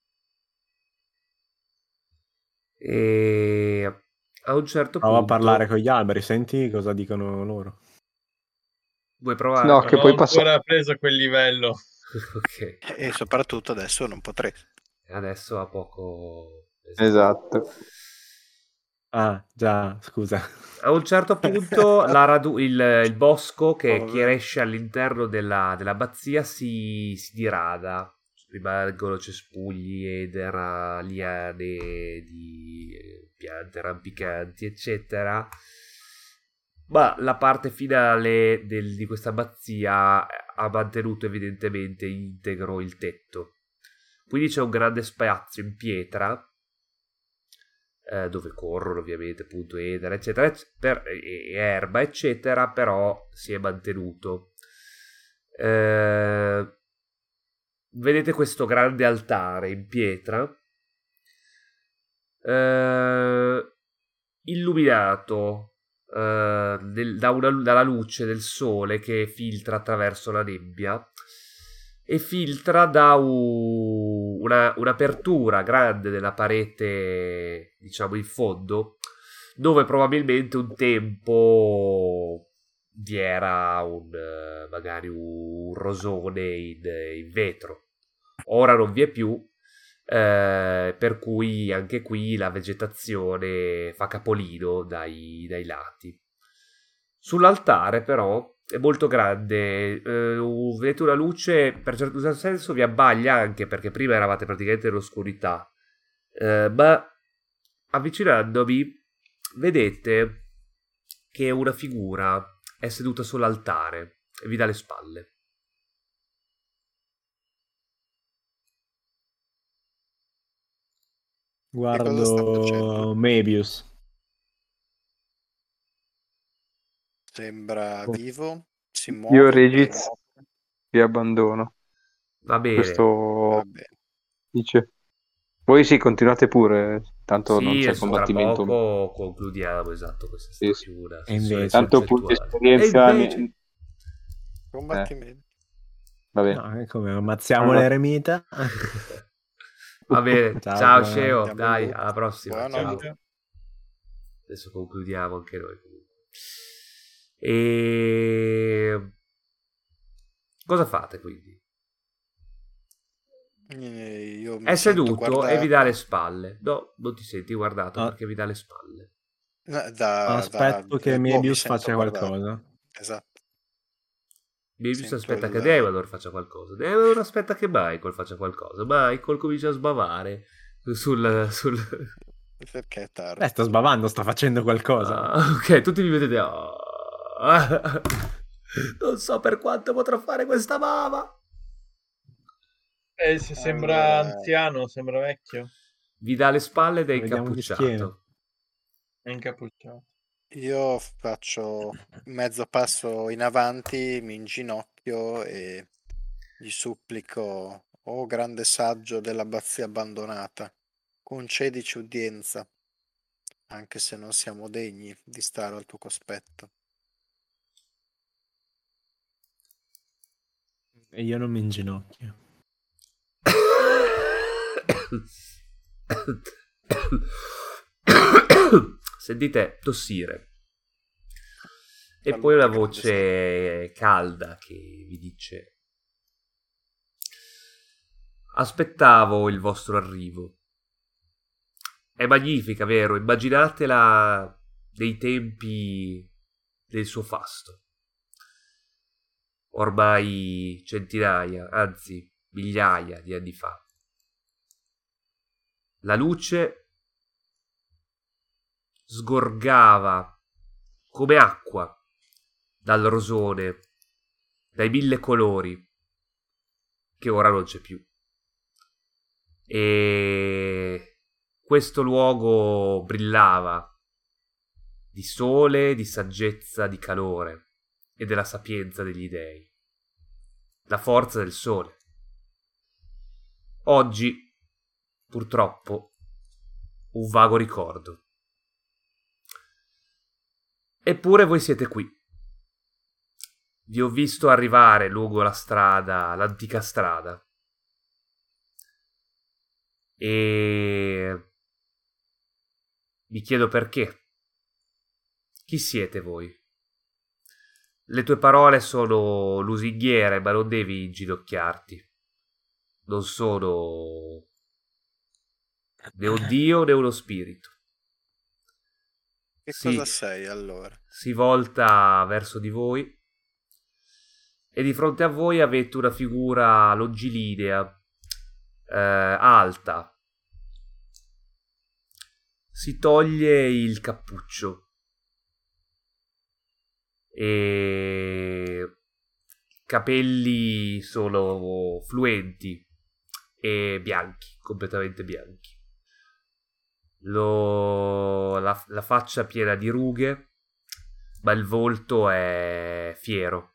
E a un certo Prova a parlare punto con gli alberi, senti cosa dicono loro. vuoi provare? No, Non che ho poi passa. ancora preso quel livello. Ok, E soprattutto adesso non potrei. adesso a poco. Esatto. Ah, già, scusa. A un certo punto la radu- il, il bosco che Povero. cresce all'interno della, dell'abbazia si, si dirada, rimangono cespugli ed era liane di piante rampicanti, eccetera. Ma la parte finale del- di questa abbazia ha mantenuto evidentemente integro il tetto. Quindi c'è un grande spazio in pietra eh, dove corrono ovviamente appunto edera eccetera ecc- per, e, e erba eccetera, però si è mantenuto. Eh, vedete questo grande altare in pietra eh, illuminato eh, del- da una- dalla luce del sole che filtra attraverso la nebbia e filtra da u- una, un'apertura grande nella parete, diciamo in fondo, dove probabilmente un tempo vi era un eh, magari un rosone in, in vetro. Ora non vi è più, eh, per cui anche qui la vegetazione fa capolino dai, dai lati. Sull'altare però è molto grande, eh, u- vedete una luce, per certo senso vi abbaglia anche perché prima eravate praticamente nell'oscurità, eh, ma avvicinandovi vedete che una figura è seduta sull'altare e vi dà le spalle. cosa sta Guardo facendo? Mebius. Sembra Oh. vivo, si Io muove, Regiz bene. vi abbandono. Va bene. Questo Va bene. dice. Voi sì, continuate pure, tanto non Sì, c'è adesso tra combattimento. poco concludiamo, esatto, questa è Sì, stata sì. più una E sessione invece? Tanto punti concettuale. E esperienza. invece... ne- Combattimento. Va bene. No, è come ammazziamo Ah, no. l'eremita. Va bene, Ciao, ciao buona- Sceo, Andiamo dai, in alla prossima, Buonanotte. ciao. Adesso concludiamo anche noi. E... cosa fate quindi? Eh, Io mi È sento seduto e vi guardato dà le spalle. No, non ti senti guardato Ah. perché vi dà le spalle. eh, da, Aspetto da che Devo, mi Mebius sento faccia guardato. qualcosa. Esatto. Mebius Sento aspetta il- che Devanor faccia qualcosa. Devanor aspetta che Michael faccia qualcosa. Michael comincia a sbavare sul... sul... Perché è tardi. Beh, sta sbavando, sta facendo qualcosa. Ah, ok, tutti mi vedete. Oh. Non so per quanto potrò fare questa bava. Eh, se sembra Allora- anziano, sembra vecchio. Vi dà le spalle ed è Vediamo che schiena. incappucciato. È incappucciato. Io faccio mezzo passo in avanti, mi inginocchio e gli supplico, oh grande saggio dell'abbazia abbandonata, concedici udienza, anche se non siamo degni di stare al tuo cospetto. E io non mi inginocchio. Sentite tossire. E Salute, poi una grande voce calda che vi dice: aspettavo il vostro arrivo. È magnifica, vero? Immaginatela dei tempi del suo fasto. Ormai centinaia, anzi migliaia di anni fa. La luce sgorgava come acqua dal rosone, dai mille colori, che ora non c'è più. E questo luogo brillava di sole, di saggezza, di calore e della sapienza degli dei. La forza del sole. Oggi, purtroppo, un vago ricordo. Eppure voi siete qui. Vi ho visto arrivare lungo la strada, l'antica strada. E vi chiedo perché. Chi siete voi? Le tue parole sono lusinghiere, ma non devi inginocchiarti. Non sono né un dio né uno spirito. Che Sì. cosa sei allora? Si volta verso di voi e di fronte a voi avete una figura longilinea, eh, alta. Si toglie il cappuccio e i capelli sono fluenti e bianchi, completamente bianchi. Lo, la, la faccia piena di rughe, ma il volto è fiero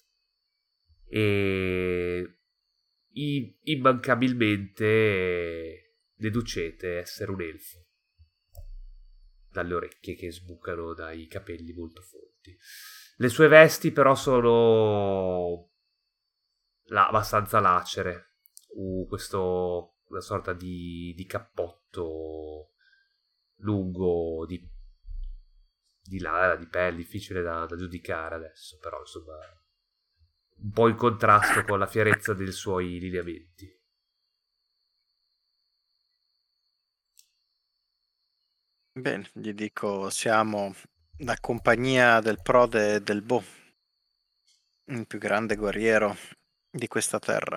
e i- immancabilmente deducete essere un elfo. dalle orecchie che sbucano dai capelli molto folti. Le sue vesti però sono la, abbastanza lacere, uh, questo una sorta di, di cappotto lungo di, di lana, di pelle, difficile da, da giudicare adesso, però insomma un po' in contrasto con la fierezza dei suoi lineamenti. Bene, gli dico, siamo la compagnia del prode del Bo, il più grande guerriero di questa terra.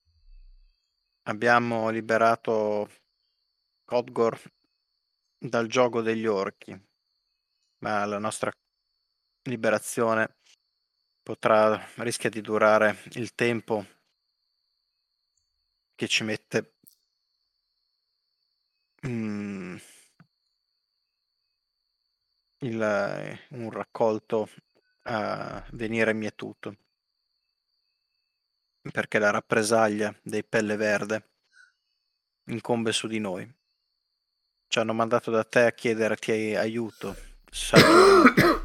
Abbiamo liberato Khadgor dal giogo degli orchi, ma la nostra liberazione potrà rischia di durare il tempo che ci mette mm, il, un raccolto a venire mietuto, perché la rappresaglia dei Pelle Verde incombe su di noi. Ci hanno mandato da te a chiederti aiuto, saggio aiuto.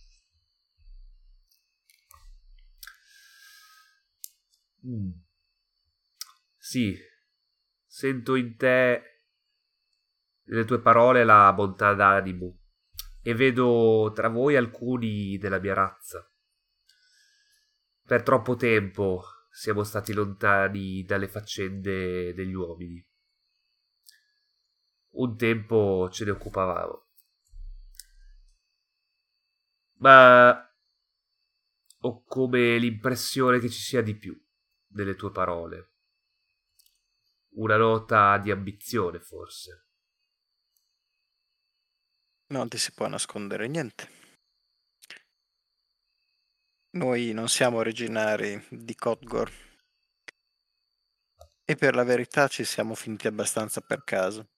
Mm. Sì, sento in te, nelle tue parole, la bontà d'animo e vedo tra voi alcuni della mia razza. Per troppo tempo siamo stati lontani dalle faccende degli uomini. Un tempo ce ne occupavamo. Ma ho come l'impressione che ci sia di più nelle tue parole. Una nota di ambizione, forse. Non ti si può nascondere niente. Noi non siamo originari di Khadgor e per la verità ci siamo finiti abbastanza per caso.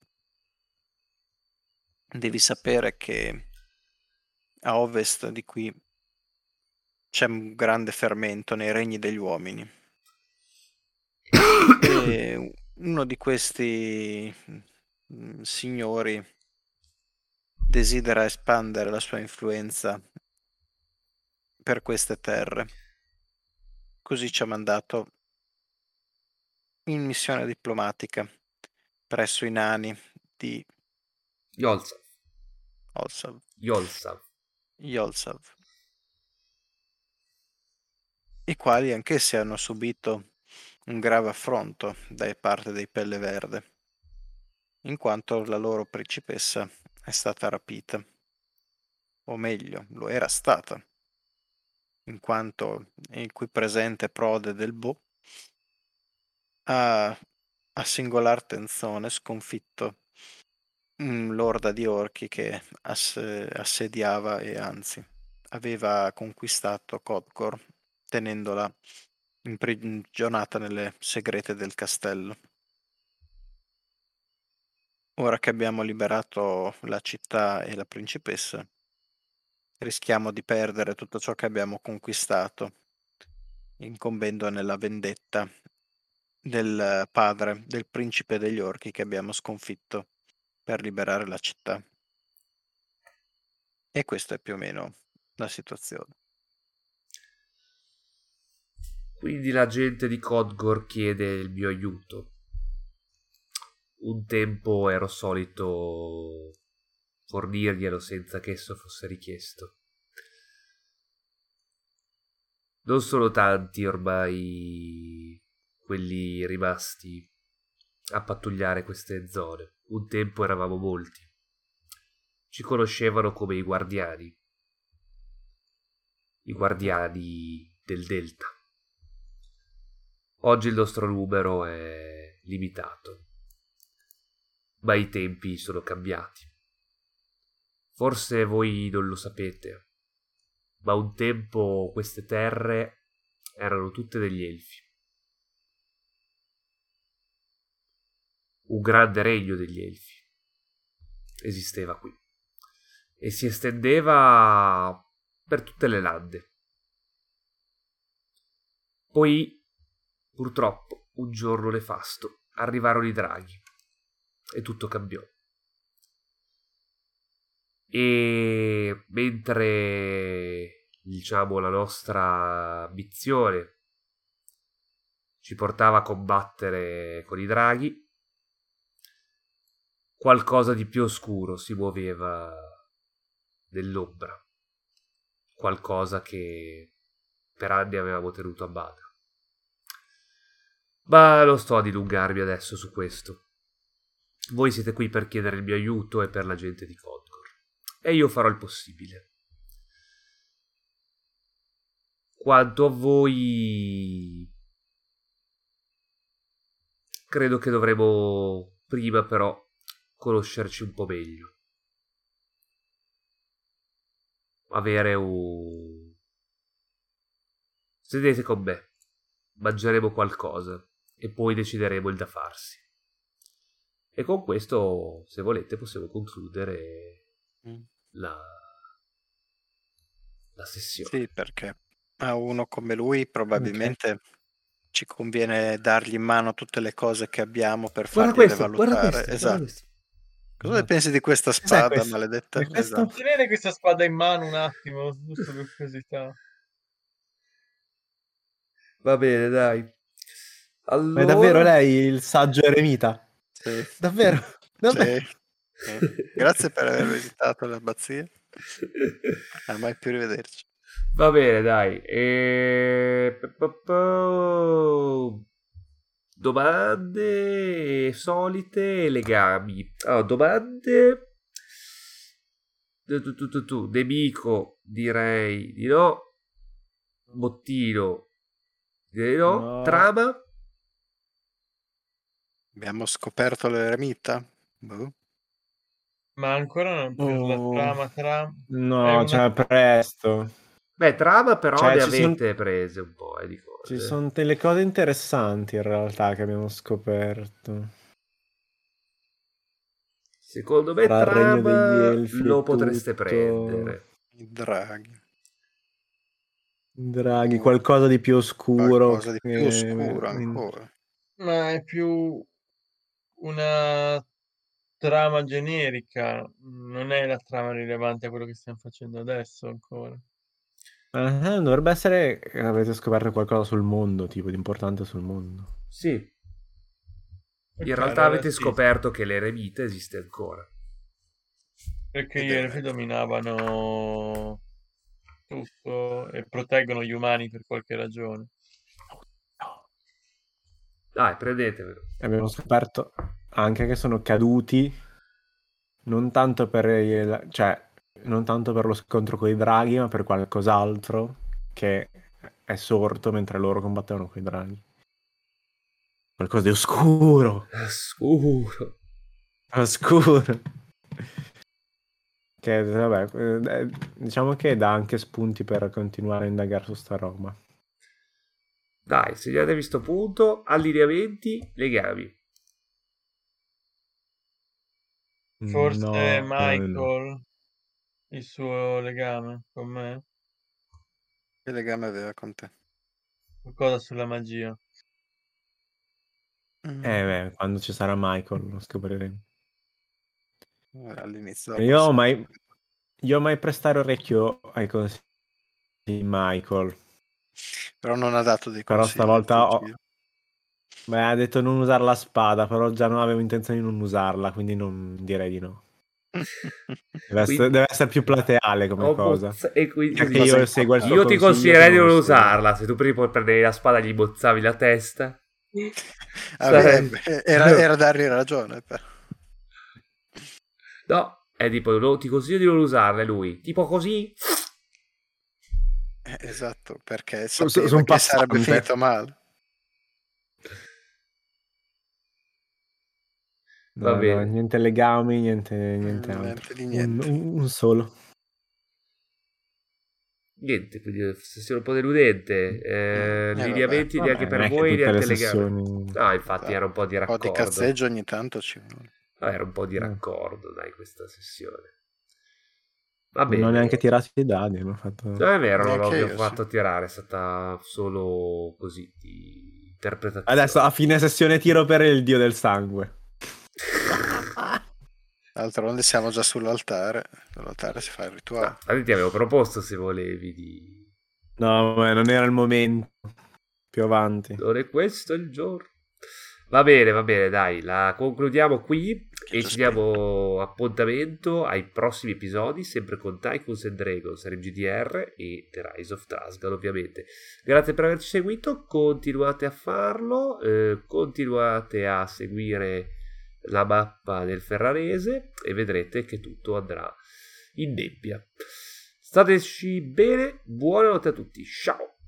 Devi sapere che a ovest di qui c'è un grande fermento nei regni degli uomini. E uno di questi mm, signori desidera espandere la sua influenza per queste terre. Così ci ha mandato in missione diplomatica presso i nani di Yolsav. Olsav. Yolsav. Yolsav, i quali anch'essi hanno subito un grave affronto da parte dei Pelle Verde, in quanto la loro principessa è stata rapita, o meglio, lo era stata, in quanto il qui presente prode del Bo ha a singolar tenzone sconfitto un lorda di orchi che ass- assediava e anzi aveva conquistato Khadgor tenendola imprigionata nelle segrete del castello. Ora che abbiamo liberato la città e la principessa, rischiamo di perdere tutto ciò che abbiamo conquistato, incombendo nella vendetta del padre del principe degli orchi che abbiamo sconfitto per liberare la città. E questa è più o meno la situazione. Quindi la gente di Khadgor chiede il mio aiuto. Un tempo ero solito fornirglielo senza che esso fosse richiesto. Non sono tanti ormai quelli rimasti a pattugliare queste zone. Un tempo eravamo molti. Ci conoscevano come i guardiani. I guardiani del Delta. Oggi il nostro numero è limitato, ma i tempi sono cambiati. Forse voi non lo sapete, ma un tempo queste terre erano tutte degli elfi. Un grande regno degli elfi esisteva qui e si estendeva per tutte le lande. Poi, purtroppo, un giorno nefasto, arrivarono i draghi e tutto cambiò. E mentre, diciamo, la nostra ambizione ci portava a combattere con i draghi, qualcosa di più oscuro si muoveva nell'ombra, qualcosa che per anni avevamo tenuto a bada. Ma non sto a dilungarmi adesso su questo. Voi siete qui per chiedere il mio aiuto e per la gente di Codgor, e io farò il possibile. Quanto a voi, credo che dovremo prima però conoscerci un po' meglio, avere un... sedete con me, mangeremo qualcosa e poi decideremo il da farsi. E con questo, se volete, possiamo concludere Mm. la, la sessione. Sì, perché a uno come lui probabilmente ci conviene dargli in mano tutte le cose che abbiamo per Guarda fargliele questo, guarda valutare. questo, guarda Esatto. questo. Cosa ne pensi di questa Cos'è spada questo? maledetta? È questo? Esatto. Tenere questa spada in mano un attimo, giusto per curiosità. Va bene, dai. Ma Allora... è davvero lei il saggio eremita? Sì. Davvero? Davvero? Sì. Sì. Grazie per aver visitato l'abbazia. A mai più rivederci. Va bene, dai. E... domande solite e legami. Allora, domande. Tu, tu, tu, tu. Nemico, direi di no. Bottino, direi no. No. Trama. Abbiamo scoperto l'eremita? Boh. Ma ancora non ho preso la Oh. trama, trama. È No, una- cioè presto. Beh, trama però Cioè, ne ci son- avete prese un po' eh, di cose. Ci sono delle cose interessanti in realtà che abbiamo scoperto. Secondo me Tra il regno trama degli elfi lo e potreste tutto. prendere. I draghi. Draghi, qualcosa di più oscuro. Qualcosa di più che- oscuro ancora. Ma è più una trama generica, non è la trama rilevante a quello che stiamo facendo adesso ancora. Eh, dovrebbe essere che avete scoperto qualcosa sul mondo, tipo di importante sul mondo. Sì. Ok, In realtà allora avete sì, scoperto che l'eremita esiste ancora. perché Ed gli è elfi vero. dominavano tutto e proteggono gli umani per qualche ragione. Dai, prendetevelo. Abbiamo scoperto anche che sono caduti non tanto per il- cioè non tanto per lo scontro con i draghi, ma per qualcos'altro che è sorto mentre loro combattevano con i draghi. Qualcosa di oscuro, Scuro. oscuro. Che vabbè, eh, diciamo che dà anche spunti per continuare a indagare su sta roba. Dai, segnatevi sto punto. Allineamenti, legami. Forse No, Michael, no. il suo legame con me, Che legame aveva con te? qualcosa sulla magia. Mm. Eh beh, quando ci sarà Michael lo scopriremo. Eh, All'inizio della Io ho prossima mai, puntata. io ho mai prestare orecchio ai consigli di Michael. Però non ha dato dei Però consigli. stavolta sto ho- giro. Beh, ha detto non usare la spada, però già non avevo intenzione di non usarla, quindi non direi di no. Deve essere, Quindi- deve essere più plateale come Oh, cosa. bozza- e quindi Cioè tu che dici- io segua il suo Io ti consiglio, consiglierei che di non non lo segua. usarla. Se tu prima prendevi la spada e gli bozzavi la testa. Avrebbe- era, era dargli ragione. Però. No, è tipo, no, ti consiglio di non usarla. E lui, tipo così. Eh, esatto, perché Sono- sapeva sono che sarebbe passante. finito male. Va No, no, bene. niente legami, niente, niente Mm, altro. niente di Un, niente. un- un solo. Niente, quindi sessione un po' deludente. Eh, Mm, eh, lineamenti vabbè. neanche Vabbè, per non è che voi, tutte neanche le legame. sessioni- No, infatti Esatto. era un po' di Un po' di raccordo. cazzeggio ogni tanto ci vuole. Ah, era un po' di Eh. raccordo, dai, questa sessione. Va Non ho bene. neanche tirato i dadi, hanno fatto... No, è vero, non Neanche l'ho io, fatto tirare, è stata solo così di interpretazione. Adesso a fine sessione tiro per il dio del sangue. D'altronde siamo già sull'altare. Sull'altare si fa il rituale. No, infatti ti avevo proposto se volevi di... No, ma non era il momento. Più avanti. Non è questo il giorno. Va bene, va bene, dai, la concludiamo qui Che e già ci diamo appuntamento ai prossimi episodi, sempre con Tycoons and Dragons, R G D R e The Rise of Trasgal, ovviamente. Grazie per averci seguito, continuate a farlo, eh, continuate a seguire la mappa del Ferrarese e vedrete che tutto andrà in nebbia. Stateci bene, buonanotte a tutti, ciao!